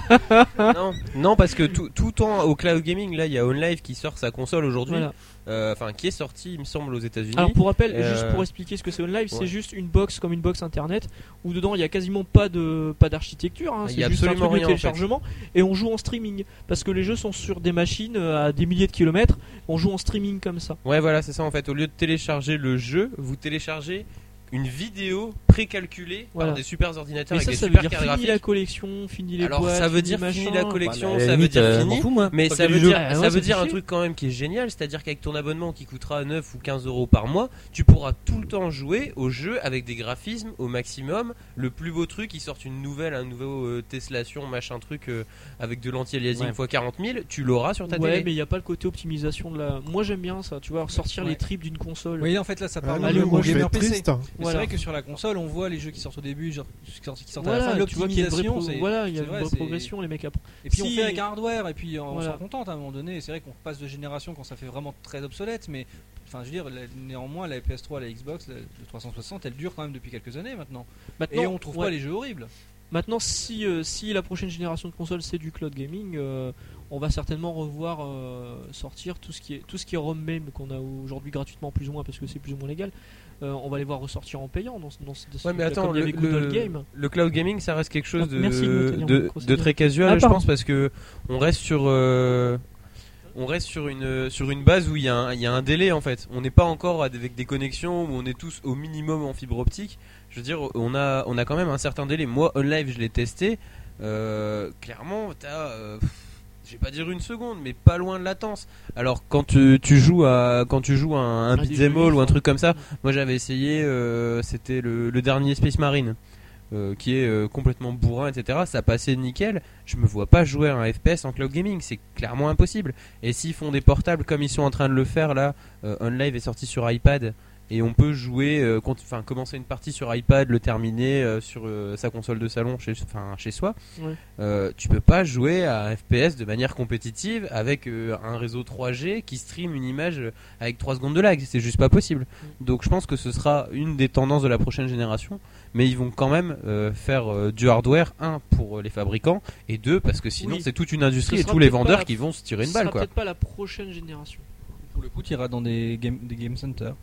non, non, parce que tout, tout temps au cloud gaming, là, il y a OnLive qui sort sa console aujourd'hui. Voilà. Euh, Enfin, qui est sorti, il me semble, aux États-Unis. Alors pour rappel, Euh, juste pour expliquer ce que c'est OnLive, ouais. c'est juste une box comme une box internet où dedans il y a quasiment pas de pas d'architecture, hein, Il c'est y a juste un absolument truc de rien, en fait. téléchargement et on joue en streaming parce que les jeux sont sur des machines euh, à des milliers de kilomètres, on joue en streaming comme ça. Ouais, voilà, c'est ça en fait. Au lieu de télécharger le jeu, vous téléchargez une vidéo précalculée Voilà. par des super ordinateurs Mais avec ça, des ça veut super dire cartes fini la graphiques. collection, fini les Alors boîtes, ça veut fini dire machin. fini la collection, Ouais, mais à la ça veut limite, dire euh, fini. m'en fous, moi. Mais Tant ça qu'il y a veut du dire, jeu. Ah ça ouais, veut ça dire fait un chier. truc quand même qui est génial, c'est-à-dire qu'avec ton abonnement qui coûtera neuf ou quinze euros par mois, tu pourras tout le temps jouer au jeu avec des graphismes au maximum. Le plus beau truc, ils sortent une nouvelle, un nouveau euh, Teslation, machin truc euh, avec de l'anti-aliasing Ouais. fois quarante mille, tu l'auras sur ta Ouais, télé. mais il n'y a pas le côté optimisation de la. Moi j'aime bien ça, tu vois, sortir Ouais. les tripes d'une console. Oui, en fait, là, ça Ah, parle non, de mais le moi, je vais gamer être P C. triste. Mais Voilà. C'est vrai que sur la console, on voit les jeux qui sortent au début, genre, qui sortent, qui sortent à la Voilà, fin, tu vois qu'il y a une vraie, l'optimisation. pro- c'est- voilà, il y a c'est une vrai, vraie c'est- progression, les mecs apprennent. Et puis on Si- fait avec un hardware, et puis on Voilà. s'en contente à un moment donné. C'est vrai qu'on passe de génération quand ça fait vraiment très obsolète, mais enfin, je veux dire, la- néanmoins, la P S trois, la Xbox, la, le trois cent soixante, elle dure quand même depuis quelques années maintenant. Maintenant, Et on trouve ouais. pas les jeux horribles. Maintenant, si, euh, si la prochaine génération de consoles c'est du cloud gaming, euh, on va certainement revoir euh, sortir tout ce qui est tout ce qui est ROM même qu'on a aujourd'hui gratuitement plus ou moins parce que c'est plus ou moins légal. Euh, on va les voir ressortir en payant dans, ce- dans ce Ouais, mais attends, comme il y le, avait Good Old le- Game. le cloud gaming, ça reste quelque chose Ah, de, merci de me tenir de, le micro, c'est de bien. très casual, Ah, je pardon. pense, parce que on reste sur, euh, on reste sur une sur une base où il y, a un- il y a un délai en fait. On n'est pas encore avec des connexions où on est tous au minimum en fibre optique. Je veux dire, on a on a quand même un certain délai. Moi, OnLive, je l'ai testé. Euh, clairement, t'as euh, je vais pas dire une seconde, mais pas loin de latence. Alors quand tu, tu joues à quand tu joues à un, un Ah, des beat'em jeux all ou un vifs, truc comme ça, moi j'avais essayé, euh, c'était le, le dernier Space Marine, euh, qui est euh, complètement bourrin, et cetera. Ça passait nickel. Je me vois pas jouer à un F P S en cloud gaming, c'est clairement impossible. Et s'ils font des portables comme ils sont en train de le faire là, euh, OnLive est sorti sur iPad. Et on peut jouer, euh, cont- enfin commencer une partie sur iPad, le terminer euh, sur euh, sa console de salon chez, enfin, chez soi. Ouais. Euh, tu peux pas jouer à un F P S de manière compétitive avec euh, un réseau trois G qui stream une image euh, avec trois secondes de lag. C'est juste pas possible. Donc je pense que ce sera une des tendances de la prochaine génération. Mais ils vont quand même euh, faire euh, du hardware, un pour euh, les fabricants, et deux parce que sinon Oui. c'est toute une industrie Ce et sera tous les peut-être pas vendeurs la- qui vont se tirer une Ce balle sera quoi. peut-être pas la prochaine génération. Pour le coup, tu iras dans des game, des game centers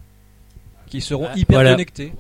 qui seront Ah, hyper voilà. connectés.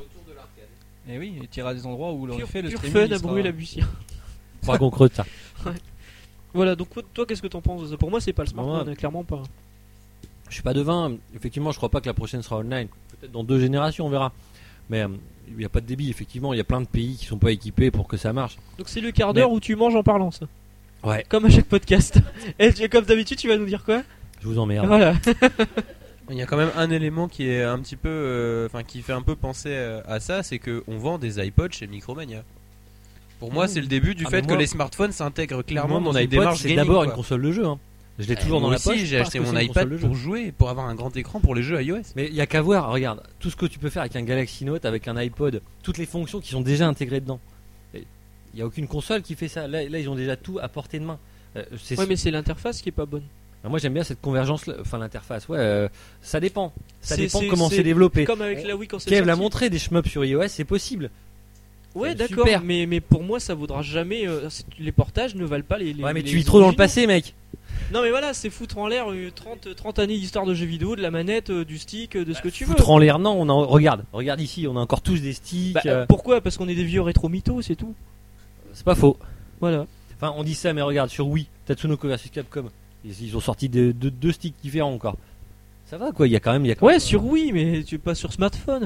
Et oui, et tu iras à des endroits où l'on Pure, fait le pure streaming. fun il à sera- brûler la bussière. Faudra qu'on creuse ça. Voilà, donc toi, toi, qu'est-ce que t'en penses de ça? Pour moi, c'est pas le smartphone, Ouais. hein, clairement pas. Je suis pas devin. Effectivement, je crois pas que la prochaine sera online. Peut-être dans deux générations, on verra. Mais euh, il n'y a pas de débit. Effectivement, il y a plein de pays qui sont pas équipés pour que ça marche. Donc c'est le quart d'heure Mais- où tu manges en parlant, ça. Ouais. Comme à chaque podcast. Et tu- comme d'habitude, tu vas nous dire quoi? Je vous emmerde. Voilà. Il y a quand même un élément qui est un petit peu, euh, enfin qui fait un peu penser euh, à ça, c'est que on vend des iPods chez Micromania. Pour moi, Mmh. c'est le début du Ah, fait mais moi- que les smartphones s'intègrent clairement Moi, mon dans une iPod, démarche c'est gaming. d'abord quoi. une console de jeu. hein. Je l'ai Eh, toujours dans moi la aussi, poche. j'ai parce acheté que mon c'est une iPad console de jeu. pour jouer, pour avoir un grand écran pour les jeux iOS. Mais il y a qu'à voir. Regarde, tout ce que tu peux faire avec un Galaxy Note, avec un iPod, toutes les fonctions qui sont déjà intégrées dedans. Et il y a aucune console qui fait ça. Là, là, ils ont déjà tout à portée de main. Euh, c'est Ouais, mais c'est l'interface qui est pas bonne. Ah, moi, j'aime bien cette convergence, enfin l'interface. Ouais, euh, ça dépend. Ça C'est- dépend c'est- comment c'est c'est développé. Comme avec la Wii quand c'est Kev l'a sorti. montré, des shmups sur iOS, c'est possible. Ouais, C'est d'accord, super. mais, mais pour moi, ça vaudra jamais. euh, c'est- les portages ne valent pas les. les Ouais, mais les tu vis trop dans le originaux. passé, mec. Non, mais voilà, c'est foutre en l'air euh, trente, trente années d'histoire de jeux vidéo, de la manette, euh, du stick, euh, de ce que tu veux. Foutre en l'air, non. On en... Regarde, regarde ici, on a encore tous des sticks. Bah, euh, euh, pourquoi? Parce qu'on est des vieux rétro mythos, c'est tout. C'est pas faux. Voilà. Enfin, on dit ça, mais regarde, sur Wii, Tatsunoko versus Capcom, ils, ils ont sorti de- de- deux sticks différents encore. Ça va quoi, il y a quand même. Il y a quand Ouais, même- sur Wii, mais tu pas sur smartphone.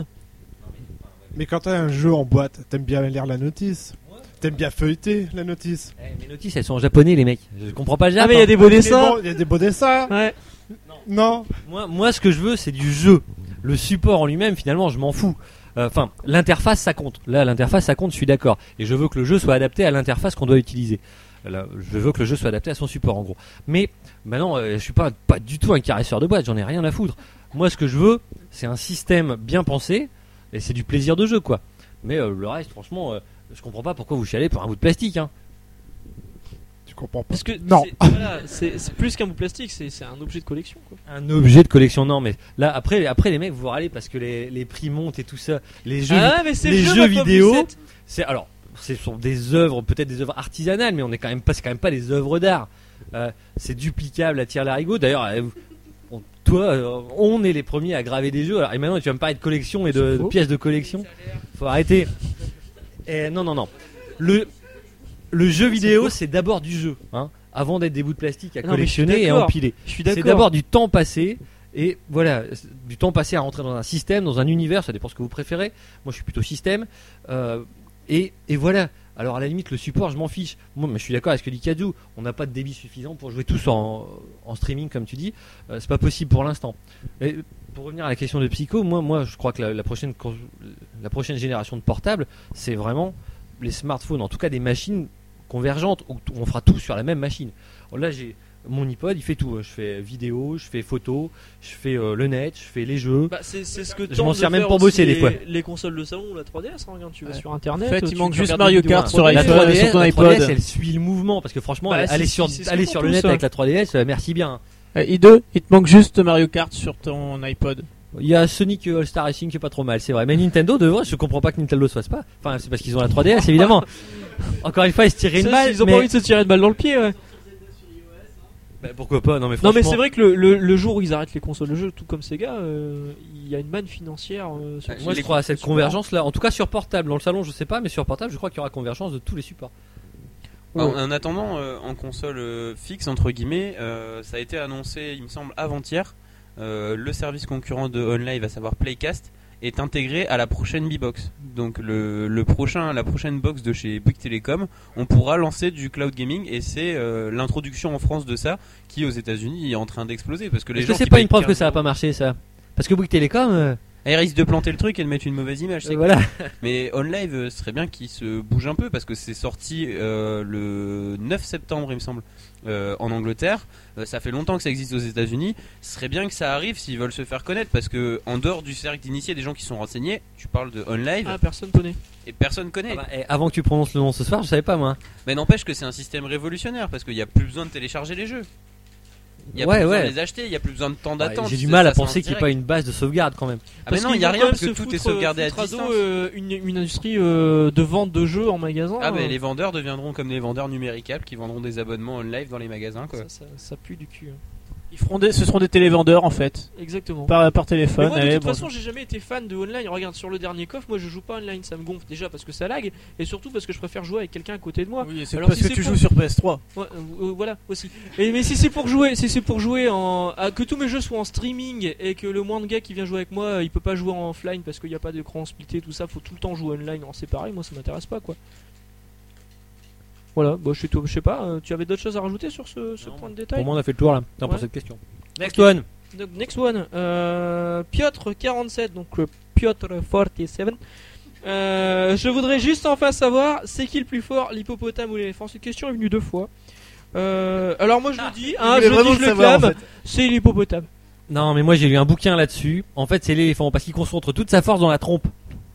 Mais quand t'as un jeu en boîte, t'aimes bien lire la notice. T'aimes bien feuilleter la notice. Eh, mes notices, elles sont en japonais, les mecs. Je comprends pas le Ah, Japon. mais il y a des beaux Il y a des dessins. bons- il y a des beaux dessins. Ouais. Non. Moi, moi, ce que je veux, c'est du jeu. Le support en lui-même, finalement, je m'en fous. Enfin, l'interface, ça compte. Là, l'interface, ça compte, je suis d'accord. Et je veux que le jeu soit adapté à l'interface qu'on doit utiliser. Là, je veux que le jeu soit adapté à son support, en gros. Mais maintenant, euh, je suis pas, pas du tout un caresseur de boîte, j'en ai rien à foutre. Moi, ce que je veux, c'est un système bien pensé, et c'est du plaisir de jeu, quoi. Mais euh, le reste, franchement, euh, je comprends pas pourquoi vous chialez pour un bout de plastique. Hein. comprends pas. Parce que Non. c'est, voilà, c'est, c'est plus qu'un bout plastique, c'est, c'est un objet de collection. Quoi. Un objet de collection, non, mais là, après, après les mecs, vous râlez parce que les, les prix montent et tout ça. Les jeux, Ah, mais c'est les le jeu, jeux ma pauvre vidéo, Lucette. c'est alors, ce sont des œuvres, peut-être des œuvres artisanales, mais on est quand même pas, c'est quand même pas des œuvres d'art. Euh, c'est duplicable à tire-larigot. D'ailleurs, euh, on- toi, euh, on est les premiers à graver des jeux. Alors, et maintenant, tu vas me parler de collection et de, C'est de faux. pièces de collection. Faut arrêter. Et non, non, non. Le, le jeu vidéo, c'est d'abord du jeu, hein, avant d'être des bouts de plastique à Non, mais je suis collectionner et à d'accord. empiler. Je suis C'est d'accord. d'abord du temps passé. Et voilà, c'est du temps passé à rentrer dans un système, dans un univers, ça dépend ce que vous préférez. Moi, je suis plutôt système. Euh, et, et voilà. Alors, à la limite, le support, je m'en fiche. Moi, mais je suis d'accord avec ce que dit Kazoo. On n'a pas de débit suffisant pour jouer tous en, en streaming, comme tu dis. Euh, c'est pas possible pour l'instant. Et pour revenir à la question de Psycho, moi, moi je crois que la, la, prochaine, cons- la prochaine génération de portables, c'est vraiment les smartphones, en tout cas des machines convergentes, où on fera tout sur la même machine. Alors là, j'ai. Mon iPod, il fait tout. Je fais vidéo, je fais photo, je fais euh, le net, je fais les jeux. Bah, c'est, c'est ce que Je m'en tentent sers de même faire pour aussi bosser, les, des fois. Les consoles de salon, la trois D S, hein, regarde, tu vas Ouais. sur internet. En fait, il tu- manque tu juste regardes Mario des vidéos, Kart hein. sur la iPhone, trois D S, sur ton la trois D S, iPod. elle suit le mouvement parce que franchement, Bah, aller si, sur, si, c'est ce aller qu'ils sur font le net tous, avec hein. la trois D S, euh, merci bien. Euh, I deux, il te manque juste Mario Kart sur ton iPod. Il y a Sonic All Star Racing qui est pas trop mal, c'est vrai. Mais Nintendo devrait, je comprends pas que Nintendo se fasse pas. Enfin, c'est parce qu'ils ont la trois D S évidemment. Encore une fois, ils se tirent une Ça, balle. Ils ont mais... pas envie de se tirer de balle dans le pied, ouais. Bah, pourquoi pas? Non mais Non, franchement. mais c'est vrai que le, le, le jour où ils arrêtent les consoles de jeu, tout comme Sega, euh, il y a une manne financière. Euh, sur Moi je les crois à cette supports. convergence là, en tout cas sur portable. Dans le salon, je sais pas, mais sur portable, je crois qu'il y aura convergence de tous les supports. En, en attendant, euh, en console euh, fixe, entre guillemets, euh, ça a été annoncé, il me semble, avant-hier. Euh, le service concurrent de OnLive, à savoir Playcast, est intégré à la prochaine B-Box. Donc le, le prochain, la prochaine box de chez Bouygues Telecom, on pourra lancer du cloud gaming et c'est euh, l'introduction en France de ça qui aux États-Unis est en train d'exploser parce que les Est-ce gens que c'est qui pas payent une preuve que quinze ça a pas marché ça? Parce que Bouygues Télécom, euh, Ah, ils risquent de planter le truc et de mettre une mauvaise image. c'est euh, voilà. Mais OnLive euh, serait bien qu'il se bouge un peu parce que c'est sorti euh, le neuf septembre, il me semble, euh, en Angleterre. Euh, ça fait longtemps que ça existe aux États-Unis. Ce serait bien que ça arrive s'ils veulent se faire connaître parce que en dehors du cercle d'initiés des gens qui sont renseignés, tu parles de OnLive Ah, personne connaît. et personne connaît. Ah bah, eh, avant que tu prononces le nom ce soir, je savais pas moi. Mais n'empêche que c'est un système révolutionnaire parce qu'il n'y a plus besoin de télécharger les jeux. Il n'y a Ouais, plus besoin ouais. de les acheter, il n'y a plus besoin de temps Ouais, d'attente. J'ai du c'est- mal à ça, c'est en penser qu'il n'y ait direct. pas une base de sauvegarde quand même. Ah mais non, il n'y a rien parce que tout est sauvegardé à distance. Euh, une, une industrie euh, de vente de jeux en magasin. Ah bah euh, les vendeurs deviendront comme les vendeurs numéricables qui vendront des abonnements OnLive dans les magasins quoi. ça, ça, ça pue du cul. hein. Ils feront des, ce seront des télévendeurs en fait. Exactement. Par, par Mais téléphone. moi, de allez, toute bon. façon, j'ai jamais été fan de online. Regarde, sur le dernier coffre, moi je joue pas online, ça me gonfle déjà parce que ça lag et surtout parce que je préfère jouer avec quelqu'un à côté de moi. Oui, c'est Alors, parce si que c'est tu pour- joues sur P S trois. Ouais, euh, euh, voilà aussi. Et, mais si c'est pour jouer, si c'est pour jouer en, à- que tous mes jeux soient en streaming et que le moins de gars qui vient jouer avec moi, euh, il peut pas jouer en offline parce qu'il n'y a pas d'écran splitté, tout ça, faut tout le temps jouer online en séparé. Moi, ça m'intéresse pas quoi. Voilà, bon, je sais, tout- je sais pas. euh, tu avais d'autres choses à rajouter sur ce, ce point de détail? Pour moi, on a fait le tour là. Non, Ouais. pour cette question. Next one. Donc, next one, euh, Piotr quarante-sept, donc euh, Piotr quarante-sept. Euh, je voudrais juste enfin savoir, c'est qui le plus fort, l'hippopotame ou l'éléphant? Cette question est venue deux fois. Euh, alors moi je le dis, hein, voulais je vraiment dis, je le le savoir, clame, en fait. c'est l'hippopotame. Non, mais moi j'ai lu un bouquin là-dessus. En fait, c'est l'éléphant parce qu'il concentre toute sa force dans la trompe.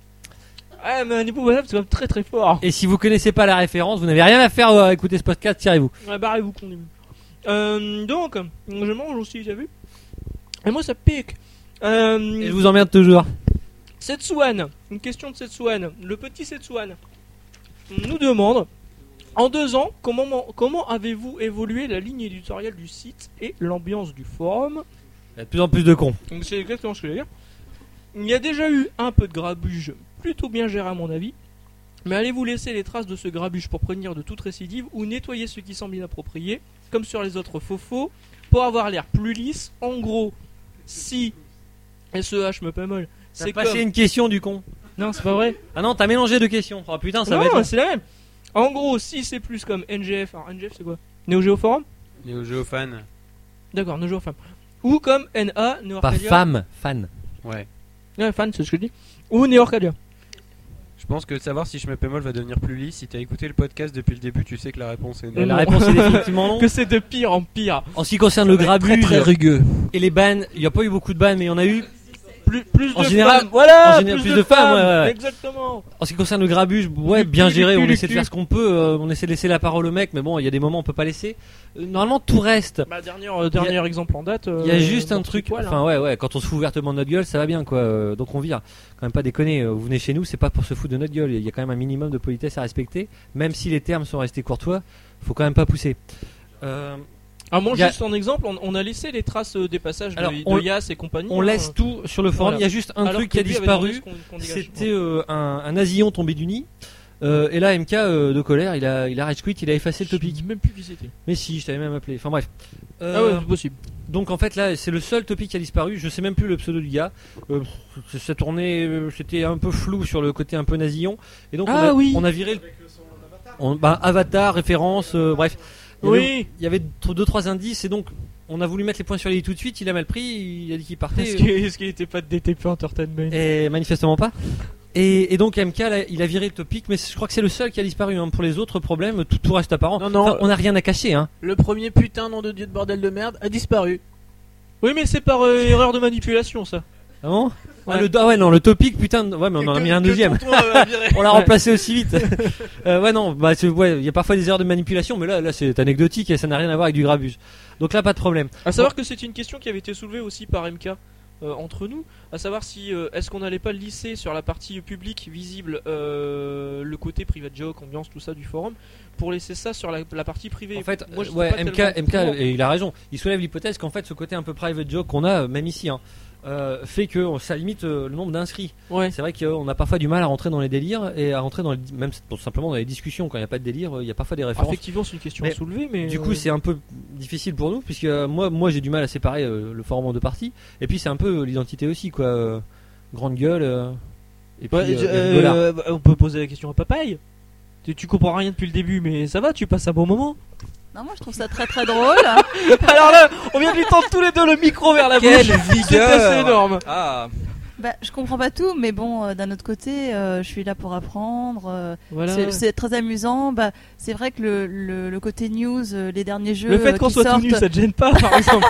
Ah mais un hippopotame c'est quand même très très fort. Et si vous connaissez pas la référence, vous n'avez rien à faire à écouter ce podcast, tirez-vous. Ouais, barrez-vous qu'on est. Euh, donc, je mange aussi, t'as vu? Et moi ça pique. Euh, Et je vous emmerde toujours. Setsuan, une question de Setsuan. Le petit Setsuan nous demande: en deux ans, comment, comment avez-vous évolué la ligne éditoriale du site et l'ambiance du forum? Il y a de plus en plus de cons. Donc c'est exactement ce que je veux dire. Il y a déjà eu un peu de grabuge, plutôt bien géré à mon avis. Mais allez-vous laisser les traces de ce grabuge pour prévenir de toute récidive ou nettoyer ce qui semble inapproprié, comme sur les autres faux-faux, pour avoir l'air plus lisse? En gros, si S E H me pas mal, C'est c'est passé comme... une question du con. Non, c'est pas vrai. Ah non, t'as mélangé deux questions. Oh putain, ça va être. Non, long. c'est la même. En gros, si c'est plus comme N G F, alors N G F c'est quoi? Neo Geo Forum? Néo Geo fan. D'accord, Neo Geo Forum. Ou comme N A, Neo Pas Arcadia. femme, fan. Ouais. Ouais, fan, c'est ce que je dis. Ou Neo Arcadia. Je pense que de savoir si Schmeppemol va devenir plus lisse, si t'as écouté le podcast depuis le début, tu sais que la réponse est Et non. la non. réponse est définitivement non. Que c'est de pire en pire. En ce qui concerne le Très grabuge très rugueux. et les bans, il n'y a pas eu beaucoup de bans, mais il y en a eu Plus, plus En de général- femmes. Voilà. en général, plus de femmes, ouais, ouais. Exactement. En ce qui concerne le grabuge, ouais, Le bien cul, géré, le cul, on le essaie de cul. faire ce qu'on peut, euh, on essaie de laisser la parole au mec, mais bon, il y a des moments où on peut pas laisser. Euh, Normalement, tout reste. Bah, dernier, euh, dernier exemple en date. Il y a euh, juste un mon truc, petit poil, hein. enfin ouais, ouais, quand on se fout ouvertement de notre gueule, ça va bien, quoi. Euh, donc on vire. Quand même pas déconner, euh, vous venez chez nous, c'est pas pour se foutre de notre gueule. Il y a quand même un minimum de politesse à respecter, même si les termes sont restés courtois, faut quand même pas pousser. Euh, Ah, moi, Il y a- juste en exemple, on, on a laissé les traces euh, des passages Alors, de, de on- Yas et compagnie. on hein. laisse tout sur le forum. Voilà. Il y a juste un Alors truc que qui a lui avait demandé disparu. ce qu'on- qu'on dégage. C'était euh, un, un asillon tombé du nid. Euh, et là, M K euh, de colère, il a, il a rage quit, il a effacé le Je topic. n'ai même plus visité. Mais si, je t'avais même appelé. Enfin bref. Euh, Ah ouais, c'est possible. Donc en fait là, c'est le seul topic qui a disparu. Je sais même plus le pseudo du gars. Euh, pff, ça tournait, euh, c'était un peu flou sur le côté un peu nasillon. Et donc on, Ah a, oui. on a viré le on- bah, avatar, référence, euh, bref. Il y avait- Oui. Il y avait deux trois indices et donc on a voulu mettre les points sur les i tout de suite. Il a mal pris. Il a dit qu'il partait. Est-ce qu'il est-ce qu'il était pas de D T P Entertainment? Et manifestement pas. Et, et donc M K, là, il a viré le topic, mais je crois que c'est le seul qui a disparu. Hein. Pour les autres problèmes, tout, tout reste apparent. Non, non. Enfin, on n'a rien à cacher. Hein. Le premier putain nom de dieu de bordel de merde a disparu. Oui, mais c'est par euh, erreur de manipulation, ça. Ah bon Ouais. ah, le, ah ouais, non, le topic, putain. Ouais, mais on en a mis un deuxième. On l'a remplacé aussi vite. euh, ouais, non, bah, c'est- ouais, il y a parfois des erreurs de manipulation, mais là, là, c'est anecdotique et ça n'a rien à voir avec du grabuge. Donc là, pas de problème. À savoir que c'est une question qui avait été soulevée aussi par M K euh, entre nous, à savoir si euh, est-ce qu'on n'allait pas lisser sur la partie publique visible euh, le côté private joke, ambiance, tout ça du forum, pour laisser ça sur la, la partie privée. En fait, Moi, je suis ouais, pas M K, tellement M K, pour. et il a raison. Il soulève l'hypothèse qu'en fait, ce côté un peu private joke qu'on a, euh, même ici, hein, euh, fait que on- ça limite euh, le nombre d'inscrits. Ouais. C'est vrai qu'on a parfois du mal à rentrer dans les délires et à rentrer dans les, même tout simplement dans les discussions. Quand il n'y a pas de délire, euh, il y a parfois des références. Effectivement, c'est une question Mais à soulever, mais Du euh, coup, c'est un peu difficile pour nous, puisque euh, moi, moi j'ai du mal à séparer euh, le forum en deux parties. Et puis, c'est un peu euh, l'identité aussi, quoi. euh, grande gueule. euh, et puis, Ouais, euh, je- et rigolard. euh, bah, on peut poser la question à Papaye. Tu, tu comprends rien depuis le début, mais ça va, tu passes un bon moment. Non, moi je trouve ça très très drôle. Alors là, on vient de lui tendre tous les deux le micro vers la Quelle bouche. C'est vigueur. assez énorme. Ah, Bah, je comprends pas tout, mais bon, euh, d'un autre côté, euh, je suis là pour apprendre. euh, Voilà. c'est- C'est très amusant. Bah, c'est vrai que le, le, le côté news, euh, les derniers jeux Le fait euh, qu'on qui soit sortent, tout nu, ça te gêne pas, par exemple.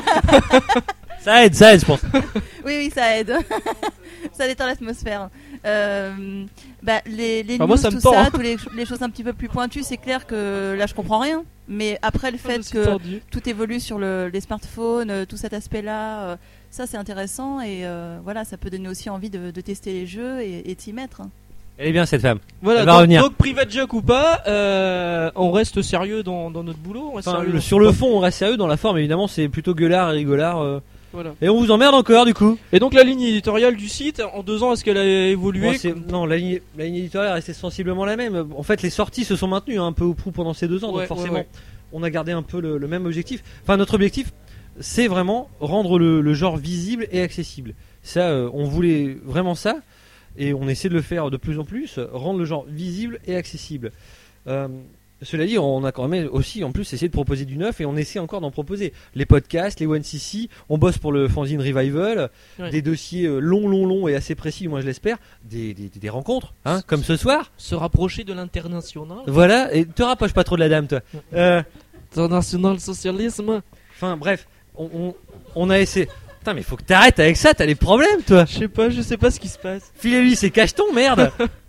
Ça aide, ça aide, je pense. oui, oui, ça aide. Ça détend l'atmosphère. Euh, bah, les les Enfin, news, moi, ça me tout tend, ça, hein. tous les, les choses un petit peu plus pointues, c'est clair que là, je comprends rien. Mais après, le fait C'est que tordu. tout évolue sur le, les smartphones, euh, tout cet aspect-là, euh, ça, c'est intéressant. Et euh, voilà, ça peut donner aussi envie de, de tester les jeux et, et t'y mettre. Elle est bien, cette femme. Voilà, Elle va donc, revenir. donc private joke ou pas, euh, on reste sérieux dans, dans notre boulot. On reste Enfin, sérieux le- dans sur ce le qu'on- fond, on reste sérieux. Dans la forme, évidemment, c'est plutôt gueulard et rigolard. euh. Voilà. Et on vous emmerde encore, du coup. Et donc la ligne éditoriale du site, en deux ans, est-ce qu'elle a évolué? Bon, c'est- non, la ligne, la ligne éditoriale est restée sensiblement la même. En fait, les sorties se sont maintenues hein, un peu au prou pendant ces deux ans, Ouais, donc forcément, ouais, ouais. on a gardé un peu le, le même objectif. Enfin, notre objectif, c'est vraiment rendre le, le genre visible et accessible. Ça, euh, on voulait vraiment ça, et on essaie de le faire de plus en plus, rendre le genre visible et accessible. Euh, Cela dit, on a quand même aussi en plus essayé de proposer du neuf et on essaie encore d'en proposer. Les podcasts, les one C C, on bosse pour le fanzine Revival, Ouais. des dossiers euh, longs, longs, longs et assez précis, moi je l'espère, des, des, des rencontres, hein, comme ce soir. Se rapprocher de l'international. Voilà, et te rapproche pas trop de la dame, toi. Euh, International socialisme. Enfin bref, on, on, on a essayé. Putain, mais faut que t'arrêtes avec ça, t'as des problèmes, toi. Je sais pas, je sais pas ce qui se passe. Filez-lui ses cachetons, merde.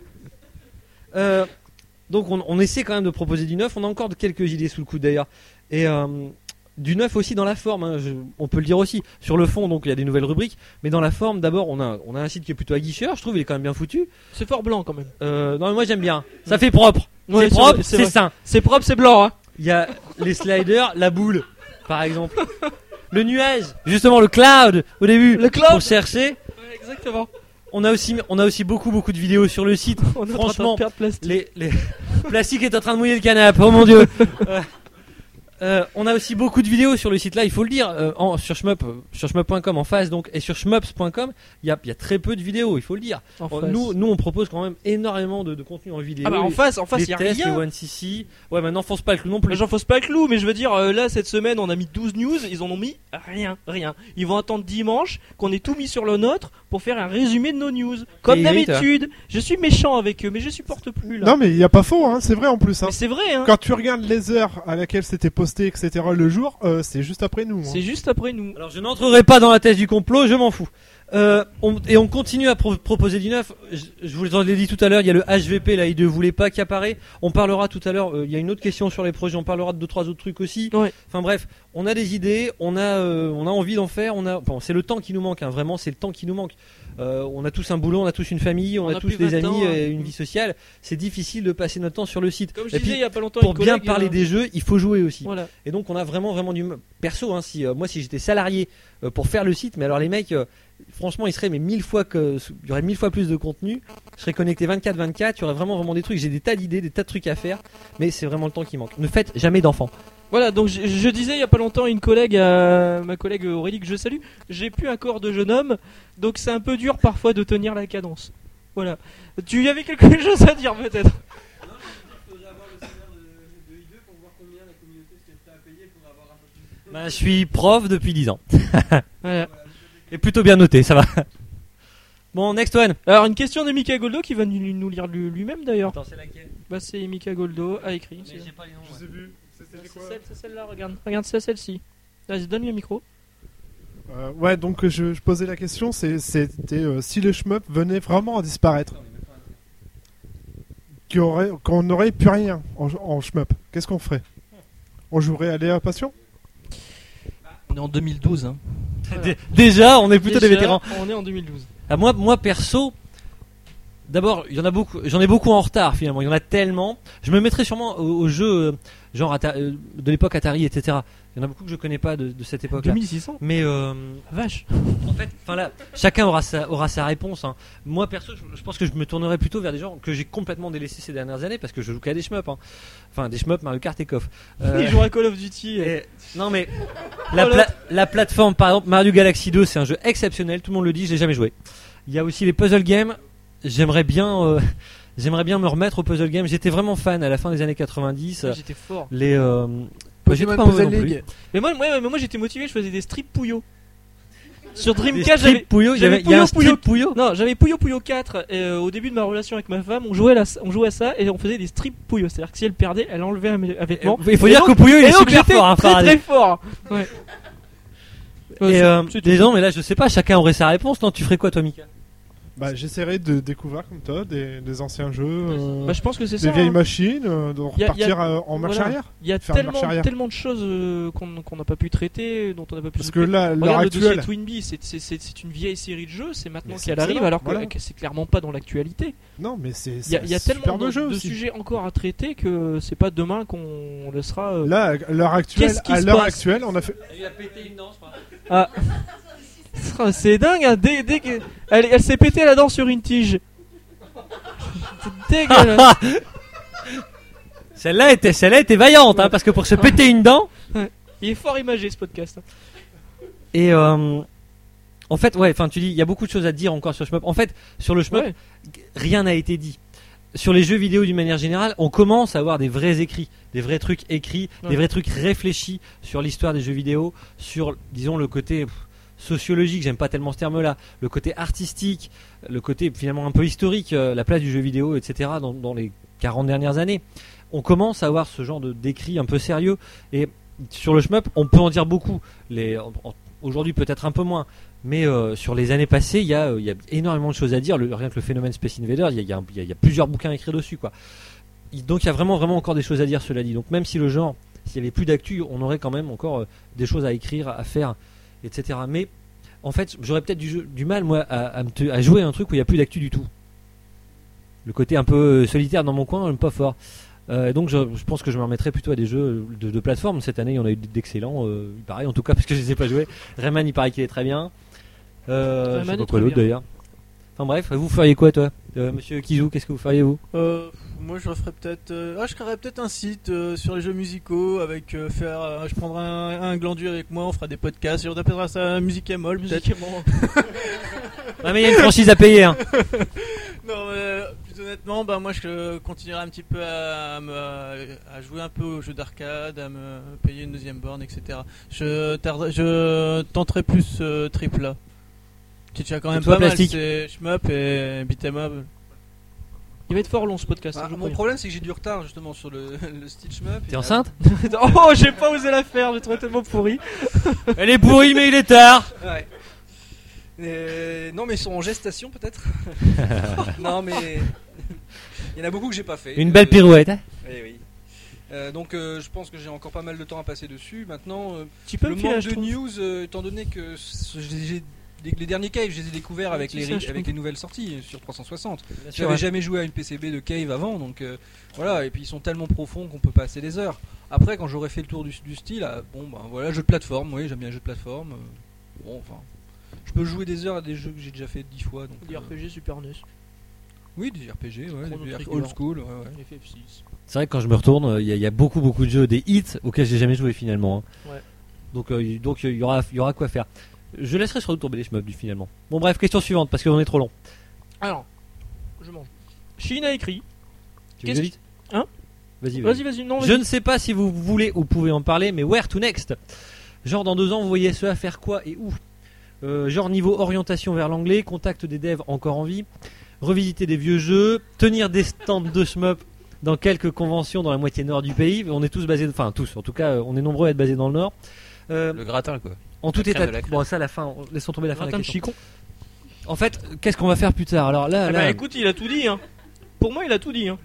euh, donc on, on essaie quand même de proposer du neuf. On a encore quelques idées sous le coude d'ailleurs. Et euh, du neuf aussi dans la forme. hein, je- on peut le dire aussi. Sur le fond, donc il y a des nouvelles rubriques. Mais dans la forme, d'abord, on a, on a un site qui est plutôt aguicheur. Je trouve il est quand même bien foutu. C'est fort blanc quand même. Euh, non, mais moi j'aime bien. Ça fait propre. Ouais, c'est c'est propre, vrai, c'est c'est vrai. sain. C'est propre, c'est blanc, hein. Il y a les sliders, la boule, par exemple. Le nuage, justement le cloud au début. Le cloud. Pour chercher. Ouais, exactement. On a aussi, on a aussi beaucoup, beaucoup de vidéos sur le site. On est en train Franchement, de perdre plastique. les, les... Plastique est en train de mouiller le canapé. Oh mon dieu. Euh, euh, on a aussi beaucoup de vidéos sur le site là, il faut le dire, euh, en, sur shmup, euh, sur shmup point com en face donc et sur shmups point com, il y a, il y a très peu de vidéos, il faut le dire. En Euh, face. nous, nous on propose quand même énormément de, de contenu en vidéo. Ah bah en Les- face, en face, les y a tests, les rien. one C C. Ouais, maintenant fonce pas le clou non plus. J'en fausse pas le clou, mais je veux dire, euh, là, cette semaine, on a mis douze news, ils en ont mis rien, rien. Ils vont attendre dimanche qu'on ait tout mis sur le nôtre pour faire un résumé de nos news. Comme Et oui, d'habitude. Je suis méchant avec eux, mais je supporte plus, là. Non, mais il n'y a pas faux, hein, c'est vrai en plus. Hein. Mais c'est vrai, hein. Quand tu regardes les heures à laquelle c'était posté, et cetera le jour, euh, c'est juste après nous. hein. C'est juste après nous. Alors je n'entrerai pas dans la thèse du complot, je m'en fous. Euh, on, et on continue à pro- proposer du neuf. Je, je vous l'ai dit tout à l'heure, il y a le H V P, là, il ne voulait pas qui apparaît. On parlera tout à l'heure, euh, il y a une autre question sur les projets, on parlera de deux, trois autres trucs aussi. Ouais. Enfin bref, on a des idées, on a, euh, on a envie d'en faire. On a, bon, c'est le temps qui nous manque, hein, vraiment, c'est le temps qui nous manque. Euh, on a tous un boulot, on a tous une famille, on, On a, a tous plus des vingt amis ans, et hein. une vie sociale. C'est difficile de passer notre temps sur le site. Comme je et disais puis, il y a pas longtemps, pour une bien collègue, parler euh, des jeux, il faut jouer aussi. Voilà. Et donc on a vraiment vraiment du perso. Hein, si euh, moi si j'étais salarié euh, pour faire le site, mais alors les mecs, euh, franchement, ils seraient mais mille fois que il y aurait mille fois plus de contenu. Je serais connecté vingt-quatre vingt-quatre. Il y aurait vraiment vraiment des trucs. J'ai des tas d'idées, des tas de trucs à faire, mais c'est vraiment le temps qui manque. Ne faites jamais d'enfants. Voilà, donc je, je disais il y a pas longtemps une collègue, euh, ma collègue Aurélie que je salue, j'ai plus un corps de jeune homme, donc c'est un peu dur parfois de tenir la cadence. Voilà. Tu y avais quelque chose à dire peut-être? Ben, je suis prof depuis dix ans. Voilà. Et plutôt bien noté, ça va. Bon, next one. Alors une question de Mika Goldo qui va nous, nous lire lui- lui-même d'ailleurs. Attends, c'est laquelle? Bah c'est Mika Goldo a écrit. Mais c'est- j'ai pas les noms. Je ouais. sais plus. C'était C'est quoi celle, c'est celle-là, regarde. Regarde, c'est celle-ci. Vas-y, donne-lui un micro. Euh, Ouais, donc je, je posais la question, c'est- c'était euh, si le shmup venait vraiment à disparaître, qu'il y aurait- qu'on n'aurait plus rien en, en shmup, qu'est-ce qu'on ferait? On jouerait à Léa Passion? On est en deux mille douze. Hein. Dé- Déjà, on est plutôt Déjà, des vétérans. On est en deux mille douze. Ah, moi, moi perso, d'abord, il y en a beaucoup. J'en ai beaucoup en retard finalement. Il y en a tellement. Je me mettrais sûrement aux, aux jeux euh, genre Ata- euh, de l'époque Atari, et cetera. Il y en a beaucoup que je connais pas de, de cette époque-là. deux mille six cents. Mais euh, Vache. en fait, enfin là, chacun aura sa aura sa réponse. Hein. Moi perso, je, je pense que je me tournerais plutôt vers des gens que j'ai complètement délaissés ces dernières années parce que je joue qu'à des shmups. Hein. Enfin, des shmups, Mario Kart et K O F. Euh, Il joue à Call of Duty. et- et- non mais la, Oh, pla- la plateforme, par exemple, Mario Galaxy deux, c'est un jeu exceptionnel. Tout le monde le dit, je l'ai jamais joué. Il y a aussi les puzzle games. J'aimerais bien, euh, j'aimerais bien me remettre aux puzzle games. J'étais vraiment fan à la fin des années quatre-vingt-dix. Ouais, J'étais fort. Les, euh, bah, j'étais pas mauvais non plus. Mais moi, moi, moi j'étais motivé, je faisais des strips Puyo. Sur Des Dreamcast, strip j'avais. Puyo, il y j'avais avait- il y a un Puyo Puyo. strip Puyo. Non, j'avais Puyo Puyo quatre et euh, au début de ma relation avec ma femme, on jouait, à la- on jouait à ça et on faisait des strips Puyo. C'est-à-dire que si elle perdait, elle enlevait un, un vêtement. Il faut Et dire donc- que Puyo il et est donc super j'étais fort, hein, très Faraday. très fort. Ouais. Ouais, Et c'est- euh, c'est tout. des gens, mais là je sais pas, chacun aurait sa réponse. Non, tu ferais quoi toi, Mika? Bah, j'essaierais de découvrir comme toi des, des anciens jeux, euh, Bah, je pense que c'est des ça. vieilles hein. machines, euh, de Y a- y a- repartir euh, en marche voilà. arrière. Il y a faire une marche tellement, arrière. tellement de choses euh, qu'on qu'on n'a pas pu traiter, dont on n'a pas pu. Parce que s'occuper. là, l'heure Regarde le dossier actuelle, Twinbee, c'est- c'est c'est- c'est une vieille série de jeux, c'est maintenant Mais c'est qu'elle arrive, excellent, alors que voilà. que c'est clairement pas dans l'actualité. non, mais c'est Il y a, il y a tellement super de, jeu de aussi. sujets encore à traiter que c'est pas demain qu'on laissera. euh, Là, à l'heure actuelle, Qu'est-ce qui à se l'heure passe actuelle, on a fait. Il a pété une danse. Ah. C'est dingue, hein, dès, dès que- elle, elle s'est pété la dent sur une tige. C'est dégueulasse. Celle-là était, celle-là était vaillante, hein, parce que pour se péter une dent. Il est fort imagé ce podcast. Et euh, en fait, ouais, enfin, tu dis, il y a beaucoup de choses à dire encore sur le shmup. En fait, sur le shmup, Ouais. rien n'a été dit. Sur les jeux vidéo d'une manière générale, on commence à avoir des vrais écrits, des vrais trucs écrits, Ouais. des vrais trucs réfléchis sur l'histoire des jeux vidéo, sur, disons, le côté pff, sociologique, j'aime pas tellement ce terme-là, le côté artistique, le côté finalement un peu historique, euh, la place du jeu vidéo, et cetera dans, dans les quarante dernières années. On commence à avoir ce genre de d'écrit un peu sérieux, et sur le shmup, on peut en dire beaucoup. Les, en- en- aujourd'hui peut-être un peu moins, mais euh, sur les années passées, il y, a, euh, il y a énormément de choses à dire. Le, rien que le phénomène Space Invaders, il y a, il y a un- il y a- il y a plusieurs bouquins écrits dessus, quoi. Il- donc il y a vraiment, vraiment encore des choses à dire, cela dit. Donc même si le genre, s'il y avait plus d'actu, on aurait quand même encore euh, des choses à écrire, à faire, et cetera. Mais en fait, j'aurais peut-être du, jeu- du mal, moi, à, à, me te- à jouer à un truc où il n'y a plus d'actu du tout. Le côté un peu euh, solitaire dans mon coin, j'aime pas fort. Euh, donc je, je pense que je me remettrai plutôt à des jeux de, de plateforme. Cette année, il y en a eu d'excellents. Euh, il paraît, en tout cas, parce que je les ai pas joués. Rayman, il paraît qu'il est très bien. Euh, Rayman je sais pas est quoi très d'autre bien. d'ailleurs. Enfin bref, vous feriez quoi, toi, euh, Monsieur Kizou? Qu'est-ce que vous feriez vous? Euh, moi je referais peut-être euh, ah je créerais peut-être un site euh, sur les jeux musicaux avec euh, faire euh, je prendrai un, un glandu avec moi, on fera des podcasts et on appellera ça Musique à molle peut-être. Musicalement. Ah mais il y a une franchise à payer. Hein. Non mais euh, plus honnêtement bah moi je continuerai un petit peu à, à, me, à jouer un peu aux jeux d'arcade, à me payer une deuxième borne, et cetera. Je, tarderai- je tenterai plus euh, triple A. Qui est déjà quand Et même toi, pas mal, Plastique c'est shmup et beat'em up. Il va être fort long ce podcast. Ah, hein, je vous mon préviens. problème c'est que j'ai du retard justement sur le, le Stitch Mup. T'es enceinte? Oh, j'ai pas osé la faire, j'ai trouvé tellement pourri. Elle est pourrie, mais il est tard. Ouais. Euh, non, mais ils sont en gestation peut-être. Non, mais il y en a beaucoup que j'ai pas fait. Une belle Euh, pirouette. Hein. Oui, oui. Euh, donc euh, je pense que j'ai encore pas mal de temps à passer dessus. Maintenant, euh, Tu peux le me filer un manque de schtroumpf news, euh, étant donné que c- j'ai- j'ai- les, les derniers caves, je les ai découverts Un avec petit les, singe ri- avec schtroumpf. les nouvelles sorties sur trois cent soixante. Bien sûr, J'avais ouais. jamais joué à une P C B de cave avant, donc euh, voilà. Et puis ils sont tellement profonds qu'on peut passer des heures. Après, quand j'aurai fait le tour du, du style, ah, bon ben voilà, jeu de plateforme. Oui, j'aime bien les jeux de plateforme. euh, bon, enfin, je peux jouer des heures à des jeux que j'ai déjà fait dix fois. Donc, Des euh, R P G Super N E S. oui, des R P G, ouais, Chrono des R- Trigger. old school. Ouais, ouais. F F six. C'est vrai que quand je me retourne, il y, a- il y a beaucoup beaucoup de jeux, des hits auxquels j'ai jamais joué finalement. hein. Ouais. Donc euh, y- donc il y aura il y aura quoi faire. Je laisserai sur le tomber les shmups du finalement. Bon bref, question suivante parce qu'on est trop long. Alors, je mange. Chine a écrit. Tu veux Qu'est-ce que je dise Hein Vas-y. vas-y. Vas-y, vas-y, non, vas-y. Je ne sais pas si vous voulez ou pouvez en parler, mais where to next? Genre dans deux ans, vous voyez ce à faire quoi et où? Euh, Genre niveau orientation vers l'anglais, contact des devs encore en vie, revisiter des vieux jeux, tenir des stands de shmup dans quelques conventions dans la moitié nord du pays. On est tous basés, enfin tous, en tout cas, euh, on est nombreux à être basés dans le nord. Euh, Le gratin, quoi. en tout crème état, de la crème. bon ça à la fin, on- laissons tomber la fin de la Gratin de question. chicon. En fait, qu'est-ce qu'on va faire plus tard? Alors là, Ah là, bah écoute, il a tout dit. Hein. Pour moi, il a tout dit. Hein.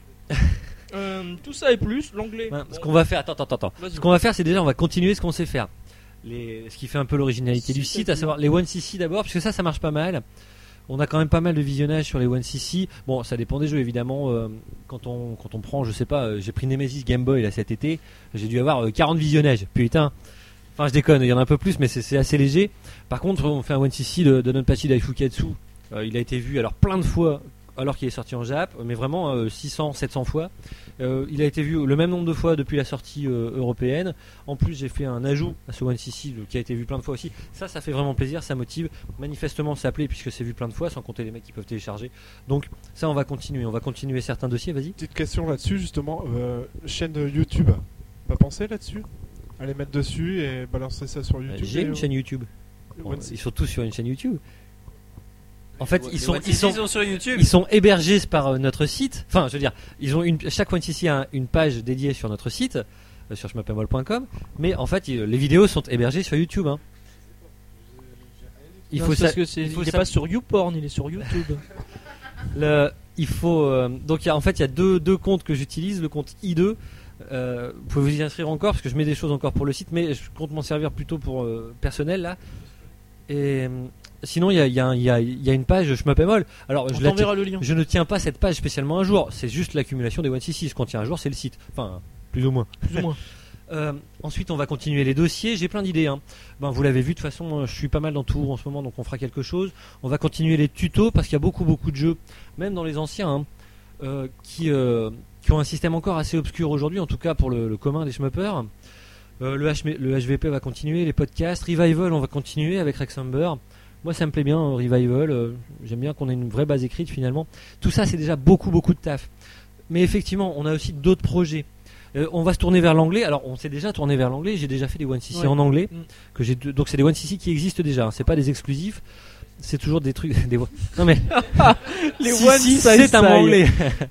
Euh, tout ça et plus, l'anglais. hein, ce Bon, qu'on va faire, attends, attends, attends. vas-y. Ce qu'on va faire, c'est déjà, on va continuer ce qu'on sait faire. Les, ce qui fait un peu l'originalité du site, à savoir les one C C d'abord, parce que ça, ça marche pas mal. On a quand même pas mal de visionnage sur les one C C. Bon, ça dépend des jeux évidemment. euh, quand on quand on prend, je sais pas, euh, j'ai pris Nemesis Game Boy là cet été, j'ai dû avoir euh, quarante visionnages. Putain. Enfin, je déconne, il y en a un peu plus, mais c'est c'est assez léger. Par contre, on fait un one C C de, de Donpachi Daifukatsu. Euh, il a été vu alors plein de fois alors qu'il est sorti en Jap, mais vraiment euh, six cents, sept cents fois. Euh, il a été vu le même nombre de fois depuis la sortie euh, européenne. En plus, j'ai fait un ajout à ce one C C euh, qui a été vu plein de fois aussi. Ça, ça fait vraiment plaisir, ça motive. Manifestement, ça plaît puisque c'est vu plein de fois, sans compter les mecs qui peuvent télécharger. Donc, ça, on va continuer. On va continuer certains dossiers. Vas-y. Petite question là-dessus, justement. Euh, chaîne YouTube, pas pensé là-dessus? Aller mettre dessus et balancer ça sur YouTube? J'ai et, une euh, chaîne YouTube. Bon, One C C. ils sont tous sur une chaîne YouTube. En fait, Les ils sont, One C ils C sont, sont sur YouTube. ils sont hébergés par euh, notre site. Enfin, je veux dire, ils ont une, chaque one C C a un- une page dédiée sur notre site, euh, sur shmuppemol point com. Mais en fait, il- les vidéos sont hébergées sur YouTube. Hein. Il Non, faut c'est ça. parce que c'est, il faut il est ça- pas sur YouPorn, il est sur YouTube. Le, il faut euh, donc il y a, en fait il y a deux, deux comptes que j'utilise, le compte I deux. Euh, vous pouvez vous y inscrire encore parce que je mets des choses encore pour le site, mais je compte m'en servir plutôt pour euh, personnel là. Et euh, sinon il y a, il y, a, il y, a, il y a une page shmuppemol. Alors On je, la t'enverra le lien. je ne tiens pas cette page spécialement un jour, c'est juste l'accumulation des one C C. Ce qu'on tient un jour, c'est le site. Enfin plus ou moins. Plus ou moins. Euh, ensuite, on va continuer les dossiers. J'ai plein d'idées. Hein. Ben, vous l'avez vu, de toute façon, je suis pas mal dans tout en ce moment, donc on fera quelque chose. On va continuer les tutos parce qu'il y a beaucoup, beaucoup de jeux, même dans les anciens, hein, euh, qui, euh, qui ont un système encore assez obscur aujourd'hui, en tout cas pour le, le commun des shmuppers. Euh, le, H, le H V P va continuer, les podcasts, Revival, on va continuer avec Rex Humber. Moi, ça me plaît bien, euh, Revival. Euh, j'aime bien qu'on ait une vraie base écrite finalement. Tout ça, c'est déjà beaucoup, beaucoup de taf. Mais effectivement, on a aussi d'autres projets. Euh, on va se tourner vers l'anglais. Alors, on s'est déjà tourné vers l'anglais. J'ai déjà fait des one C C Ouais. en anglais. Mm. Que j'ai deux- donc c'est des one C C qui existent déjà. Hein. C'est pas des exclusifs. C'est toujours des trucs. Des... Non mais Les si, one si, size c'est un size. anglais.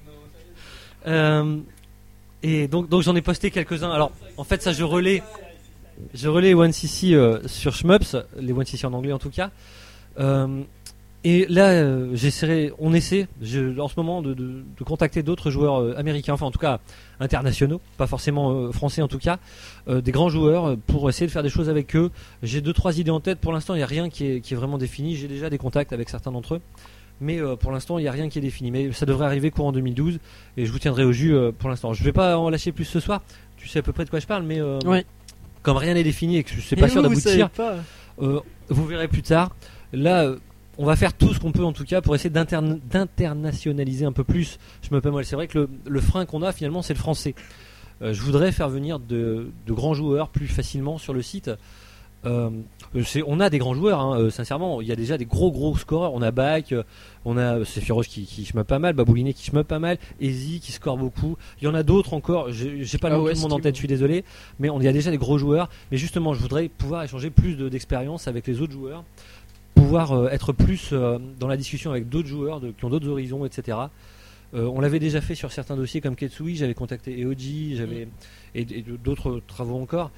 Euh, et donc donc j'en ai posté quelques-uns. Alors en fait ça je relais. Je relais les one C C euh, sur Shmups, les one C C en anglais en tout cas. Euh, et là, euh, j'essaierai, on essaie, je, en ce moment, de, de, de contacter d'autres joueurs euh, américains, enfin en tout cas internationaux, pas forcément euh, français en tout cas, euh, des grands joueurs euh, pour essayer de faire des choses avec eux. J'ai deux trois idées en tête. Pour l'instant, il n'y a rien qui est, qui est vraiment défini. J'ai déjà des contacts avec certains d'entre eux, mais euh, pour l'instant, il n'y a rien qui est défini. Mais ça devrait arriver courant deux mille douze et je vous tiendrai au jus euh, pour l'instant. Je vais pas en lâcher plus ce soir. Tu sais à peu près de quoi je parle, mais euh, Ouais. comme rien n'est défini et que je suis pas Et sûr vous, vous savez d'aboutir. pas. Euh, vous verrez plus tard. Là, euh, on va faire tout ce qu'on peut en tout cas pour essayer d'interne- d'internationaliser un peu plus. Je me mal. C'est vrai que le, le frein qu'on a finalement, c'est le français. Euh, je voudrais faire venir de, de grands joueurs plus facilement sur le site. Euh, c'est- on a des grands joueurs, hein, euh, sincèrement. Il y a déjà des gros gros scoreurs. On a Bach, euh, on a Sephiroth qui, qui shmup pas mal, Babouliné qui shmup pas mal, Easy qui score beaucoup. Il y en a d'autres encore. J'ai j'ai pas le Ah nom de ouais, tout le monde en Steam. tête, je suis désolé. Mais on, il y a déjà des gros joueurs. Mais justement, je voudrais pouvoir échanger plus de- d'expérience avec les autres joueurs, pouvoir euh, être plus euh, dans la discussion avec d'autres joueurs de- qui ont d'autres horizons, et cetera. Euh, on l'avait déjà fait sur certains dossiers comme Ketsui, j'avais contacté Eoji, j'avais et, et d'autres travaux encore.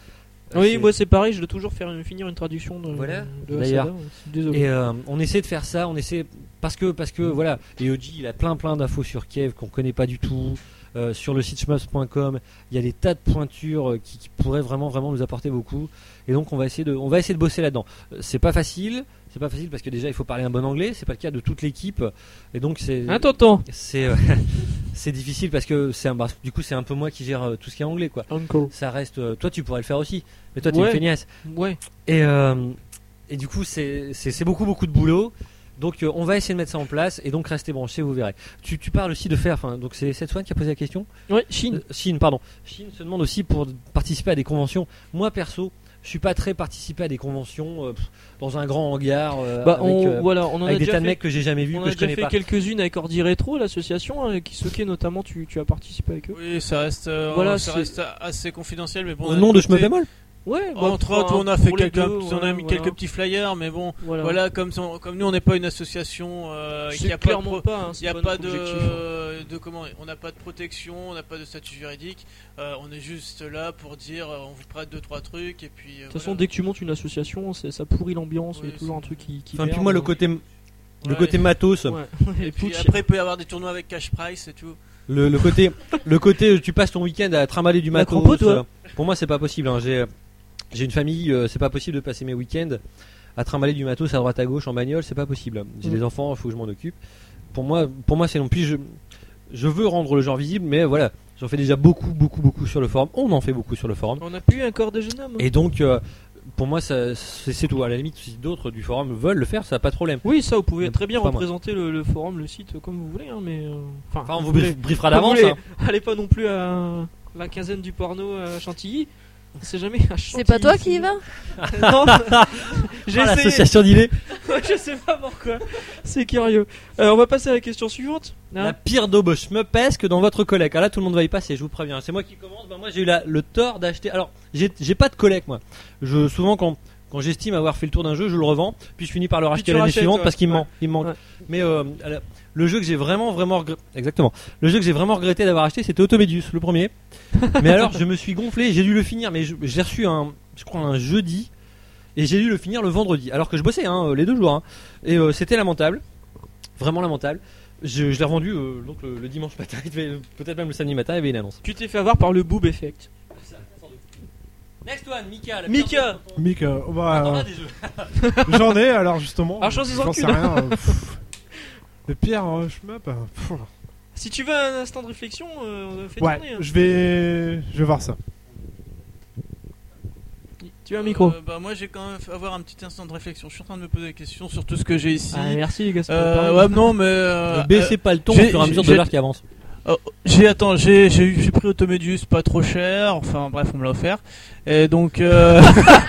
Oui, c'est- moi c'est pareil, je dois toujours faire une, finir une traduction de, Voilà, de la d'ailleurs. saga, ouais, c'est- désolé. Et euh, on essaie de faire ça, on essaie parce que parce que voilà, et O G il a plein plein d'infos sur Kiev qu'on connaît pas du tout. Euh, sur le site shmups point com, il y a des tas de pointures euh, qui, qui pourraient vraiment vraiment nous apporter beaucoup. Et donc on va essayer de on va essayer de bosser là-dedans. Euh, C'est pas facile, c'est pas facile parce que déjà il faut parler un bon anglais, c'est pas le cas de toute l'équipe. Et donc c'est Hein, tonton c'est euh, c'est difficile parce que c'est un, bah, du coup c'est un peu moi qui gère euh, tout ce qui est anglais quoi. Uncle. Ça reste euh, toi tu pourrais le faire aussi, mais toi tu es Ouais. une feignasse. Ouais. Et, euh, et du coup, c'est c'est- c'est beaucoup, beaucoup de boulot. Donc, euh, on va essayer de mettre ça en place. Et donc, restez branchés, vous verrez. Tu, tu parles aussi de faire. Enfin, donc, c'est Setswan qui a posé la question. Ouais, Chine. Euh, Chine, pardon. Chine se demande aussi pour participer à des conventions. Moi, perso, je suis pas très participé à des conventions euh, pff, dans un grand hangar euh, Bah, avec, on, euh, voilà, on en avec a des déjà tas de fait, mecs que j'ai jamais vus, on que a je déjà connais fait pas. quelques-unes avec Ordi Rétro, l'association, avec Kisoke notamment, tu, tu as participé avec eux. Oui, ça reste, euh, Voilà, ça c'est- reste assez confidentiel, mais bon. Au d'un nom de côté- Shmup Bémol. Ouais, bah, Entre pour autres, un- on a fait pour les quelques, deux, on a ouais, mis voilà. quelques petits flyers, mais bon, Voilà. voilà, comme, son- comme nous, on n'est pas une association euh, qui C'est a pas de clairement pro- pas, hein, il c'est n'y a pas pas notre de, objectif, hein. de comment, on n'a pas de protection, on n'a pas de statut juridique. euh, on est juste là pour dire, euh, on vous prête deux trois trucs et puis. euh, De toute façon, voilà. dès que tu montes une association, c'est- ça pourrit l'ambiance, il y Oui, a toujours c'est- un truc qui. qui Enfin, puis merde. moi, le côté, le Ouais. côté matos, Ouais. Et puis Putsch. après, il peut y avoir des tournois avec cash price et tout. le, le côté, le côté, tu passes ton week-end à trimballer du La matos. crampo, toi. euh, pour moi, c'est pas possible. hein. J'ai, j'ai une famille, euh, c'est pas possible de passer mes week-ends à trimballer du matos à droite à gauche en bagnole, c'est pas possible. J'ai Mm. des enfants, il faut que je m'en occupe. Pour moi, pour moi, c'est non plus. Je, je veux rendre le genre visible, mais voilà, j'en fais déjà beaucoup, beaucoup, beaucoup sur le forum. On en fait beaucoup sur le forum. On a pu encore des jeunes hommes. Et donc, euh, pour moi, ça, c'est, c'est tout. À la limite, si d'autres du forum veulent le faire, ça n'a pas de problème. Oui, ça, vous pouvez Mais très bien pas moi. représenter le, le forum, le site, comme vous voulez, hein, mais. euh, Enfin, on vous voulez- brief- briefera comme vous d'avance. voulez. hein. Allez pas non plus à la quinzaine du porno à Chantilly. On sait jamais. à C'est pas Chantilly, toi qui y c'est- vas Non, j'ai Ah, essayé. l'association d'idées. Ouais, je sais pas pourquoi. C'est curieux. Euh, on va passer à la question suivante. Hein La pire daube schmuppesque dans votre collecte. Ah là, tout le monde va y passer, je vous préviens. C'est moi qui commence. Bah, moi, j'ai eu la- le tort d'acheter. Alors, j'ai j'ai pas de collecte, moi. Je, souvent, quand, quand j'estime avoir fait le tour d'un jeu, je le revends. Puis je finis par le racheter tu l'année rachètes, suivante ouais. parce qu'il me Ouais. manque. Il me manque. Ouais. Mais euh, alors, le jeu que j'ai vraiment, vraiment regretté. Exactement. Le jeu que j'ai vraiment regretté d'avoir acheté, c'était Automedius, le premier. Mais alors, je me suis gonflé. J'ai dû le finir. Mais je- j'ai reçu un, je crois, un jeudi. Et j'ai dû le finir le vendredi. Alors que je bossais, hein, les deux jours. hein. Et euh, c'était lamentable. Vraiment lamentable. Je, je l'ai revendu euh, donc le, le dimanche matin, il devait- peut-être même le samedi matin, il y avait une annonce. Tu t'es fait avoir par le boob effect. Next one, Mika. Mika. Mick, euh, Ah, bah, j'en ai alors justement. Ah, choisis-en j'en sais qu'une. rien. euh, pff. Le pire, euh, shmup. euh, pff. Si tu veux un instant de réflexion, euh, fais Ouais, tourner. hein. je vais, je vais voir ça. Tu as un micro. Euh, bah moi j'ai quand même fait avoir un petit instant de réflexion. Je suis en train de me poser des questions sur tout ce que j'ai ici. Ah, merci les gars. c'est pas Euh, pareil. ouais, non mais euh, Ne baissez pas le ton au j'ai- fur et à mesure de j'ai- l'heure qui avance. euh, j'ai attends j'ai j'ai eu- j'ai pris Automedius pas trop cher. Enfin bref on me l'a offert. Et donc euh,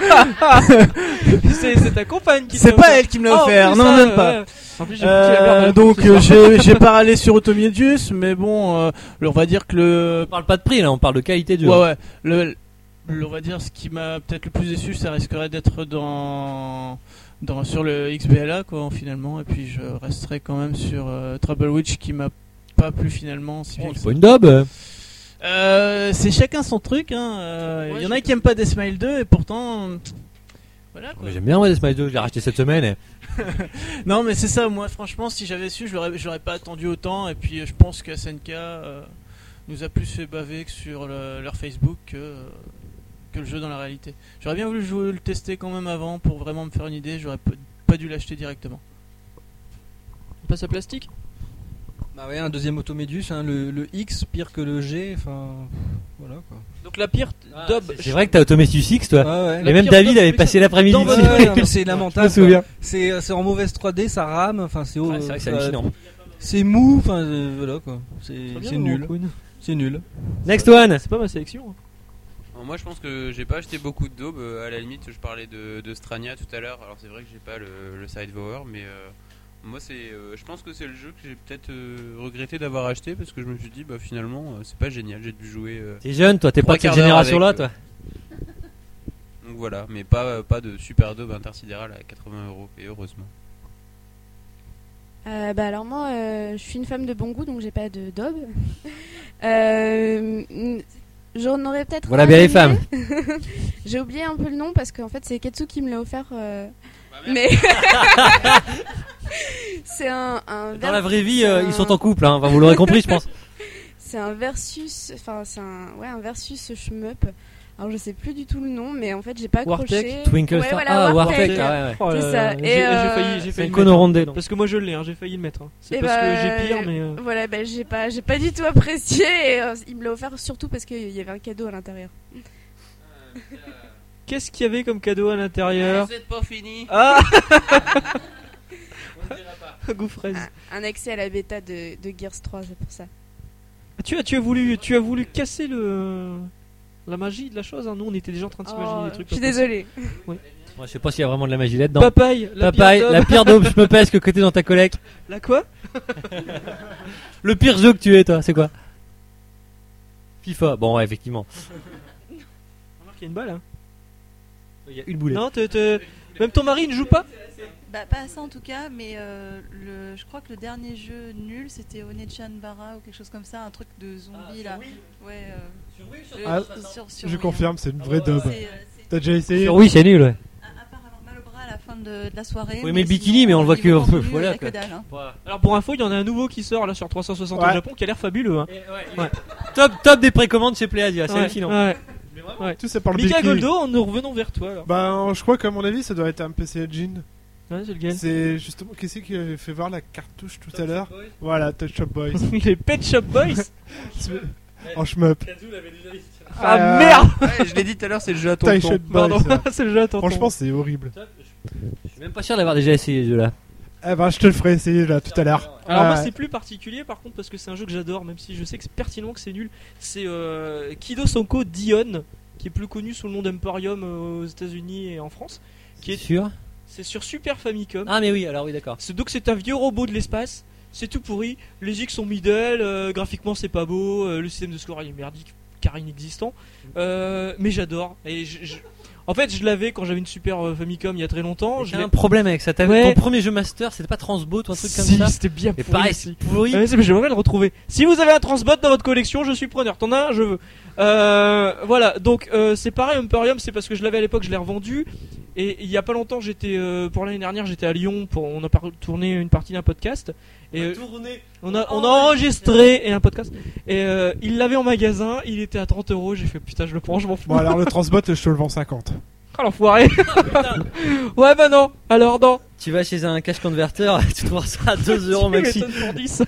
c'est c'est ta compagne qui c'est t'a pas offert. elle qui me l'a Ah, en offert. plus, Non ça, même pas. ouais. En plus, j'ai foutu la merde dans Euh, le donc cul ce euh, soir. j'ai j'ai pas râlé sur Automedius, mais bon, euh, on va dire que le On parle pas de prix là, on parle de qualité de jeu. ouais ouais le, le- on va dire ce qui m'a peut-être le plus déçu, ça risquerait d'être dans dans sur le X B L A quoi finalement, et puis je resterai quand même sur euh, Trouble Witch qui m'a pas plu finalement. Si bien Oh, que c'est pas une daube. Euh, c'est chacun son truc. Hein. Euh, Il Ouais, y en je- a qui aiment pas Deathmile deux et pourtant. euh, Voilà quoi. Mais j'aime bien moi Deathmatch deux, je l'ai racheté cette semaine. et- Non mais c'est ça. Moi franchement, si j'avais su, je l'aurais, j'aurais pas attendu autant. Et puis euh, je pense que S N K euh, nous a plus fait baver que sur le- leur Facebook que euh, que le jeu dans la réalité. J'aurais bien voulu jouer, le tester quand même avant pour vraiment me faire une idée. J'aurais pas- pas dû l'acheter directement. On passe à plastique. Bah ouais, un deuxième Automedius, hein, le, le X pire que le G, enfin voilà quoi. Donc la pire daube. C'est- C'est vrai que t'as Automedius X toi. Ah ouais. Et même pire David daube, avait c'est passé ça. l'après-midi Dans dessus. votre- Ouais, non, mais c'est Je me lamentable. souviens. quoi. C'est c'est en mauvaise trois D, ça rame, enfin c'est Ouais, c'est vrai que c'est euh, hallucinant. c'est mou, enfin euh, voilà quoi. C'est Très bien, c'est mon nul. Queen. C'est nul. Next one. C'est pas ma sélection. hein. Alors moi je pense que j'ai pas acheté beaucoup de daubes. Euh, À la limite, je parlais de, de Strania tout à l'heure. Alors c'est vrai que j'ai pas le, le Side Vower, mais euh, moi c'est, euh, je pense que c'est le jeu que j'ai peut-être euh, regretté d'avoir acheté parce que je me suis dit bah finalement euh, c'est pas génial. J'ai dû jouer. euh, T'es jeune toi, t'es Trois pas de cette quarts d'heure génération là avec, toi. Donc voilà, mais pas pas de super daube intersidérale à quatre-vingts euros et heureusement. Euh, bah alors moi, euh, je suis une femme de bon goût, donc j'ai pas de daube. Euh, mm, J'en aurais peut-être. Voilà un bien les donné. femmes. J'ai oublié un peu le nom parce qu'en fait c'est Ketsu qui me l'a offert. euh, Mais c'est un, un Dans la ver- vraie vie, c'est euh, un- ils sont en couple, hein. Enfin, vous l'aurez compris, je pense. C'est un versus, enfin c'est un, ouais, un versus shmup. Alors je sais plus du tout le nom, mais en fait j'ai pas accroché. Wartech, Twinkle Ouais, Star. voilà, ah, Wartech. Wartech, ah ouais, ouais. Oh là C'est là, ça. J'ai Et, j'ai euh, failli, j'ai C'est failli un le Kono mettre, hein. Rondé, donc. Parce que moi je l'ai, hein, j'ai failli le mettre. hein. C'est Et parce bah, que j'ai pire, mais. euh, Voilà, bah, j'ai pas, j'ai pas du tout apprécié. Et, euh, il me l'a offert surtout parce qu'il y avait un cadeau à l'intérieur. Qu'est-ce qu'il y avait comme cadeau à l'intérieur? C'est pas fini. Ah Goût fraise. Un, un accès à la bêta de, de Gears trois, c'est pour ça. Tu as, tu as voulu, tu as voulu casser le la magie de la chose. Hein. Nous, on était déjà en train de s'imaginer Oh, des trucs. je suis comme ça. désolée. Moi, je sais pas s'il y a vraiment de la magie là-dedans. Papaye, la Papaye, pire la daube. pire daube, je me pèse que côté dans ta collecte. La quoi? Le pire jeu que tu es, toi, c'est quoi? FIFA. Bon, ouais, effectivement. Remarque, il y a une balle. Hein. Il y a une boulette. Non, te- te- même ton mari ne joue pas? Bah, pas à ça en tout cas, mais euh, le, je crois que le dernier jeu nul c'était Onechan Bara ou quelque chose comme ça, un truc de zombie là. Ouais. Euh, Ah, euh, sur- sur Je Wii, confirme, c'est une vraie hein. dub. C'est, euh, c'est- T'as déjà essayé? Sur oui, c'est nul, ouais. à, à part avoir mal au bras à la fin de, de la soirée. Faut aimer le mais bikini, sinon, mais on le voit niveau que- contenu, voilà, il y a quoi. que dalle, hein. Alors pour info, il y en a un nouveau qui sort là sur trois cent soixante Ouais. au Japon qui a l'air fabuleux. Hein. Top, top des précommandes chez Pléadia, c'est Ouais, hallucinant. ouais. Tout ça par le Mika bikini. Goldo, nous revenons vers toi alors. Bah, je crois qu'à mon avis, ça doit être un P C Engine. Ouais, c'est lequel? C'est justement, qui c'est qui avait fait voir la cartouche tout à l'heure? Voilà, Touch Shop Boys. Les Pet Shop Boys. En shmup. Ah Euh, merde. Ouais, je l'ai dit tout à l'heure, c'est le jeu à Touch tonton. Shop Boys. Pardon, c'est le jeu à tonton. Franchement, c'est horrible. Je suis même pas sûr d'avoir déjà essayé ce jeu-là. Eh ben, je te le ferai essayer là tout à l'heure. Alors moi Ouais. c'est plus particulier par contre parce que c'est un jeu que j'adore même si je sais que c'est pertinent que c'est nul. C'est euh, Kido Sonko Dion qui est plus connu sous le nom d'Emporium euh, aux États-Unis et en France. Qui est sûr? C'est sur Super Famicom. Ah, mais oui, alors oui, d'accord. C'est donc c'est un vieux robot de l'espace. C'est tout pourri. Les X sont middle. euh, graphiquement c'est pas beau. euh, le système de score il est merdique car inexistant. Euh, mais j'adore. Et je, je- en fait je l'avais quand j'avais une Super euh, Famicom il y a très longtemps. Je J'ai l'ai- un problème avec ça. T'avais Ouais. ton premier jeu master, c'était pas Transbot ou un truc comme Si, ça? c'était bien Et pourri pareil, aussi. c'est pourri. Ouais, c'est- mais j'aimerais le retrouver. Si vous avez un Transbot dans votre collection, je suis preneur. T'en as un, je veux. Euh, voilà, donc euh, c'est pareil, Emporium, c'est parce que je l'avais à l'époque, je l'ai revendu. Et il y a pas longtemps, j'étais euh, pour l'année dernière, j'étais à Lyon pour on a par- tourné une partie d'un podcast. Et euh, on a on a enregistré et un podcast. Et euh, il l'avait en magasin, il était à trente euros. J'ai fait putain, je le prends, je m'en fous. Bon, alors le Transbot, je te le vends cinquante. Ah l'enfoiré. Ouais bah non. Alors non. Tu vas chez un cash converter, tu trouves ça à deux euros Tu maxi. m'étonnes pour dix.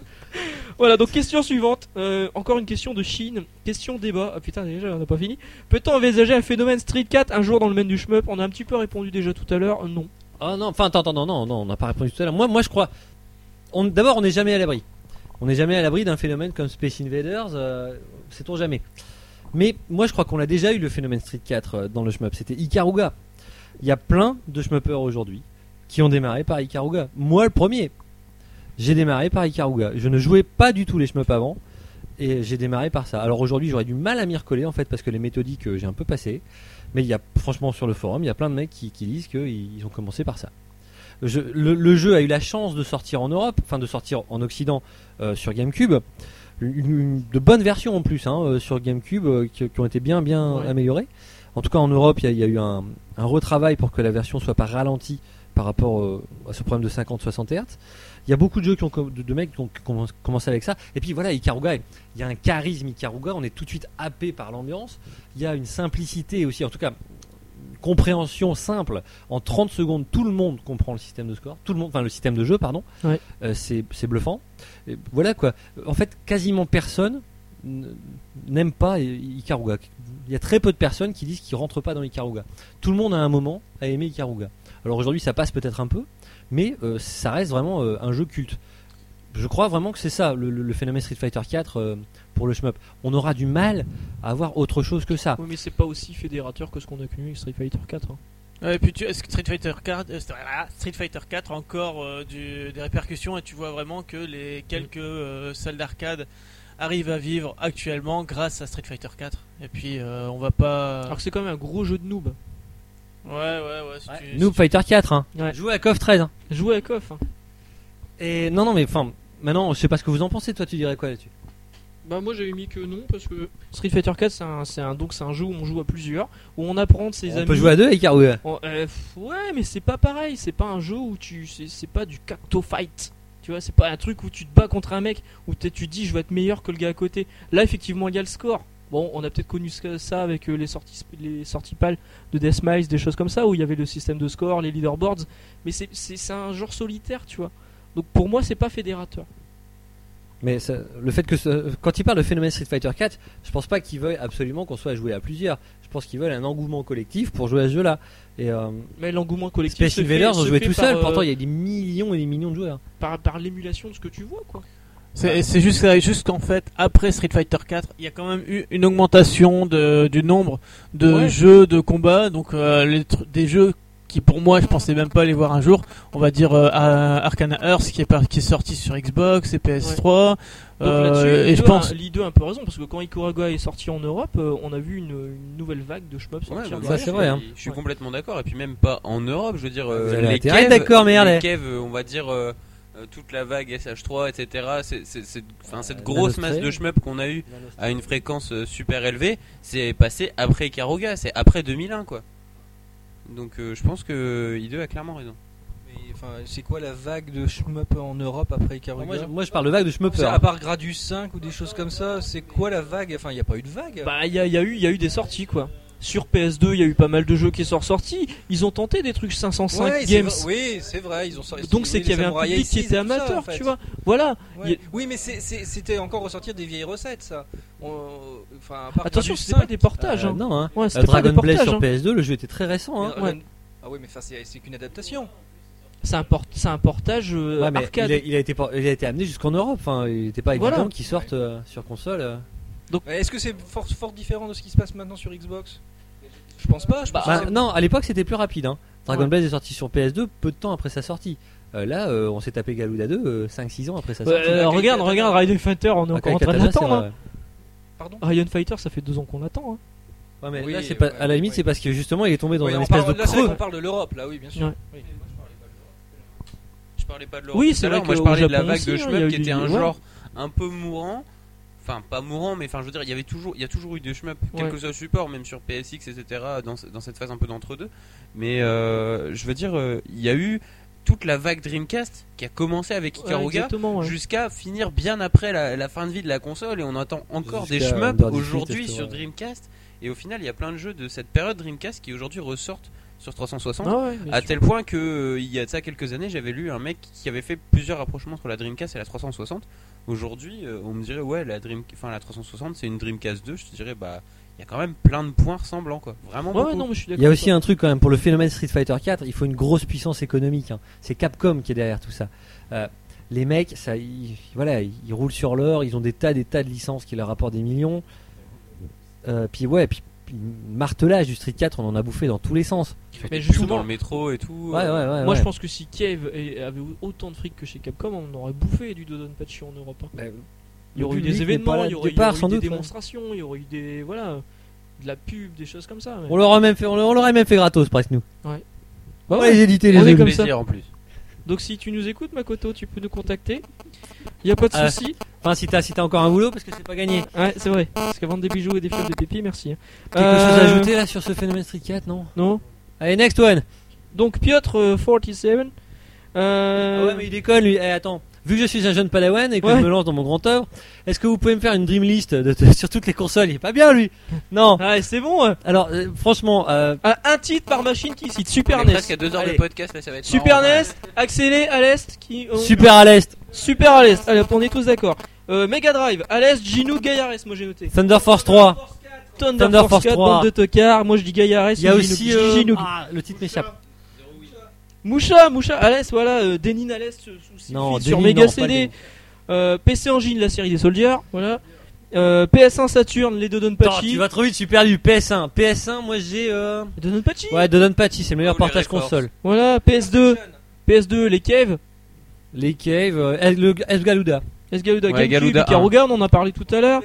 Voilà, donc question suivante. Euh, encore une question de Chine. Question débat. Ah putain, déjà, on n'a pas fini. Peut-on envisager un phénomène Street Cat un jour dans le domaine du shmup? On a un petit peu répondu déjà tout à l'heure. Non. Ah non, enfin attends, attends, non, non, non, on n'a pas répondu tout à l'heure. Moi, moi je crois. On, d'abord, on n'est jamais à l'abri. On n'est jamais à l'abri d'un phénomène comme Space Invaders, euh, sait-on jamais. Mais moi je crois qu'on a déjà eu le phénomène Street quatre euh, dans le shmup, c'était Ikaruga. Il y a plein de shmuppers aujourd'hui qui ont démarré par Ikaruga. Moi le premier, j'ai démarré par Ikaruga. Je ne jouais pas du tout les shmups avant et j'ai démarré par ça. Alors aujourd'hui j'aurais du mal à m'y recoller en fait parce que les méthodiques euh, j'ai un peu passé. Mais il y a franchement sur le forum, il y a plein de mecs qui, qui disent qu'ils ils ont commencé par ça. Je- le, le jeu a eu la chance de sortir en Europe, enfin de sortir en Occident euh, sur GameCube. Une, une- de bonnes versions en plus hein, euh, sur GameCube euh, qui, qui ont été bien bien Ouais. améliorées. En tout cas en Europe, il y a- il y, a eu un, un retravail pour que la version soit pas ralentie par rapport euh, à ce problème de cinquante à soixante hertz. Il y a beaucoup de jeux qui ont com- de, de mecs qui ont comm- commencé avec ça. Et puis voilà, Ikaruga, il y a un charisme Ikaruga, on est tout de suite happé par l'ambiance. Il y a une simplicité aussi, en tout cas une compréhension simple. En trente secondes, tout le monde comprend le système de score, tout le monde, enfin le système de jeu, pardon. Ouais. Euh, c'est, c'est bluffant. Et voilà quoi. En fait, quasiment personne n- n'aime pas Ikaruga. Il y a très peu de personnes qui disent qu'ils rentrent pas dans Ikaruga. Tout le monde à un moment a aimé Ikaruga. Alors aujourd'hui, ça passe peut-être un peu, mais euh, ça reste vraiment euh, un jeu culte. Je crois vraiment que c'est ça le, le- le phénomène Street Fighter quatre euh, pour le shmup. On aura du mal à avoir autre chose que ça. Oui, mais c'est pas aussi fédérateur que ce qu'on a connu avec Street Fighter quatre. Hein. Ouais, et puis tu, est-ce que Street Fighter quatre, euh, ah, Street Fighter quatre a encore euh, du, des répercussions et tu vois vraiment que les quelques euh, salles d'arcade arrivent à vivre actuellement grâce à Street Fighter quatre. Et puis euh, on va pas. Alors que c'est quand même un gros jeu de noob. Ouais, ouais, ouais. Si Ouais. tu- Noob si Fighter quatre, hein. Ouais. Jouer à KOF treize. Hein. Jouer à K O F. Hein. Et non, non, mais enfin, maintenant, je sais pas ce que vous en pensez. Toi, tu dirais quoi là-dessus? Bah moi j'avais mis que non parce que Street Fighter quatre c'est un, c'est un donc c'est un jeu où on joue à plusieurs, où on apprend de ses On amis. peut jouer à deux avec Ikaruga. On- euh, pff, ouais mais c'est pas pareil, c'est pas un jeu où tu c'est, c'est pas du cacto fight. Tu vois, c'est pas un truc où tu te bats contre un mec où t'es- tu te dis je vais être meilleur que le gars à côté. Là effectivement il y a le score. Bon, on a peut-être connu ce- ça avec euh, les sorties les sorties pâles de Deathmise, des choses comme ça où il y avait le système de score, les leaderboards, mais c'est c'est, c'est un genre solitaire, tu vois. Donc pour moi c'est pas fédérateur. Mais ça- le fait que ce- quand ils parlent de phénomène Street Fighter quatre, je pense pas qu'ils veuillent absolument qu'on soit à jouer à plusieurs. Je pense qu'ils veulent un engouement collectif pour jouer à ce jeu-là. Et euh, Mais l'engouement collectif Space se fait- Invaders, se on jouait fait tout par, seul. euh, Pourtant, il y a des millions et des millions de joueurs. par, par l'émulation de ce que tu vois quoi. C'est c'est juste, c'est juste qu'en fait, après Street Fighter quatre, il y a quand même eu une augmentation de, du nombre de Ouais. jeux de combat. Donc, euh, les tr- des jeux qui, pour moi, je pensais même pas les voir un jour. On va dire euh, à- Arcana Earth qui est, par- qui est sorti sur Xbox et P S trois. Donc Euh, là-dessus, et je Lido pense. a, Lido a un peu raison parce que quand Ikaruga est sorti en Europe, euh, on a vu une, une nouvelle vague de shmups Ouais, sortir. bah, ça, moi, c'est je vrai, suis- hein. Je suis Ouais. complètement d'accord. Et puis même pas en Europe, je veux dire, euh, Vous avez les intérêt à être Kev, d'accord, merde. les Kev, euh, on va dire euh, euh, toute la vague S H trois, et cetera. C'est, c'est, c'est- enfin, cette Euh, grosse la masse de Nostray. shmup qu'on a eu à une fréquence euh, super élevée, c'est passé après Ikaruga, c'est après deux mille un, quoi. Donc euh, je pense que I deux a clairement raison. Mais, enfin, c'est quoi la vague de shmup en Europe après Ikaruga? Moi, je, moi, je parle de vague de C'est shmuppers. à part Gradus cinq ou des choses comme ça, c'est quoi la vague? Enfin, il n'y a pas eu de vague. Bah il y a, il y a eu il y a eu des sorties quoi. Sur P S deux, il y a eu pas mal de jeux qui sont ressortis. Ils ont tenté des trucs cinq cent cinq Ouais, c'est games. vrai- oui, c'est vrai, ils ont sorti. Donc c'est oui, qu'il y les avait un Samurai public qui Aces et était tout ça, amateur, en fait. tu vois. Voilà. Ouais. Il y a- Oui, mais c'est- c'est- c'était encore ressortir des vieilles recettes, ça. On- Enfin, à part Attention, Gradus c'était pas cinq, des portages. Euh, hein. non, hein. Ouais, Euh, c'était pas des Dragon Blaze portages. sur hein. P S deux, le jeu était très récent. Hein. euh, Ouais. euh, Ah oui, mais enfin, c'est c'est qu'une adaptation. C'est un, port- c'est un portage euh, Ouais, mais arcade. il a, il a été, por- il a été amené jusqu'en Europe. Enfin, il n'était pas évident Voilà. qu'il sorte euh, sur console. euh. Est-ce que c'est fort, fort différent de ce qui se passe maintenant sur Xbox? Je pense pas. Je pense Bah, que c'est- non, à l'époque c'était plus rapide. Hein. Dragon Ouais. Blaze est sorti sur P S deux peu de temps après sa sortie. Euh, là, euh, on s'est tapé Galuda deux cinq six ans après sa Ouais, sortie. euh, la regarde, Kai regarde Raiden Fighter, on est Ah, encore en train de Katana, c'est l'attendre. vrai. hein. Pardon. Raiden Fighter, ça fait deux ans qu'on l'attend. Hein. Ouais, mais Oui, là, c'est pas, ouais, à la limite, ouais. c'est parce que justement, il est tombé dans Oui, un on espèce parle- de là, c'est vrai creux. qu'on parle de l'Europe, là, oui, bien sûr. Ouais. Oui. Je parlais pas de l'Europe. Oui, tout c'est à l'heure. vrai Moi, je qu'au parlais de la Japon vague aussi, de hein, il y a shmup eu qui était des- un ouais. genre un peu mourant. Enfin, pas mourant, mais enfin, je veux dire, il y avait toujours, il y a toujours eu des shmup, quel Ouais. que soit le support, même sur P S X, et cetera. Dans, ce- dans cette phase un peu d'entre-deux. Mais euh, je veux dire, euh, il y a eu toute la vague Dreamcast qui a commencé avec Ouais, Ikaruga. exactement, ouais. Jusqu'à finir bien après la, la fin de vie de la console, et on attend encore des Jusqu'à shmups Under Defeat, aujourd'hui et tout, sur ouais. Dreamcast. Et au final, il y a plein de jeux de cette période Dreamcast qui aujourd'hui ressortent sur trois cent soixante. Ah ouais, bien À sûr. tel point que euh, il y a de ça quelques années, j'avais lu un mec qui avait fait plusieurs rapprochements entre la Dreamcast et la trois cent soixante. Aujourd'hui, euh, on me dirait ouais, la Dream, enfin la trois cent soixante, c'est une Dreamcast deux. Je te dirais bah, il y a quand même plein de points ressemblants quoi. Vraiment Ouais, beaucoup. non, mais je suis Il y a d'accord aussi un truc quand même pour le phénomène Street Fighter quatre, il faut une grosse puissance économique. Hein. C'est Capcom qui est derrière tout ça. Euh, les mecs, ça, ils, voilà, ils roulent sur l'or, ils ont des tas, des tas de licences qui leur rapportent des millions. Euh, puis ouais, puis, puis martelage du Street quatre, on en a bouffé dans tous les sens. Surtout Mais tout justement- dans le métro et tout. Ouais, ouais, euh, ouais. Moi, ouais. je pense que si Kiev avait autant de fric que chez Capcom, on aurait bouffé du Dodonpachi en Europe. hein. Bah, Il y aurait eu le des public n'est pas événements, là il y de aurait, il y départ, aurait eu sans des doute, ouais. démonstrations, il y aurait eu des voilà, de la pub, des choses comme ça. mais- On l'aurait même fait, on l'aurait on l'aurait même fait gratos presque nous. Bah On ouais. va les éditer les On est jeux. comme plaisir ça. en plus. Donc si tu nous écoutes, Makoto, tu peux nous contacter. Il y a pas de Ah. souci. Enfin, si t'as si t'as encore un boulot, parce que c'est pas gagné. Ouais, c'est vrai. Parce qu'à vendre des bijoux et des fleurs de pépi, merci. hein. Quelque Euh, chose à ajouter là sur ce phénomène Street quatre, non? Non. Allez, next one. Donc Piotr euh, quarante-sept. Euh... Ah ouais, mais il déconne lui. Eh, attends. Vu que je suis un jeune padawan et que Ouais. je me lance dans mon grand œuvre, est-ce que vous pouvez me faire une dream list de, de- sur toutes les consoles? Il est pas bien lui. Non. Ah, c'est bon. hein. Alors, euh, franchement, euh, Ah, un titre par machine qui cite Super On est N E S. presque à deux heures Allez. de podcast là, ça va être Super marrant. N E S, accélé à l'est, qui oh, super à l'est. super à l'est. Allez, hop, on est tous d'accord. Euh, Mega Drive à l'est, Ginu Gaillares, moi j'ai noté. Thunder Force trois. Thunder, Thunder Force Force quatre, trois. bande de tocards. Moi je dis Gaillares. Il y a Ginu- aussi euh, Ginu- ah, le titre m'échappe. Moucha, Moucha à l'est, voilà. Euh, Denin à l'est, euh, sous Non, Sylphie sur Denin, Mega non, pas C D. Denin. Euh, P C Engine, la série des Soldiers, voilà. Euh, P S un Saturn, les Attends, Dodonpachi. tu vas trop vite, je suis perdu. P S un. P S un, moi j'ai. Euh... Dodonpachi. Ouais, Dodonpachi, c'est le meilleur Comme les portage Reforce. console. Voilà, P S deux. P S deux, les Caves. Les Caves, euh, El- le S Galuda. S Galuda, Ouais, GameCube, Galuda Ikaruga, on en a parlé tout à l'heure.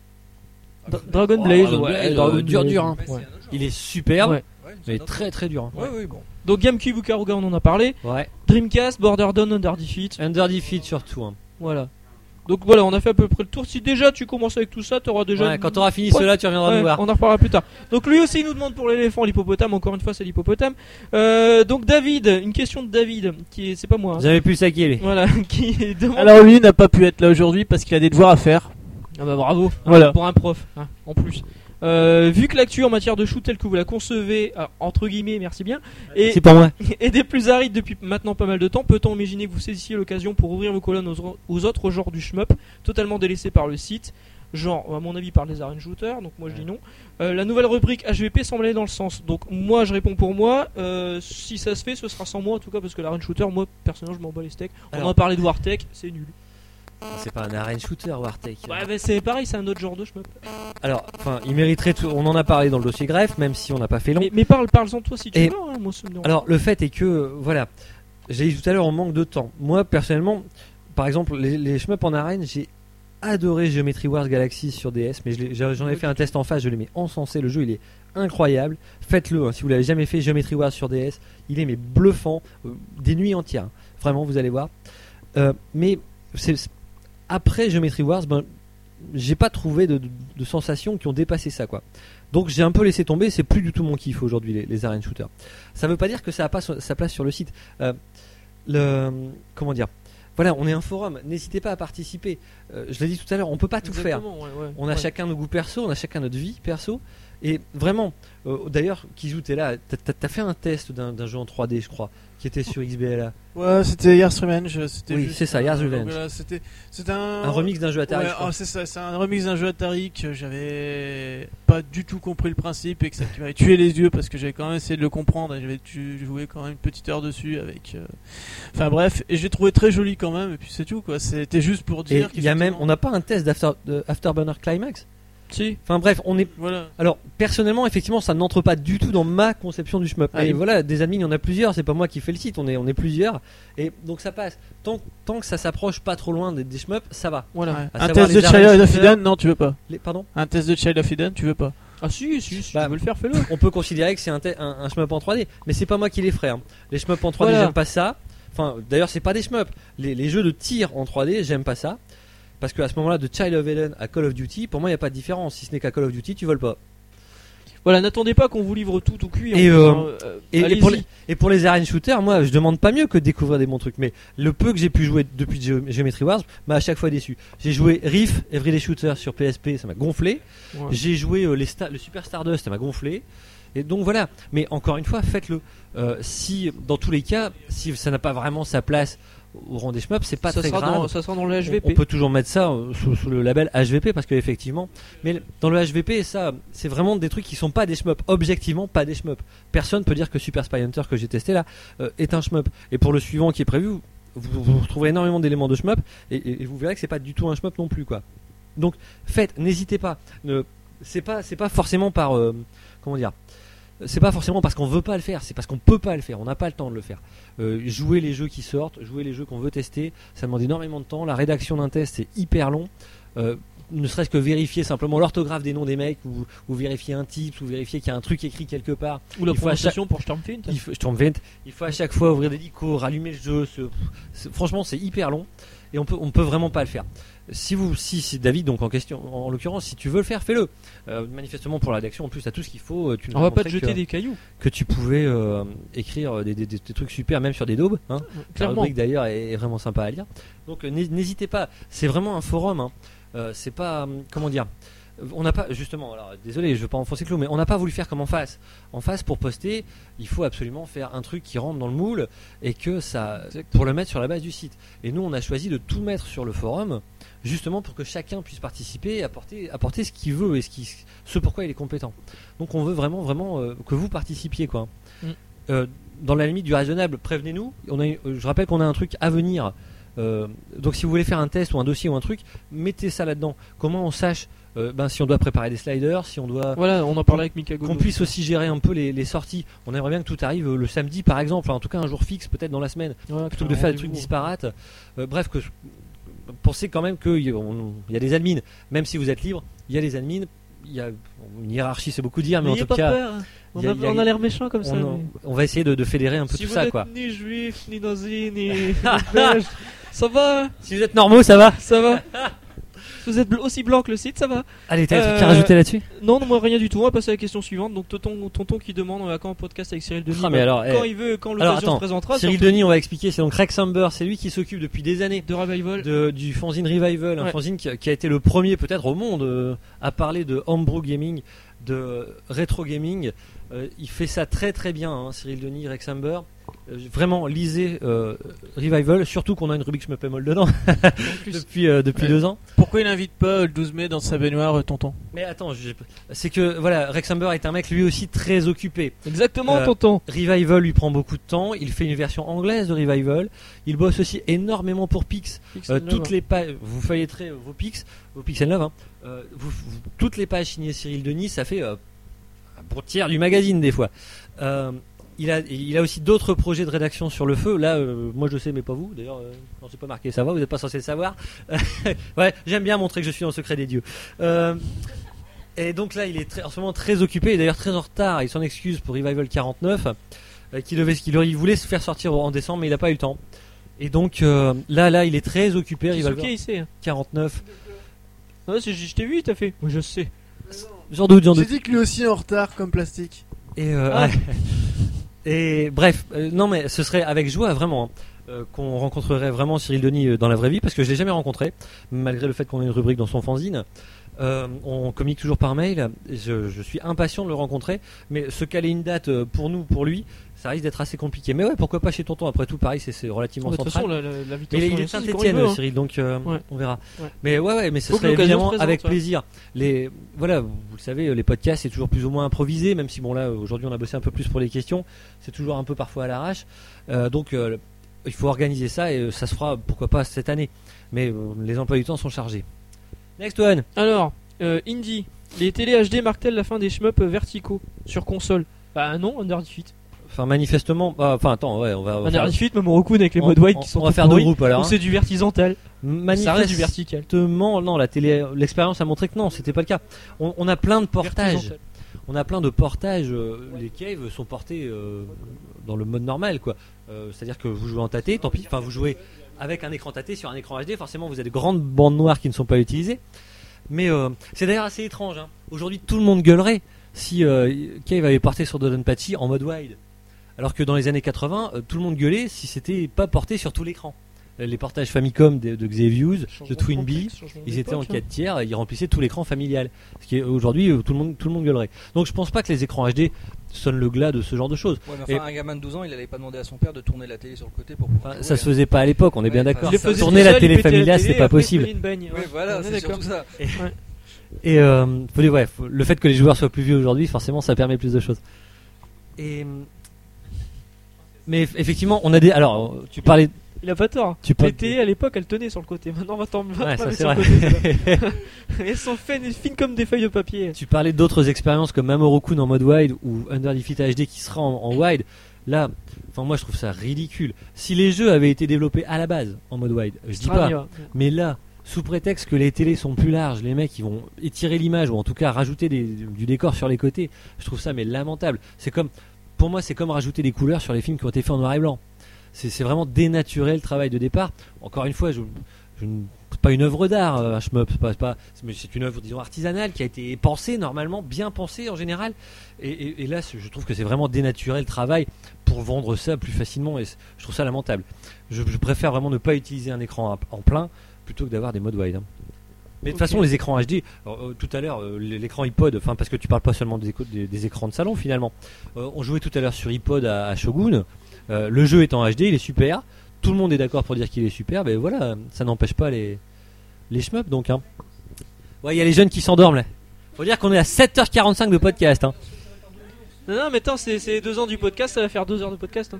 Dra- Dragon Oh, Blaze, Dragon ouais, Blaze, Dragon euh, dur, Blaze, dur, hein. ouais. Il est superbe, Ouais. Ouais, mais c'est très très dur. hein. Ouais, oui, bon. Donc GameCube, Ikaruga, on en a parlé. Ouais. Dreamcast, Border Dawn, Under Defeat. Under Defeat surtout. Hein. Voilà. Donc voilà, on a fait à peu près le tour. Si déjà tu commences avec tout ça, tu auras déjà. Ouais, une- quand t'auras fini Ouais. cela, tu reviendras Ouais, nous voir. on en reparlera plus tard. Donc lui aussi il nous demande pour l'éléphant, l'hippopotame. Encore une fois, c'est l'hippopotame. Euh, donc David, une question de David, qui est, c'est pas moi. hein. J'avais plus le sac lui. Voilà, qui demande. Alors lui n'a pas pu être là aujourd'hui parce qu'il a des devoirs à faire. Ah bah bravo. Voilà. Pour un prof, hein, en plus. Euh, vu que l'actu en matière de shoot telle que vous la concevez, ah, entre guillemets, merci bien, et, C'est pour moi. et des plus arides depuis maintenant pas mal de temps, peut-on imaginer que vous saisissiez l'occasion pour ouvrir vos colonnes aux, aux autres genres du shmup, totalement délaissés par le site, genre à mon avis par les arènes shooters, donc moi je dis non. Euh, la nouvelle rubrique H V P semble aller dans le sens, donc moi je réponds pour moi, euh, si ça se fait ce sera sans moi en tout cas parce que l'arène shooter, moi personnellement je m'en bats les steaks. On Alors- en a parlé de Wartech, c'est nul. C'est pas un arène shooter Wartech. Ouais mais c'est pareil, c'est un autre genre de shmup. Alors, enfin, il mériterait tout. On en a parlé dans le dossier greffe, même si on n'a pas fait long. Mais, mais parle, parle-en toi si tu Et- veux, hein, moi ça me dérange. Alors, le fait est que, euh, voilà, j'ai dit tout à l'heure, on manque de temps. Moi, personnellement, par exemple, les, les shmups en arène, j'ai adoré Geometry Wars Galaxy sur D S, mais je l'ai- j'en ai fait un test en face, je l'ai mis encensé. Le jeu, il est incroyable. Faites-le, hein, si vous l'avez jamais fait, Geometry Wars sur D S, il est mais bluffant, euh, des nuits entières. hein. Vraiment, vous allez voir. Euh, mais c'est c'est- après Geometry Wars, ben, j'ai pas trouvé de, de, de sensations qui ont dépassé ça, quoi. Donc j'ai un peu laissé tomber. C'est plus du tout mon kiff aujourd'hui les, les arènes shooters. Ça veut pas dire que ça a pas so- sa place sur le site. Euh, le comment dire. Voilà, on est un forum. N'hésitez pas à participer. Euh, je l'ai dit tout à l'heure, on peut pas tout faire. Exactement, ouais, ouais, On a ouais. chacun nos goûts perso, on a chacun notre vie perso. Et vraiment, euh, d'ailleurs, Kizou, t'es là. T'as, t'as- t'as fait un test d'un, d'un jeu en trois D, je crois, qui était sur X B L A. Ouais, c'était Year's Revenge. C'était Oui, juste, c'est ça, Year's euh, Revenge. voilà, c'était, c'était un, Un remix d'un jeu Atari. Ouais, je crois. oh, c'est ça, c'est un remix d'un jeu Atari que j'avais pas du tout compris le principe et que ça qui m'avait tué les yeux parce que j'avais quand même essayé de le comprendre et j'avais tu- joué quand même une petite heure dessus avec. euh, Enfin bref, et j'ai trouvé très joli quand même et puis c'est tout quoi. C'était juste pour Et dire. il y a même, qu'effectivement- on n'a pas un test d'After, de Afterburner Climax. Si. Enfin bref, on est. Voilà. Alors personnellement, effectivement, ça n'entre pas du tout dans ma conception du shmup. Ah, et et- voilà, des admins, il y en a plusieurs. C'est pas moi qui fais le site, on est, on est plusieurs. Et donc ça passe. Tant, tant que ça s'approche pas trop loin des, des shmups, ça va. Voilà. Ouais. À Un savoir test de les arènes Child of shooters. Eden, non tu veux pas. Les, pardon. Un test de Child of Eden, tu veux pas. Ah si, si, si Bah, tu veux le faire, fais-le. On peut considérer que c'est un, te- un, un shmup en trois D, mais c'est pas moi qui les ferai. hein. Les shmups en trois D, Voilà. j'aime pas ça. Enfin, d'ailleurs, c'est pas des shmups. Les, les jeux de tir en trois D, j'aime pas ça. Parce qu'à ce moment-là, de Child of Eden à Call of Duty, pour moi, il n'y a pas de différence. Si ce n'est qu'à Call of Duty, tu voles pas. Voilà, n'attendez pas qu'on vous livre tout au cul. Et, en plus, euh, hein, euh, Et, et allez-y. pour les, et pour les arènes shooters, moi, je demande pas mieux que de découvrir des bons trucs. Mais le peu que j'ai pu jouer depuis Geo- Geometry Wars m'a à chaque fois déçu. J'ai joué Riff, Everyday Shooter sur P S P, ça m'a gonflé. Ouais. J'ai joué euh, les Sta- le Super Stardust, ça m'a gonflé. Et donc voilà. Mais encore une fois, faites-le. Euh, si, dans tous les cas, si ça n'a pas vraiment sa place au rang des shmups, c'est pas ça très sera grave. dans, ça sera dans le H V On, P. on peut toujours mettre ça euh, sous, sous le label H V P parce que effectivement, mais dans le H V P, ça, c'est vraiment des trucs qui sont pas des shmups. Objectivement, pas des shmups. Personne peut dire que Super Spy Hunter que j'ai testé là euh, est un shmup. Et pour le suivant qui est prévu, vous, vous retrouverez énormément d'éléments de shmup et, et- et vous verrez que c'est pas du tout un shmup non plus quoi. Donc faites, n'hésitez pas. Ne, c'est pas, c'est pas forcément par, euh, comment dire. C'est pas forcément parce qu'on veut pas le faire, c'est parce qu'on peut pas le faire, on n'a pas le temps de le faire. Euh, jouer les jeux qui sortent, jouer les jeux qu'on veut tester, ça demande énormément de temps. La rédaction d'un test c'est hyper long. Euh, ne serait-ce que vérifier simplement l'orthographe des noms des mecs, ou, ou vérifier un type, ou vérifier qu'il y a un truc écrit quelque part. Ou la il faut à prononciation pour Stormfint. Il faut, je t'en invente. Il faut à chaque fois ouvrir des licos, rallumer le jeu. ce- c'est- franchement, c'est hyper long et on peut, on peut vraiment pas le faire. Si vous, si, si David, donc en question, en, en l'occurrence, si tu veux le faire, fais-le. Euh, manifestement pour la rédaction, en plus, t'as tout ce qu'il faut. euh, Tu nous On as va pas te montré jeter que, des cailloux. que tu pouvais euh, écrire des, des- des- des trucs super, même sur des daubes. Hein. La Clairement. rubrique d'ailleurs est, est vraiment sympa à lire. Donc euh, n'hé- n'hésitez pas. C'est vraiment un forum. Hein. Euh, c'est pas, hum, comment dire. On n'a pas, justement, alors désolé, je veux pas enfoncer le clou, mais on n'a pas voulu faire comme en face. En face, pour poster, il faut absolument faire un truc qui rentre dans le moule et que ça, pour le mettre sur la base du site. Et nous, on a choisi de tout mettre sur le forum, justement pour que chacun puisse participer et apporter, apporter ce qu'il veut et ce, qui, ce pourquoi il est compétent. Donc on veut vraiment, vraiment euh, que vous participiez, quoi. Mm. Euh, dans la limite du raisonnable, prévenez-nous. On a, euh, je rappelle qu'on a un truc à venir. Euh, donc si vous voulez faire un test ou un dossier ou un truc, mettez ça là-dedans. Comment on sache euh, ben, si on doit préparer des sliders, si on doit Voilà, on en parlait avec Mika qu'on Godo. puisse aussi gérer un peu les, les sorties. On aimerait bien que tout arrive euh, le samedi par exemple, enfin, en tout cas un jour fixe peut-être dans la semaine, Voilà, plutôt que un de faire des trucs rendez-vous. disparates. Euh, bref, que pensez quand même qu'il y, a- on- il y a des admins, même si vous êtes libre, il y a les admins. il y a une hiérarchie, c'est beaucoup dire, mais en N'ayez tout pas cas, peur. On, y a- a, y a- on a l'air méchant comme ça. on, en- mais- on va essayer de, de fédérer un peu si tout vous ça, êtes quoi. ni juif, ni nazi, ni belge, ça va, Si vous êtes normaux, ça va. ça va. Si vous êtes bl- aussi blanc que le site, ça va. Allez, t'as un truc Euh, à rajouter là-dessus? Non, non, moi rien du tout. On va passer à la question suivante. Donc tonton, tonton qui demande on va quand un podcast avec Cyril Denis. Ah, mais bah, alors, quand eh. il veut, quand Alors, l'occasion attends, se présentera. Cyril surtout Denis, on va expliquer, c'est donc Rex Amber, c'est lui qui s'occupe depuis des années de Revival. de, du fanzine Revival, un Ouais. fanzine qui, a- qui a été le premier peut-être au monde euh, à parler de homebrew gaming, de rétro gaming. Euh, il fait ça très très bien, hein, Cyril Denis, Rex Amber. Euh, vraiment, lisez euh, Revival, surtout qu'on a une rubrique Shmup et Moll dedans depuis, euh, depuis Ouais. deux ans. Pourquoi il n'invite pas le douze mai dans sa baignoire, euh, tonton? Mais attends, je- c'est que voilà, Rex Amber est un mec lui aussi très occupé. Exactement, Euh, tonton. Revival lui prend beaucoup de temps, il fait une version anglaise de Revival, il bosse aussi énormément pour Pix. Euh, toutes les pages, vous feuilletterez vos Pix, vos Pixel Love, hein. Euh, vous- vous- toutes les pages signées Cyril Denis, ça fait euh, un bon tiers du magazine des fois. Euh, il a, il a aussi d'autres projets de rédaction sur le feu. Là, euh, moi je sais, mais pas vous. D'ailleurs, euh, non, c'est pas marqué, ça va. Vous n'êtes pas censé le savoir. Ouais, j'aime bien montrer que je suis dans le secret des dieux. Euh, et donc là, il est très, en ce moment très occupé, et d'ailleurs très en retard. Il s'en excuse pour Revival quarante-neuf, euh, qu'il devait, qu'il aurait- il voulait se faire sortir en décembre, mais il n'a pas eu le temps. Et donc euh, là, là, il est très occupé. Revival Ok, il sait. quarante-neuf. Ouais, c'est- je t'ai vu, t'as fait. Oui, je sais. J'en doute, j'en J'ai doute. dit que lui aussi est en retard comme plastique. Et, euh, Ah. ouais. Et bref, euh, non mais ce serait avec joie vraiment hein, euh, qu'on rencontrerait vraiment Cyril Denis euh, dans la vraie vie, parce que je l'ai jamais rencontré, malgré le fait qu'on ait une rubrique dans son fanzine. Euh, on communique toujours par mail. Et je, je suis impatient de le rencontrer, mais se caler une date euh, pour nous, pour lui, ça risque d'être assez compliqué. Mais ouais, pourquoi pas chez Tonton? Après tout, pareil, c'est, c'est relativement De toute central. façon, la- la- Mais l'invitation. il est de aussi, c'est quand Saint-Etienne, il veut, hein. Cyril, donc euh, Ouais. on verra. Ouais. Mais ouais, ouais, mais ce Faut que serait l'occasion évidemment se présente, avec ouais. plaisir. Les, voilà, vous le savez, les podcasts c'est toujours plus ou moins improvisé, même si bon là aujourd'hui on a bossé un peu plus pour les questions, c'est toujours un peu parfois à l'arrache. Euh, donc euh, il faut organiser ça et euh, ça se fera pourquoi pas cette année. Mais euh, les emplois du temps sont chargés. Next one. Alors, euh, Indie, les télé H D marquent-elles la fin des shmups verticaux sur console? Bah non, Under Defeat. Enfin manifestement, ah, enfin attends, ouais, on va. on va Under faire- Defeat, même Rokun avec les on- modes white on- qui sont on va tout faire deux pourris, groupes alors. ou hein. c'est du vertisantal. Ça reste du vertical. Manifestement, non, la télé, l'expérience a montré que non, c'était pas le cas. On, on a plein de portages. Vertisantal. On a plein de portages. euh, les caves sont portés euh, dans le mode normal, quoi. Euh, c'est-à-dire que vous jouez en tâté, tant pis. Enfin, vous jouez avec un écran tâté sur un écran H D. Forcément, vous avez de grandes bandes noires qui ne sont pas utilisées. Mais euh, c'est d'ailleurs assez étrange. Hein. Aujourd'hui, tout le monde gueulerait si euh, Cave avait porté sur Dodonpachi en mode wide. Alors que dans les années quatre-vingts, euh, tout le monde gueulait si c'était pas porté sur tout l'écran. Euh, Les portages Famicom de, de Xevious, de Changement Twin Bee, complexe, changement ils étaient en d'époque, hein. quatre tiers et ils remplissaient tout l'écran familial. Ce qui est aujourd'hui euh, tout le monde tout le monde gueulerait. Donc je pense pas que les écrans H D sonnent le glas de ce genre de choses. Ouais, mais Et- enfin, un gamin de douze ans, il allait pas demander à son père de tourner la télé sur le côté pour pouvoir Enfin, jouer, ça hein. se faisait pas à l'époque, on est Ouais, bien enfin, d'accord. il le faisait Tourner tout la seul, télé il pétait la familiale, télé, c'était pas après, il possible. prenait une baigne. Ouais, Ouais, voilà, on est c'est d'accord. surtout ça. Et euh, faut dire, ouais, faut- le fait que les joueurs soient plus vieux aujourd'hui, forcément, ça permet plus de choses. Et mais eff- effectivement, on a des. Alors, tu parlais. Il a pas tort. Tu Les parles- télé à l'époque, elle tenait sur le côté. Maintenant, on va t'en va Ouais, pas ça mettre c'est sur le vrai. côté. celle-là. Elles sont fines, fines comme des feuilles de papier. Tu parlais d'autres expériences comme Mamoru-kun en mode wide ou Under Defeat H D qui sera en, en wide. Là, enfin moi je trouve ça ridicule. Si les jeux avaient été développés à la base en mode wide, je dis pas. Strania. Mais là, sous prétexte que les télés sont plus larges, les mecs ils vont étirer l'image ou en tout cas rajouter des- du décor sur les côtés. Je trouve ça mais lamentable. C'est comme, pour moi c'est comme rajouter des couleurs sur les films qui ont été faits en noir et blanc. C'est, c'est vraiment dénaturer le travail de départ. Encore une fois, je, je ne- c'est pas une œuvre d'art, euh, un shmup, c'est pas, c'est pas, mais c'est une œuvre disons artisanale qui a été pensée normalement, bien pensée en général. Et, et- et là, c'est- je trouve que c'est vraiment dénaturer le travail pour vendre ça plus facilement. Et c'est- je trouve ça lamentable. Je, je préfère vraiment ne pas utiliser un écran en en plein plutôt que d'avoir des modes wide. hein. Mais de toute Ok. façon, les écrans H D, alors, euh, tout à l'heure, euh, l'écran iPod, enfin parce que tu parles pas seulement des, éco- des- des écrans de salon finalement. Euh, on jouait tout à l'heure sur iPod à, à Shogun. Euh, le jeu est en H D, il est super. Tout le monde est d'accord pour dire qu'il est super. Ben voilà, ça n'empêche pas les les shmups donc. Hein. Ouais, il y a les jeunes qui s'endorment là. Faut dire qu'on est à sept heures quarante-cinq de podcast. Hein. Non, non, mais attends, c'est c'est deux ans du podcast, ça va faire deux heures de podcast. hein.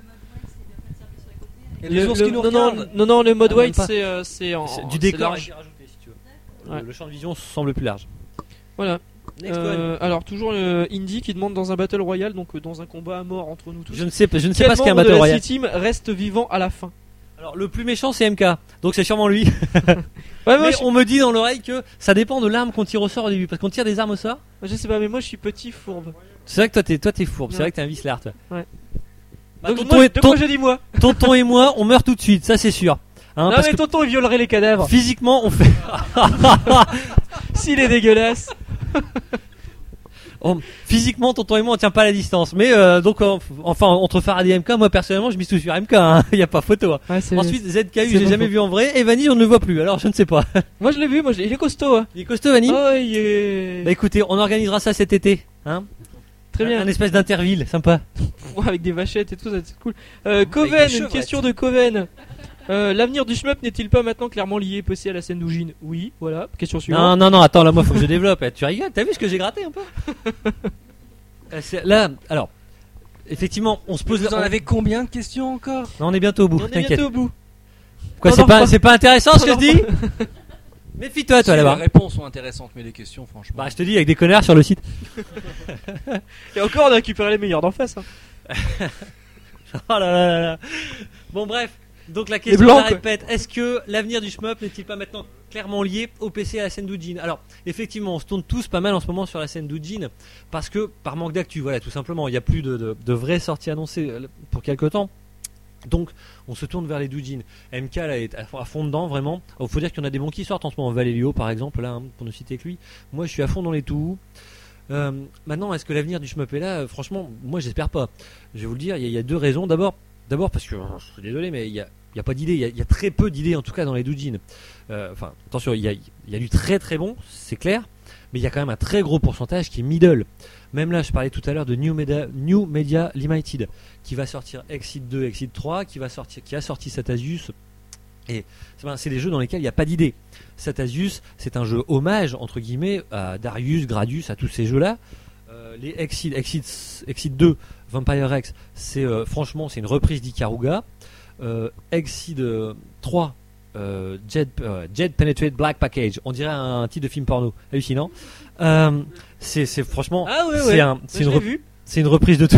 Il y a des Le- ours le- qui nous non, non, regardent. non, non, le mode Ah, même white, pas. c'est euh, c'est en. C'est du c'est décor large. qui est rajouté, si tu veux. Ouais. Le, le champ de vision semble plus large. Voilà. Next Euh, alors, toujours le Indie qui demande dans un Battle Royale, donc euh, dans un combat à mort entre nous tous. Je ne sais pas, je ne sais Quel pas ce qu'est un membre de Battle la Royale. C-Team reste vivant à la fin? Alors le plus méchant c'est M K, donc c'est sûrement lui. Ouais, moi, Mais je... on me dit dans l'oreille que ça dépend de l'arme qu'on tire au sort au début, parce qu'on tire des armes au sort. je sais pas, mais moi je suis petit fourbe. C'est vrai que toi t'es, toi t'es fourbe, c'est Ouais. vrai que t'es un vicelard toi. Ouais. Bah, Donc, tonton, moi, et, de ton- quoi je dis moi tonton et moi, on meurt tout de suite, ça c'est sûr. Hein, Non parce mais que tonton il violerait les cadavres. physiquement on fait. S'il est dégueulasse. on- Physiquement, tonton et moi on tient pas la distance. Mais euh, donc en- enfin entre Faraday et M K, moi personnellement je mise tout sur M K, hein. Y a pas photo. Hein. Ouais, c'est- Ensuite Z K U c'est j'ai pas jamais faux. vu en vrai, et Vanny on ne le voit plus, alors je ne sais pas. Moi je l'ai vu, moi je l'ai- il est costaud. Hein. Il est costaud Vanny. Oh, il est... Bah écoutez, on organisera ça cet été, hein. Très bien. Un espèce d'interville, sympa. Ouais, avec des vachettes et tout, ça c'est cool. Euh, Coven, des une chevrettes. question de Coven. Euh, L'avenir du shmup n'est-il pas maintenant clairement lié P C à la scène d'Ougine? Oui, voilà. Question Non, suivante. non, non, attends, là moi faut que je développe. Eh, tu rigoles, t'as vu ce que j'ai gratté un peu. Euh, c'est- Là, alors, effectivement, on se pose. Vous en on- avez combien de questions encore? Non, on est bientôt au bout. On est T'inquiète. bientôt au bout. Quoi, On c'est en pas, reparle. c'est pas intéressant ce que On en je dis. Méfie-toi, toi Si, là-bas. Les réponses sont intéressantes, mais les questions, franchement. Bah, je te dis, avec des connards sur le site. Et encore, on a récupéré les meilleurs d'en face. Hein. Oh là là là là. Bon, bref. Donc la question, blancs, je la quoi. répète, est-ce que l'avenir du shmup n'est-il pas maintenant clairement lié au P C et à la scène d'Ujin? Alors, effectivement, on se tourne tous pas mal en ce moment sur la scène d'Ujin parce que par manque d'actu, voilà, tout simplement, il n'y a plus de, de, de vraies sorties annoncées euh, pour quelque temps. Donc, on se tourne vers les doujins. M K là est à à fond dedans, vraiment. Il faut dire qu'il y en a des bons qui sortent en ce moment. Valélio, par exemple, là, hein, pour ne citer que lui. Moi, je suis à fond dans les tout. Euh, maintenant, est-ce que l'avenir du shmup est là? Euh, Franchement, moi, j'espère pas. Je vais vous le dire, il y, a- il y a deux raisons. D'abord, d'abord parce que, euh, je suis désolé, mais il y a, il y a pas d'idées. Il y a, il y a très peu d'idées, en tout cas, dans les doujins. Euh, Enfin, attention, il y a, il y a du très très bon, c'est clair. Mais il y a quand même un très gros pourcentage qui est middle. Même là, je parlais tout à l'heure de New Media, New Media Limited, qui va sortir Exit deux, Exit trois, qui va sortir, qui a sorti Satasius. Et c'est ben, c'est des jeux dans lesquels il n'y a pas d'idée. Satasius, c'est un jeu hommage entre guillemets à Darius, Gradius, à tous ces jeux-là. Euh, les Exit, Exit, Exit deux, Vampire X, c'est euh, franchement c'est une reprise d'Ikaruga. Euh, Exit euh, trois, euh, Jet, euh, Jet Penetrate Black Package, on dirait un, un titre de film porno, hallucinant. Euh, c'est c'est franchement, Ah ouais, c'est ouais. un, c'est Je une, l'ai rep- vu. c'est une reprise de tout.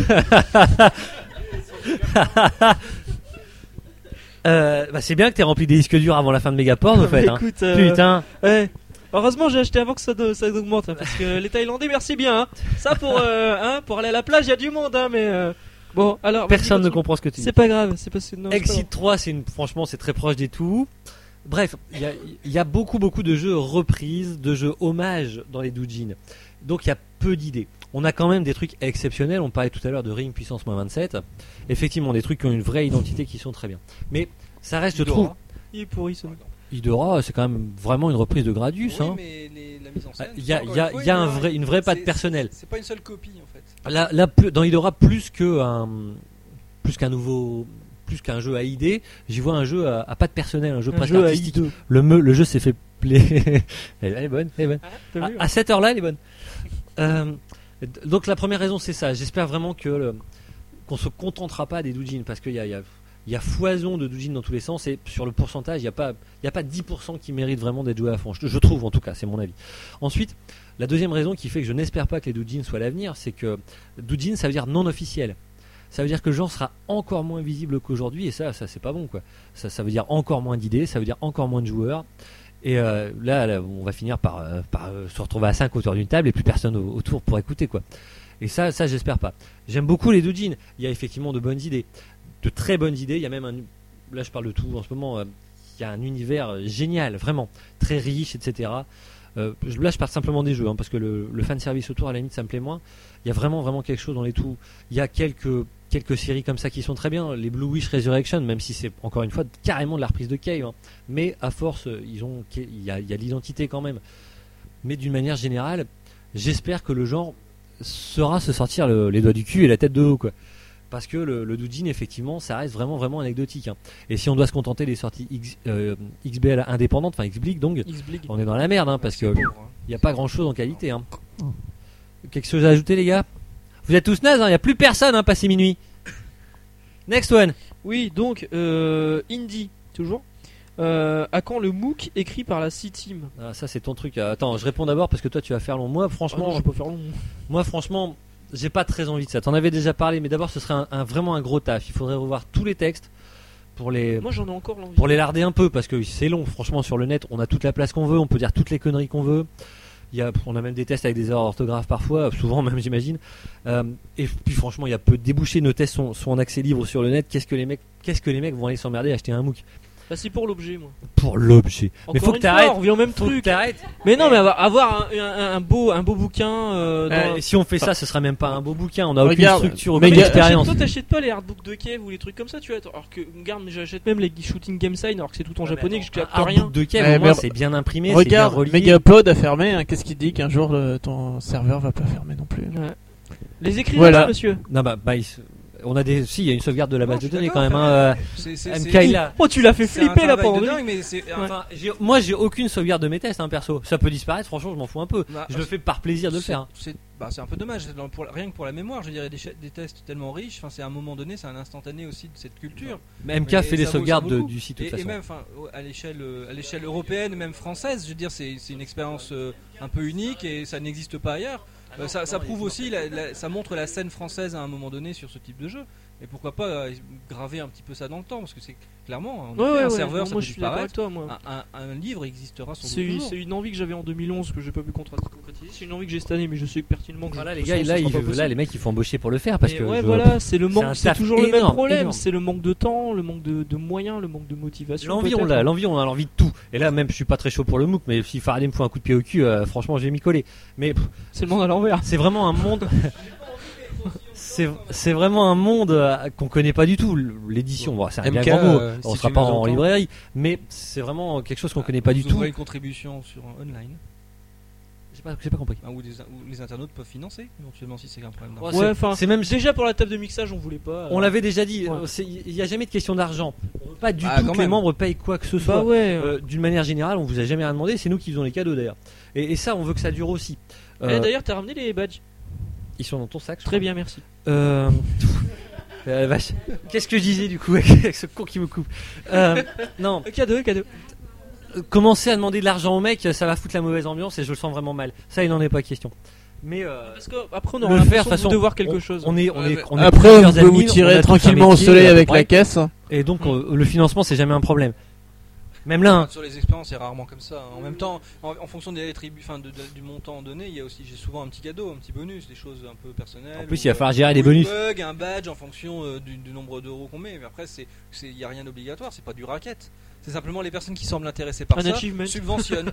Euh, bah c'est bien que t'aies rempli des disques durs avant la fin de Megaporn en fait. Hein. Écoute, euh, Putain. ouais. Heureusement, j'ai acheté avant que ça, do- ça augmente, hein, parce que les Thaïlandais, merci bien. Hein. Ça pour, euh, hein, pour aller à la plage, il y a du monde, hein, mais euh, bon, alors. vas-y, Personne ne continue. comprend ce que tu dis. C'est pas grave, c'est pas. c'est- non, c'est pas Exit trois, c'est une, franchement, c'est très proche des tout. Bref, il y a, il y a beaucoup, beaucoup de jeux reprises, de jeux hommages dans les doujins. Donc il y a peu d'idées. On a quand même des trucs exceptionnels. On parlait tout à l'heure de Ring Puissance moins vingt-sept. Effectivement, des trucs qui ont une vraie identité qui sont très bien. Mais ça reste, je Idora. trouve. Il est pourri, ce mec. Idora, c'est quand même vraiment une reprise de Gradius. Oui, hein. mais les- la mise en Ah, scène. Il y a, encore il y a- une fois, il y a il un vrai, une vraie patte c'est- personnelle. C'est pas une seule copie en fait. Là, là, plus- dans Idora, plus que un, plus qu'un nouveau, plus qu'un jeu à idées, j'y vois un jeu à, à patte personnelle, un jeu Un presque jeu à artistique. I deux. Le, me- le jeu s'est fait plaisir. elle, elle est bonne, elle est bonne. T'as À, vu à cette heure-là, elle est bonne. Euh, d- donc la première raison, c'est ça. J'espère vraiment que le- qu'on se contentera pas des doujins parce qu'il y a, il y a, il y a foison de doujins dans tous les sens et sur le pourcentage, il n'y a pas, il y a pas dix pour cent qui méritent vraiment d'être joués à fond. Je, je trouve en tout cas, c'est mon avis. Ensuite, la deuxième raison qui fait que je n'espère pas que les doujins soient l'avenir, c'est que doujin, ça veut dire non officiel. Ça veut dire que le genre sera encore moins visible qu'aujourd'hui et ça, ça c'est pas bon quoi. Ça, ça veut dire encore moins d'idées, ça veut dire encore moins de joueurs. Et euh, là, là, on va finir par, euh, par euh, se retrouver à cinq autour d'une table et plus personne au- autour pour écouter quoi. Et ça, ça j'espère pas. J'aime beaucoup les doujins. Il y a effectivement de bonnes idées, de très bonnes idées. Il y a même un, là je parle de tout en ce moment. euh, il y a un univers euh, génial, vraiment très riche, et cetera. Euh, je- là je parle simplement des jeux hein, parce que le, le fan service autour à la limite ça me plaît moins. Il y a vraiment vraiment quelque chose dans les tout. Il y a quelques quelques séries comme ça qui sont très bien. Les Blue Wish Resurrection, même si c'est encore une fois carrément de la reprise de Cave, hein. Mais à force, euh, ils ont, il y a, il y a l'identité quand même. Mais d'une manière générale, j'espère que le genre saura se sortir le- les doigts du cul et la tête de haut, quoi. Parce que le, le doujin, effectivement, ça reste vraiment vraiment anecdotique. Hein. Et si on doit se contenter des sorties X, euh, X B L indépendantes, enfin X B L donc, X-Blig. on est dans la merde, hein, parce que C'est pauvre, hein. il n'y a pas grand chose en qualité. Hein. Quelque chose à ajouter, les gars? Vous êtes tous nazes, il n'y a plus personne, hein, passé minuit. Next one. Oui, donc, euh, Indie, toujours. Euh, à quand le MOOC écrit par la C-Team? Ah, ça, c'est ton truc. Attends, je réponds d'abord parce que toi, tu vas faire long. Moi, franchement, je peux faire long. moi, franchement, j'ai pas très envie de ça. T'en avais déjà parlé, mais d'abord, ce serait un, un- vraiment un gros taf. Il faudrait revoir tous les textes, pour les Moi, j'en ai encore l'envie. pour les larder un peu parce que c'est long. Franchement, sur le net, on a toute la place qu'on veut, on peut dire toutes les conneries qu'on veut. Il y a, on a même des tests avec des erreurs d'orthographe parfois, souvent même j'imagine. Euh, et puis franchement, il y a peu de débouchés. Nos tests sont, sont en accès libre sur le net. Qu'est-ce que les mecs, qu'est-ce que les mecs vont aller s'emmerder à acheter un MOOC Bah, c'est pour l'objet, moi. pour l'objet. Mais Encore faut que une fois, t'arrêtes. on revient au même Faut que truc. t'arrêtes. Mais non, mais avoir, avoir un, un, un beau, un beau bouquin. Euh, dans... Euh, et si on fait ça, ce sera même pas un beau bouquin. On a aucune Regarde, structure, mais aucune gars, expérience. Toi, t'achètes pas les artbooks de Kev ou les trucs comme ça, tu vois. Alors que, regarde, mais j'achète même les Shooting Game Sign alors que c'est tout en japonais que je capte Un rien. artbook de Kev, Ouais, au moins mais c'est bien imprimé, Regarde, c'est bien relié. Megapod a fermé. Hein. Qu'est-ce qu'il dit qu'un jour le- ton serveur va pas fermer non plus? Ouais. Les écrivains, Voilà. monsieur. Non bah, bah il se- on a des, si il y a une sauvegarde de la Non, base je de suis données d'accord, quand même. enfin, Hein, C'est- c'est- euh, c'est- M K il a. Oh, tu l'as fait c'est un flipper là travail pendant de deux dingue, mais c'est un- Enfin, j'ai- moi j'ai aucune sauvegarde de mes tests hein, perso. Ça peut disparaître, franchement je m'en fous un peu. Bah, Je le fais par plaisir de le c'est- faire. hein. C'est bah, c'est un peu dommage, c'est dans- pour, rien que pour la mémoire, je dirais des, cha- des tests tellement riches, enfin, c'est à un moment donné, c'est un instantané aussi de cette culture. Mais M K Et fait des ça vaut- ça sauvegardes vaut de- le coup. du site de Et, toute et façon. même enfin, au- à l'échelle euh, à l'échelle européenne, même française, je veux dire, c'est c'est une expérience euh, un peu unique et ça n'existe pas ailleurs. Euh, ça, ça prouve aussi, la- la- ça montre la scène française à un moment donné sur ce type de jeu. Et pourquoi pas euh, graver un petit peu ça dans le temps, parce que c'est clairement en Ouais, effet, ouais, un ouais. serveur, Non, ça moi peut je suis d'accord avec disparaître. toi, moi. Un, un- un livre existera sans C'est doute c'est toujours. une envie que j'avais en deux mille onze que j'ai pas pu contra- concrétiser. C'est une envie que j'ai cette année, mais je sais que pertinemment que Voilà je- les de gars, toute là, façon, ce ils, sera pas là possible. les mecs ils font embaucher pour le faire parce Mais que ouais, je- voilà, c'est le c'est un manque, c'est taf toujours le même énorme, problème, énorme. c'est le manque de temps, le manque de, de moyens, le manque de motivation. l'envie on peut-être. l'a, l'envie on a l'envie de tout. Et là même je suis pas très chaud pour le MOOC, mais si Faraday me fout un coup de pied au cul, euh, franchement je vais m'y coller. Mais pff, C'est le monde à l'envers. c'est vraiment un monde. C'est, c'est vraiment un monde euh, qu'on connaît pas du tout. L'édition, bon, c'est un M K, bien grand mot. euh, On si sera tu pas nous en entends. librairie, mais c'est vraiment quelque chose qu'on connaît pas du Vous tout. ouvrez une contribution sur euh, online, J'ai pas, j'ai pas compris. hein, où, des- où les internautes peuvent financer éventuellement si c'est un problème. Ouais, d'argent. Ouais, c'est- enfin, c'est même déjà pour la table de mixage, on voulait pas. On alors. l'avait déjà dit, Ouais. euh, c'est- il n'y a jamais de question d'argent. On veut pas du Ah, tout quand que les même. membres payent quoi que ce Bah soit. ouais. Euh, d'une manière générale, on vous a jamais rien demandé, c'est nous qui faisons les cadeaux d'ailleurs. Et, et ça, on veut que ça dure aussi. Eh, Euh, D'ailleurs, t'as ramené les badges. ils sont dans ton sac. je Très bien, merci. crois. Euh... euh, vache. Qu'est-ce que je disais du coup avec ce con qui me coupe euh, Non, Cadeau, cadeau. euh, commencer à demander de l'argent au mec, ça va foutre la mauvaise ambiance et je le sens vraiment mal. Ça, il n'en est pas question. Mais euh, Parce qu'après, on le aura faire, de l'impression toute de façon, devoir quelque on, chose. on est, on Ouais, est, mais- on est Après, vous plusieurs pouvez vous admins, on a tirer tous un tranquillement au métier, soleil à peu avec près. la caisse. Et donc, on- le financement, c'est jamais un problème. Même là, hein, Sur les expériences, c'est rarement comme ça. En même temps, en, en fonction des rétribu- enfin, de- de- du montant donné, il y a aussi, j'ai souvent un petit cadeau, un petit bonus, des choses un peu personnelles. en plus, ou, il va euh, falloir gérer des ou bonus. Un bug, un badge en fonction euh, du, du nombre d'euros qu'on met. Mais après, c'est, c'est, il y a rien d'obligatoire. C'est pas du racket. C'est simplement les personnes qui semblent intéressées par Un ça achievement. subventionnent.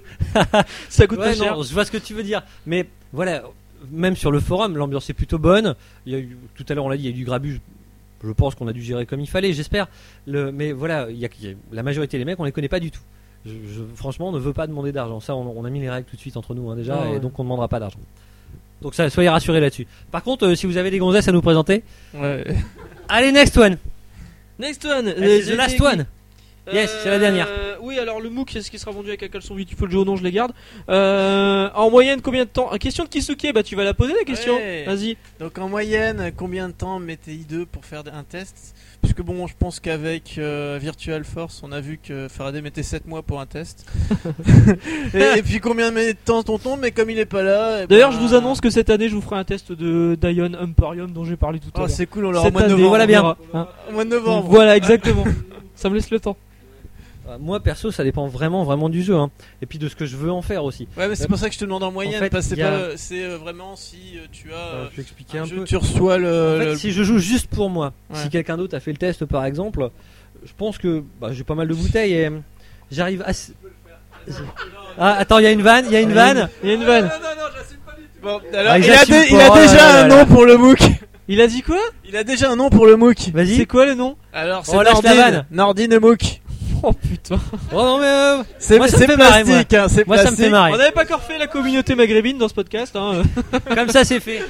Ça coûte Ouais, pas cher. non, je vois ce que tu veux dire. Mais voilà, même sur le forum, l'ambiance est plutôt bonne. Il y a eu, tout à l'heure, on l'a dit, il y a eu du grabuge. Je pense qu'on a dû gérer comme il fallait, j'espère. Le, mais voilà, il y a, il y a- la majorité des mecs, on les connaît pas du tout. Je, je- franchement, on ne veut pas demander d'argent. Ça, on, on a mis les règles tout de suite entre nous hein, déjà, Ah ouais. et donc on ne demandera pas d'argent. Donc ça, soyez rassurés là-dessus. Par contre, euh, si vous avez des gonzesses à nous présenter, Ouais. allez, next one. Next one. Eh, euh, c'est the last one. Yes, c'est la dernière. Euh, oui, alors le MOOC, est-ce qu'il sera vendu avec un caleçon vite? Tu peux le jouer ou non, je les garde. Euh, en moyenne, combien de temps? Question de Kisuke, bah tu vas la poser la question. Ouais. Vas-y. Donc en moyenne, combien de temps mettez I deux pour faire un test? Puisque bon, je pense qu'avec euh, Virtual Force, on a vu que Faraday mettait sept mois pour un test. et, et puis combien de temps tonton? Mais comme il est pas là... eh D'ailleurs, ben, je vous annonce que cette année, je vous ferai un test de Dion Emporium dont j'ai parlé tout à Oh, l'heure. c'est cool, on l'aura au Cette mois de année, novembre. voilà bien. Hein. Au mois de novembre. Voilà, exactement. Ça me laisse le temps. Euh, Moi, perso, ça dépend vraiment, vraiment du jeu. hein. Et puis de ce que je veux en faire aussi. Ouais, mais c'est pour ça que je te demande en moyenne, En fait, parce que c'est y a- pas, c'est euh, vraiment si euh, tu as Euh, euh, je vais expliquer un un jeu, peu. tu reçois le. En fait, le- si je joue juste pour moi, Ouais. si quelqu'un d'autre a fait le test par exemple, je pense que bah, j'ai pas mal de bouteilles et euh, j'arrive à. Ah, attends, il y a une vanne, il y a une vanne. Il y a une vanne. Bon, alors, Ah, ils il, a assument dé- il pas, a oh là déjà là un là. nom pour le MOOC. Il a dit quoi? Il a déjà un nom pour le MOOC. Vas-y. C'est quoi le nom? Alors c'est Oh, lâche la Nordine. vanne. Nordine MOOC. Oh putain. Oh non mais euh, C'est Moi, ça me c'est fait marrer, moi. plastique, hein, c'est moi ça me fait plastique. marrer. On n'avait pas encore fait la communauté maghrébine dans ce podcast. Hein. Comme ça c'est fait.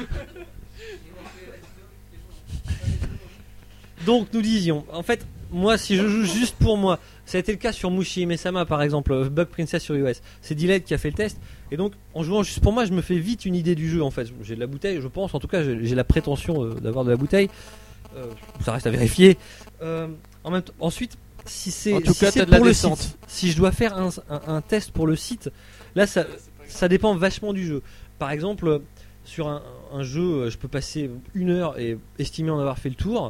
Donc nous disions, en fait, moi si je joue juste pour moi, ça a été le cas sur Mushi Mesama par exemple, euh, Bug Princess sur iOS. C'est Dylan qui a fait le test. Et donc en jouant juste pour moi, je me fais vite une idée du jeu en fait. J'ai de la bouteille, je pense, en tout cas j'ai j'ai la prétention euh, d'avoir de la bouteille. Euh, ça reste à vérifier. Euh, en même temps, ensuite, si c'est En tout si cas, c'est t'as de la pour le descente. site, si je dois faire un, un- un test pour le site, là ça, ça dépend vachement du jeu. Par exemple, sur un, un jeu, je peux passer une heure et estimer en avoir fait le tour.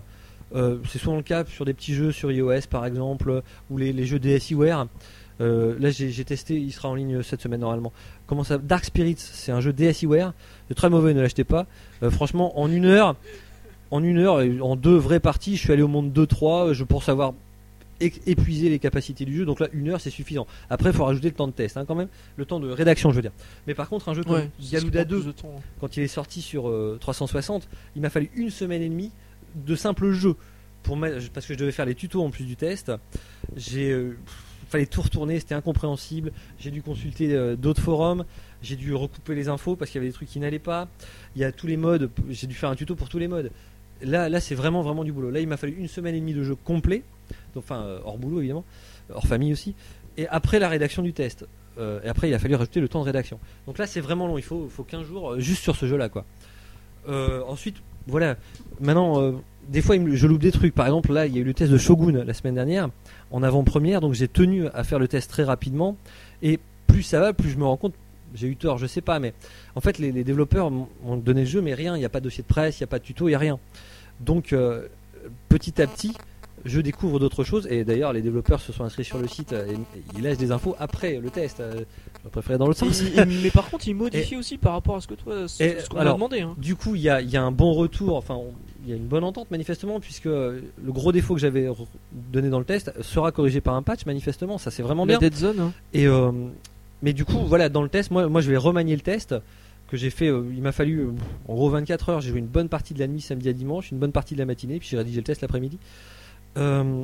Euh, c'est souvent le cas sur des petits jeux sur iOS par exemple, ou les, les jeux DSiWare. Euh, là j'ai, j'ai testé, il sera en ligne cette semaine normalement. Comment ça, Dark Spirits, c'est un jeu DSiWare, c'est très mauvais, ne l'achetez pas. Euh, franchement, en une heure, en une heure, et en deux vraies parties, je suis allé au monde deux trois, je pense avoir é- épuisé les capacités du jeu. Donc là, une heure, c'est suffisant. Après, il faut rajouter le temps de test, hein, quand même, le temps de rédaction, je veux dire. Mais par contre, un jeu comme Ouais, c'est Galuda ce qui prend deux, plus de temps. quand il est sorti sur euh, trois cent soixante, il m'a fallu une semaine et demie de simple jeu pour mettre, parce que je devais faire les tutos en plus du test. J'ai euh, fallait tout retourner, c'était incompréhensible. J'ai dû consulter euh, d'autres forums, j'ai dû recouper les infos parce qu'il y avait des trucs qui n'allaient pas. Il y a tous les modes, j'ai dû faire un tuto pour tous les modes. Là, là c'est vraiment vraiment du boulot. Là, il m'a fallu une semaine et demie de jeu complet, donc, enfin euh, hors boulot évidemment, hors famille aussi. Et après la rédaction du test. Euh, et après, il a fallu rajouter le temps de rédaction. Donc là, c'est vraiment long. Il faut, faut quinze jours euh, juste sur ce jeu-là, quoi. Euh, ensuite, voilà. Maintenant, euh, des fois, il me- je loupe des trucs. Par exemple, là, il y a eu le test de Shogun la semaine dernière en avant-première, donc j'ai tenu à faire le test très rapidement. Et plus ça va, plus je me rends compte. J'ai eu tort, je sais pas, mais en fait, les, les développeurs m'ont m'ont donné le jeu, mais rien. Il n'y a pas de dossier de presse, il n'y a pas de tuto, il n'y a rien. Donc, euh, petit à petit, je découvre d'autres choses. Et d'ailleurs, les développeurs se sont inscrits sur le site euh, et, et ils laissent des infos après le test. Euh, je préférais dans l'autre sens. Et- et- mais par contre, il modifie aussi par rapport à ce que toi, ce, Et, ce qu'on alors, a demandé. Hein. Du coup, il y a, il y a un bon retour, enfin, on- il y a une bonne entente manifestement, puisque euh, le gros défaut que j'avais re- donné dans le test sera corrigé par un patch manifestement, ça c'est vraiment La bien. Dead Zone. Hein. Et euh, mais du coup, voilà, dans le test, moi, moi je vais remanier le test que j'ai fait. euh, il m'a fallu euh, en gros vingt-quatre heures. J'ai joué une bonne partie de la nuit samedi à dimanche, une bonne partie de la matinée, puis j'ai rédigé le test l'après-midi. Euh,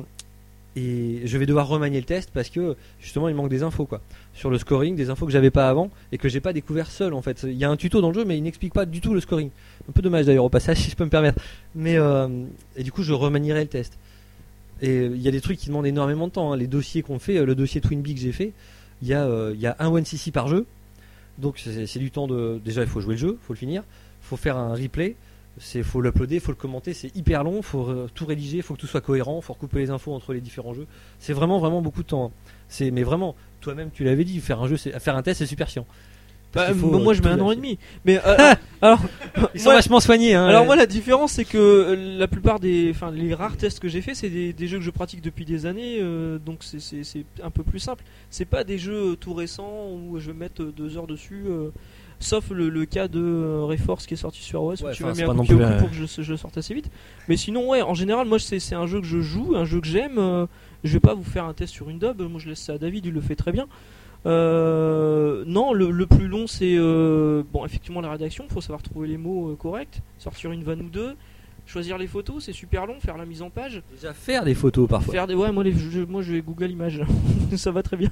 et je vais devoir remanier le test parce que justement il manque des infos quoi sur le scoring, des infos que j'avais pas avant et que j'ai pas découvert seul en fait. Il y a un tuto dans le jeu mais il n'explique pas du tout le scoring. Un peu dommage d'ailleurs au passage si je peux me permettre. Mais euh, et du coup je remanierai le test. Et il y a des trucs qui demandent énormément de temps. Hein. Les dossiers qu'on fait, euh, le dossier Twinbee que j'ai fait, il y a euh, il y a un one C C par jeu. Donc c'est, c'est du temps de déjà il faut jouer le jeu, faut le finir, faut faire un replay. C'est faut l'uploader, faut le commenter, c'est hyper long, faut euh, tout rédiger, faut que tout soit cohérent, faut recouper les infos entre les différents jeux. C'est vraiment vraiment beaucoup de temps. Hein. C'est mais vraiment toi-même tu l'avais dit, faire un jeu, c'est faire un test, c'est super chiant. Parce Bah, qu'il faut, moi, euh, je mets tout un an et vérifier. demi. Mais euh, alors, Ils sont moi- vachement soignés. Hein, Alors euh. moi la différence c'est que euh, la plupart des, enfin les rares tests que j'ai fait c'est des, des jeux que je pratique depuis des années, euh, donc c'est, c'est, c'est un peu plus simple. C'est pas des jeux euh, tout récents où je vais mettre euh, deux heures dessus, euh, sauf le, le cas de euh, Reforce qui est sorti sur iOS où Ouais, tu enfin, m'as c'est mis pas un non coup de pied plus au cul la- pour que je, je le sorte assez vite. Mais sinon ouais en général moi c'est, c'est un jeu que je joue, un jeu que j'aime. euh, je vais pas vous faire un test sur une dub, moi je laisse ça à David, il le fait très bien. Euh, non, le, le plus long c'est euh, bon effectivement la rédaction, faut savoir trouver les mots euh, corrects, sortir une vanne ou deux, choisir les photos, c'est super long, faire la mise en page, Déjà faire des photos parfois. faire des ouais moi les je, moi je vais Google Images, ça va très bien.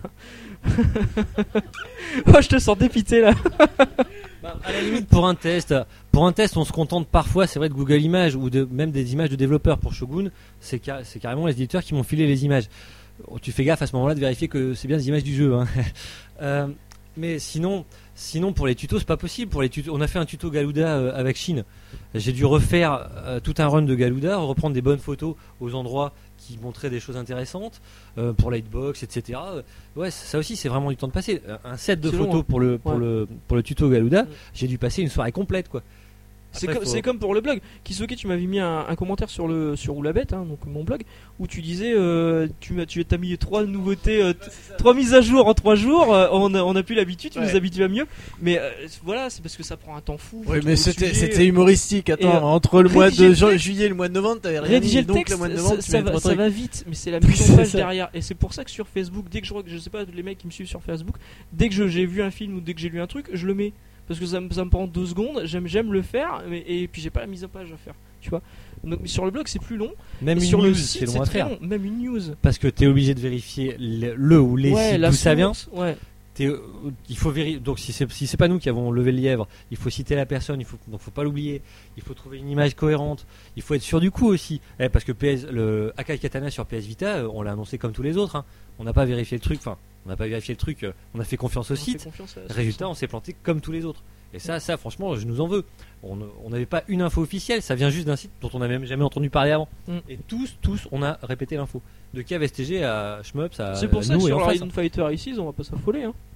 Oh je te sens dépité là. Bah, à la limite pour un test, pour un test on se contente parfois c'est vrai de Google Images ou de même des images de développeurs. Pour Shogun c'est, car- c'est carrément les éditeurs qui m'ont filé les images. Oh, tu fais gaffe à ce moment-là de vérifier que c'est bien les images du jeu. Hein. Euh, mais sinon, sinon pour les tutos c'est pas possible. Pour les tutos, on a fait un tuto Galuda euh, avec Chine. J'ai dû refaire euh, tout un run de Galuda, reprendre des bonnes photos aux endroits qui montraient des choses intéressantes euh, pour Lightbox, et cetera. Euh, Ouais, ça aussi c'est vraiment du temps de passer. Un set de C'est photos long, hein. pour le pour Ouais. le pour le tuto Galuda, Mm. j'ai dû passer une soirée complète quoi. C'est Après, comme, faut- c'est comme pour le blog. Kisuke, tu m'avais mis un, un commentaire sur le sur Oulabette, hein, donc mon blog, où tu disais euh, tu m'as tu as mis trois nouveautés, euh, t- trois mises à jour en trois jours. euh, on a on a plus l'habitude, tu Ouais. nous habitues à mieux. Mais euh, voilà, c'est parce que ça prend un temps fou. faut Oui, mais trouver le c'était sujet. c'était humoristique. Attends, Et, euh, entre le mois rédiger de le jan- texte- juillet et le mois de novembre, t'avais rien Rédiger dit. le Donc texte, le mois de ça, novembre, tu ça mets va, trois ça trucs. va vite, mais c'est la Oui, mise c'est en page ça. derrière. Et c'est pour ça que sur Facebook, dès que je, re- je sais pas, les mecs qui me suivent sur Facebook, dès que je- j'ai vu un film ou dès que j'ai lu un truc, je le mets. Parce que ça me, ça me prend deux secondes, j'aime, j'aime le faire, mais, et puis j'ai pas la mise en page à faire, tu vois. Donc mais sur le blog c'est plus long, Même et une sur news le c'est site long c'est à très faire long, même une news. parce que t'es obligé de vérifier le, le ou les Ouais, sites la d'où ça vient. source, ouais. T'es, euh, il faut vérifier. Donc si c'est si c'est pas nous qui avons levé le lièvre, il faut citer la personne. Il faut donc faut pas l'oublier. Il faut trouver une image cohérente. Il faut être sûr du coup aussi, Eh, parce que P S, le Akai Katana sur P S Vita, euh, on l'a annoncé comme tous les autres. Hein. On n'a pas vérifié le truc. Enfin, on n'a pas vérifié le truc. euh, On a fait confiance au On fait site. confiance à- Résultat, on s'est planté comme tous les autres. Et ça, ça, franchement, je nous en veux. On ne- on n'avait pas une info officielle. Ça vient juste d'un site dont on n'avait même jamais entendu parler avant. Mm. Et tous, tous, on a répété l'info. De Cave S T G à Shmups à C'est pour ça que nous et sur en la face. Rhythm Fighter ici, on va pas s'affoler. Hein.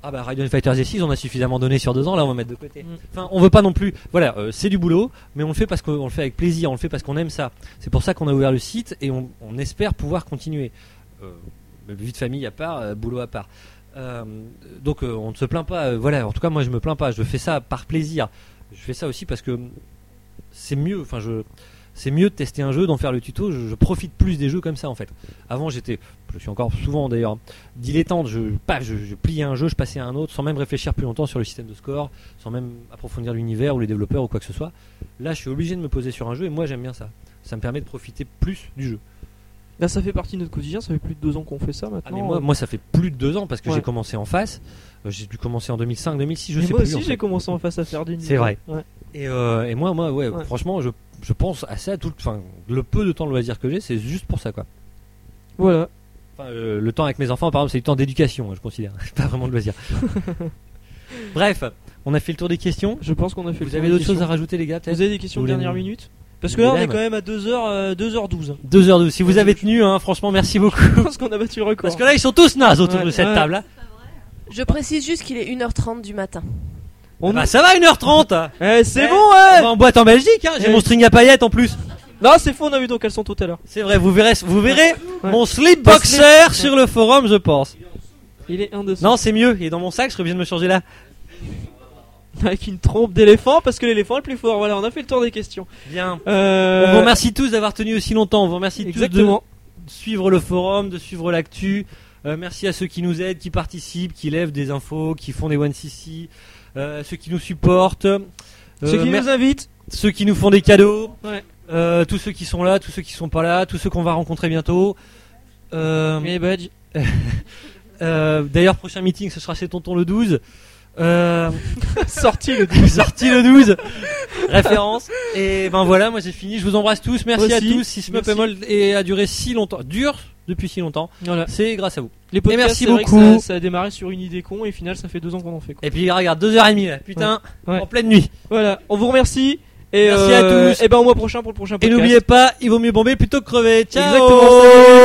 Ah bah Raiden Fighters six, on a suffisamment donné sur deux ans, là on va mettre de côté. Mm. Enfin, on veut pas non plus. Voilà, euh, c'est du boulot, mais on le fait parce qu'on le fait avec plaisir, on le fait parce qu'on aime ça. C'est pour ça qu'on a ouvert le site et on, on espère pouvoir continuer. Euh, vie de famille à part, euh, boulot à part. Euh, donc euh, on ne se plaint pas. euh, voilà, en tout cas moi je me plains pas. Je fais ça par plaisir. Je fais ça aussi parce que c'est mieux. Enfin, je c'est mieux de tester un jeu, d'en faire le tuto. Je, je profite plus des jeux comme ça en fait. Avant j'étais, je suis encore souvent d'ailleurs dilettante. Je, paf, je, je pliais un jeu, je passais à un autre sans même réfléchir plus longtemps sur le système de score, sans même approfondir l'univers ou les développeurs ou quoi que ce soit. Là, je suis obligé de me poser sur un jeu et moi j'aime bien ça. Ça me permet de profiter plus du jeu. Là, ça fait partie de notre quotidien. Ça fait plus de deux ans qu'on fait ça Ah, maintenant. mais moi, moi ça fait plus de deux ans parce que Ouais. j'ai commencé en face. Euh, j'ai dû commencer en deux mille cinq, deux mille six, je Mais sais moi plus. en aussi, fait. j'ai commencé en face à faire du. C'est vrai. Ouais. Et, euh, et moi, moi, ouais, Ouais. franchement, je, je pense à ça tout, enfin, le peu de temps de loisir que j'ai, c'est juste pour ça, quoi. Voilà. Enfin, euh, le temps avec mes enfants, par exemple, c'est du temps d'éducation, je considère. C'est pas vraiment de loisir. Bref, on a fait le tour des questions. Je pense qu'on a fait. Vous le avez tour des d'autres choses à questions. rajouter, les gars, peut-être Vous avez des questions Vous de voulez dernière nous- minute? Parce que là, on est Mesdames. quand même à deux heures, euh, deux heures douze. deux heures douze. Si vous avez tenu, hein, franchement, merci beaucoup. Je pense qu'on a battu le record. Parce que là, ils sont tous nazes autour Ouais, de cette ouais. table. Hein. Je précise juste qu'il est une heure trente du matin. On Bah, ça va, une heure trente. Eh, c'est Eh, bon, On ouais. va en boîte en Belgique, hein. J'ai Eh. mon string à paillettes en plus. Non, c'est faux, on a vu donc elles sont tout à l'heure. C'est vrai, vous verrez, vous verrez Ouais. mon slip Mon boxer slip. sur le forum, je pense. Il est un de Non, c'est mieux. Il est dans mon sac, je serais obligé de me changer là. Avec une trompe d'éléphant parce que l'éléphant est le plus fort. Voilà, on a fait le tour des questions. Bien. Euh... On vous remercie tous d'avoir tenu aussi longtemps. On vous remercie Exactement. tous de suivre le forum, de suivre l'actu. Euh, merci à ceux qui nous aident, qui participent, qui lèvent des infos, qui font des one C C, euh, ceux qui nous supportent, euh, Ceux qui mer- nous invitent. ceux qui nous font des cadeaux, Ouais. euh, tous ceux qui sont là, tous ceux qui sont pas là, tous ceux qu'on va rencontrer bientôt. Euh, Mais badge. euh, D'ailleurs, prochain meeting, ce sera chez Tonton le douze. Euh, Sorti le sorti le douze. Référence. Et ben voilà, moi j'ai fini. Je vous embrasse tous. Merci Moi à aussi. tous. Si ce Merci. Muppemol et a duré si longtemps, dure depuis si longtemps, Voilà. c'est grâce à vous. Les podcasts, Et merci c'est vrai que beaucoup. Ça, ça a démarré sur une idée con et au final, ça fait deux ans qu'on en fait. Quoi. Et puis regarde, deux heures trente là. Putain, Ouais. en pleine nuit. Voilà, on vous remercie. Et Merci euh, à tous. Et ben au mois prochain pour le prochain Et podcast. n'oubliez pas, il vaut mieux bomber plutôt que crever. Ciao. Exactement, salut.